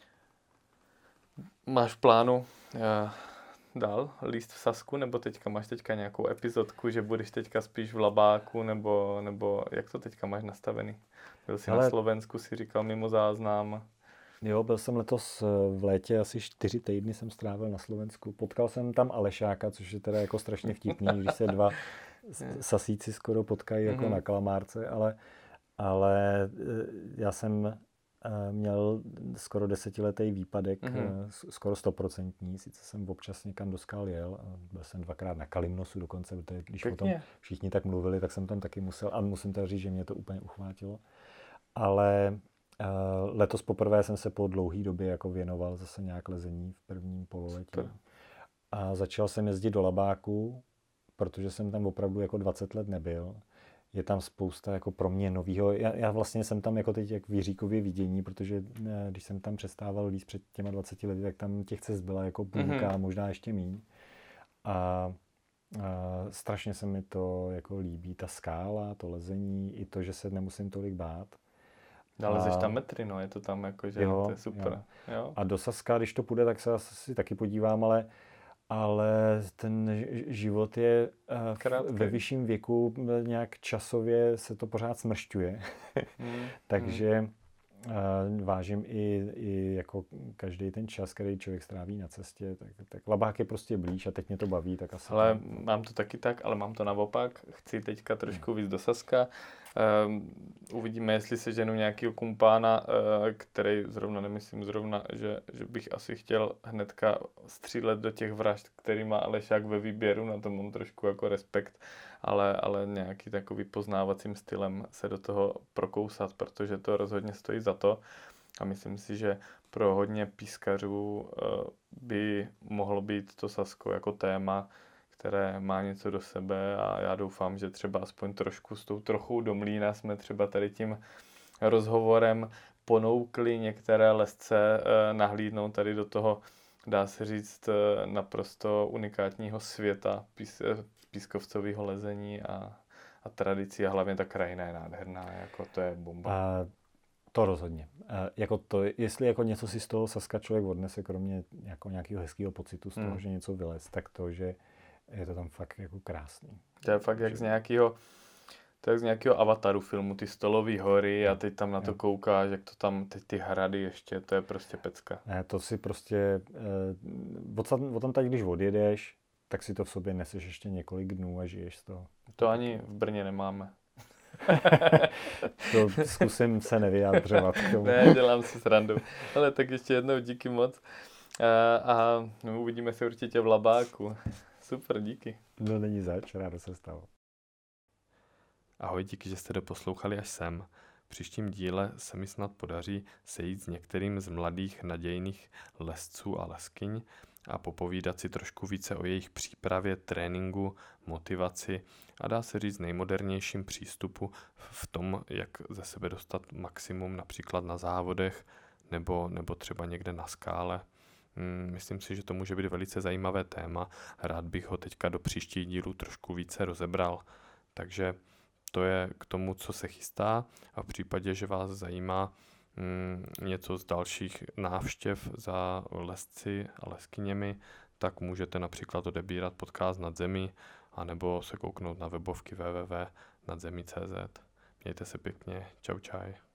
Speaker 6: máš v plánu eh, dál líst v Sasku, nebo teďka máš teďka nějakou epizodku, že budeš teďka spíš v Labáku, nebo, nebo jak to teďka máš nastavený? Byl jsi ale... na Slovensku, si říkal mimo záznam.
Speaker 5: Jo, byl jsem letos v létě, asi čtyři týdny jsem strávil na Slovensku. Potkal jsem tam Alešáka, což je teda jako strašně vtipný, když se dva Sasíci skoro potkají jako mm-hmm. na Kalamárce, ale, ale já jsem měl skoro desetiletý výpadek, mm-hmm. skoro stoprocentní, sice jsem občas někam do skal jel, byl jsem dvakrát na Kalimnosu dokonce, protože když Pěkně. O tom všichni tak mluvili, tak jsem tam taky musel, a musím teda říct, že mě to úplně uchvátilo. Ale Uh, letos poprvé jsem se po dlouhé době jako věnoval zase nějak lezení v prvním pololetí. Super. A začal jsem jezdit do Labáku, protože jsem tam opravdu jako dvacet let nebyl. Je tam spousta jako pro mě novýho. Já, já vlastně jsem tam jako teď jak v Jiříkově vidění, protože ne, když jsem tam přestával líst před těma dvaceti lety, tak tam těch cest byla jako půlka, mm-hmm. možná ještě míň. A, a strašně se mi to jako líbí, ta skála, to lezení, i to, že se nemusím tolik bát.
Speaker 6: Ale lezeš tam metry, no, je to tam jako, že jo, to je super. Jo. Jo.
Speaker 5: A do Saska, když to půjde, tak se asi taky podívám, ale, ale ten život je uh, ve vyšším věku, nějak časově se to pořád smršťuje. Hmm. Takže uh, vážím i, i jako každý ten čas, který člověk stráví na cestě, tak, tak Labák je prostě blíž a teď mě to baví, tak asi...
Speaker 6: Ale tam... mám to taky tak, ale mám to naopak. Chci teďka trošku víc do Saska. Um, uvidíme, jestli se ženu nějakého kumpána, uh, který zrovna nemyslím zrovna, že, že bych asi chtěl hnedka střílet do těch vražd, který má Alešák ve výběru, na to mám trošku jako respekt, ale, ale nějaký takový poznávacím stylem se do toho prokousat, protože to rozhodně stojí za to a myslím si, že pro hodně pískařů uh, by mohlo být to Sasko jako téma, které má něco do sebe a já doufám, že třeba aspoň trošku s tou trochou do mlýna jsme třeba tady tím rozhovorem ponoukli některé lesce eh, nahlídnout tady do toho, dá se říct, eh, naprosto unikátního světa pís, eh, pískovcového lezení a, a tradicí a hlavně ta krajina je nádherná, jako to je bomba.
Speaker 5: A to rozhodně. A jako to, jestli jako něco si z toho Saska člověk odnese, kromě jako nějakého hezkého pocitu z toho, hmm. že něco vylez, tak to, že je to tam fakt jako krásný.
Speaker 6: To je fakt jak z nějakého, to je jak z nějakého Avataru filmu, ty stolový hory a teď tam na to koukáš, jak to tam, teď ty hrady ještě, to je prostě pecka.
Speaker 5: Ne, to si prostě, eh, od tam tady, když odjedeš, tak si to v sobě neseš ještě několik dnů a žiješ z toho.
Speaker 6: To ani v Brně nemáme.
Speaker 5: To zkusím se nevyjádřovat k tomu.
Speaker 6: Ne, dělám si srandu. Ale tak ještě jednou díky moc a, a no, uvidíme se určitě v Labáku. Super, díky.
Speaker 5: No není zač, rádo se stalo.
Speaker 4: Ahoj, díky, že jste doposlouchali až sem. V příštím díle se mi snad podaří sejít s některým z mladých nadějných lesců a leskyň a popovídat si trošku více o jejich přípravě, tréninku, motivaci a dá se říct nejmodernějším přístupu v tom, jak ze sebe dostat maximum například na závodech nebo, nebo třeba někde na skále. Myslím si, že to může být velice zajímavé téma. Rád bych ho teďka do příštích dílů trošku více rozebral. Takže to je k tomu, co se chystá a v případě, že vás zajímá mm, něco z dalších návštěv za lesci a leskyněmi, tak můžete například odebírat podcast Nad zemí anebo se kouknout na webovky w w w tečka nadzemí tečka c z. Mějte se pěkně. Čau čaj.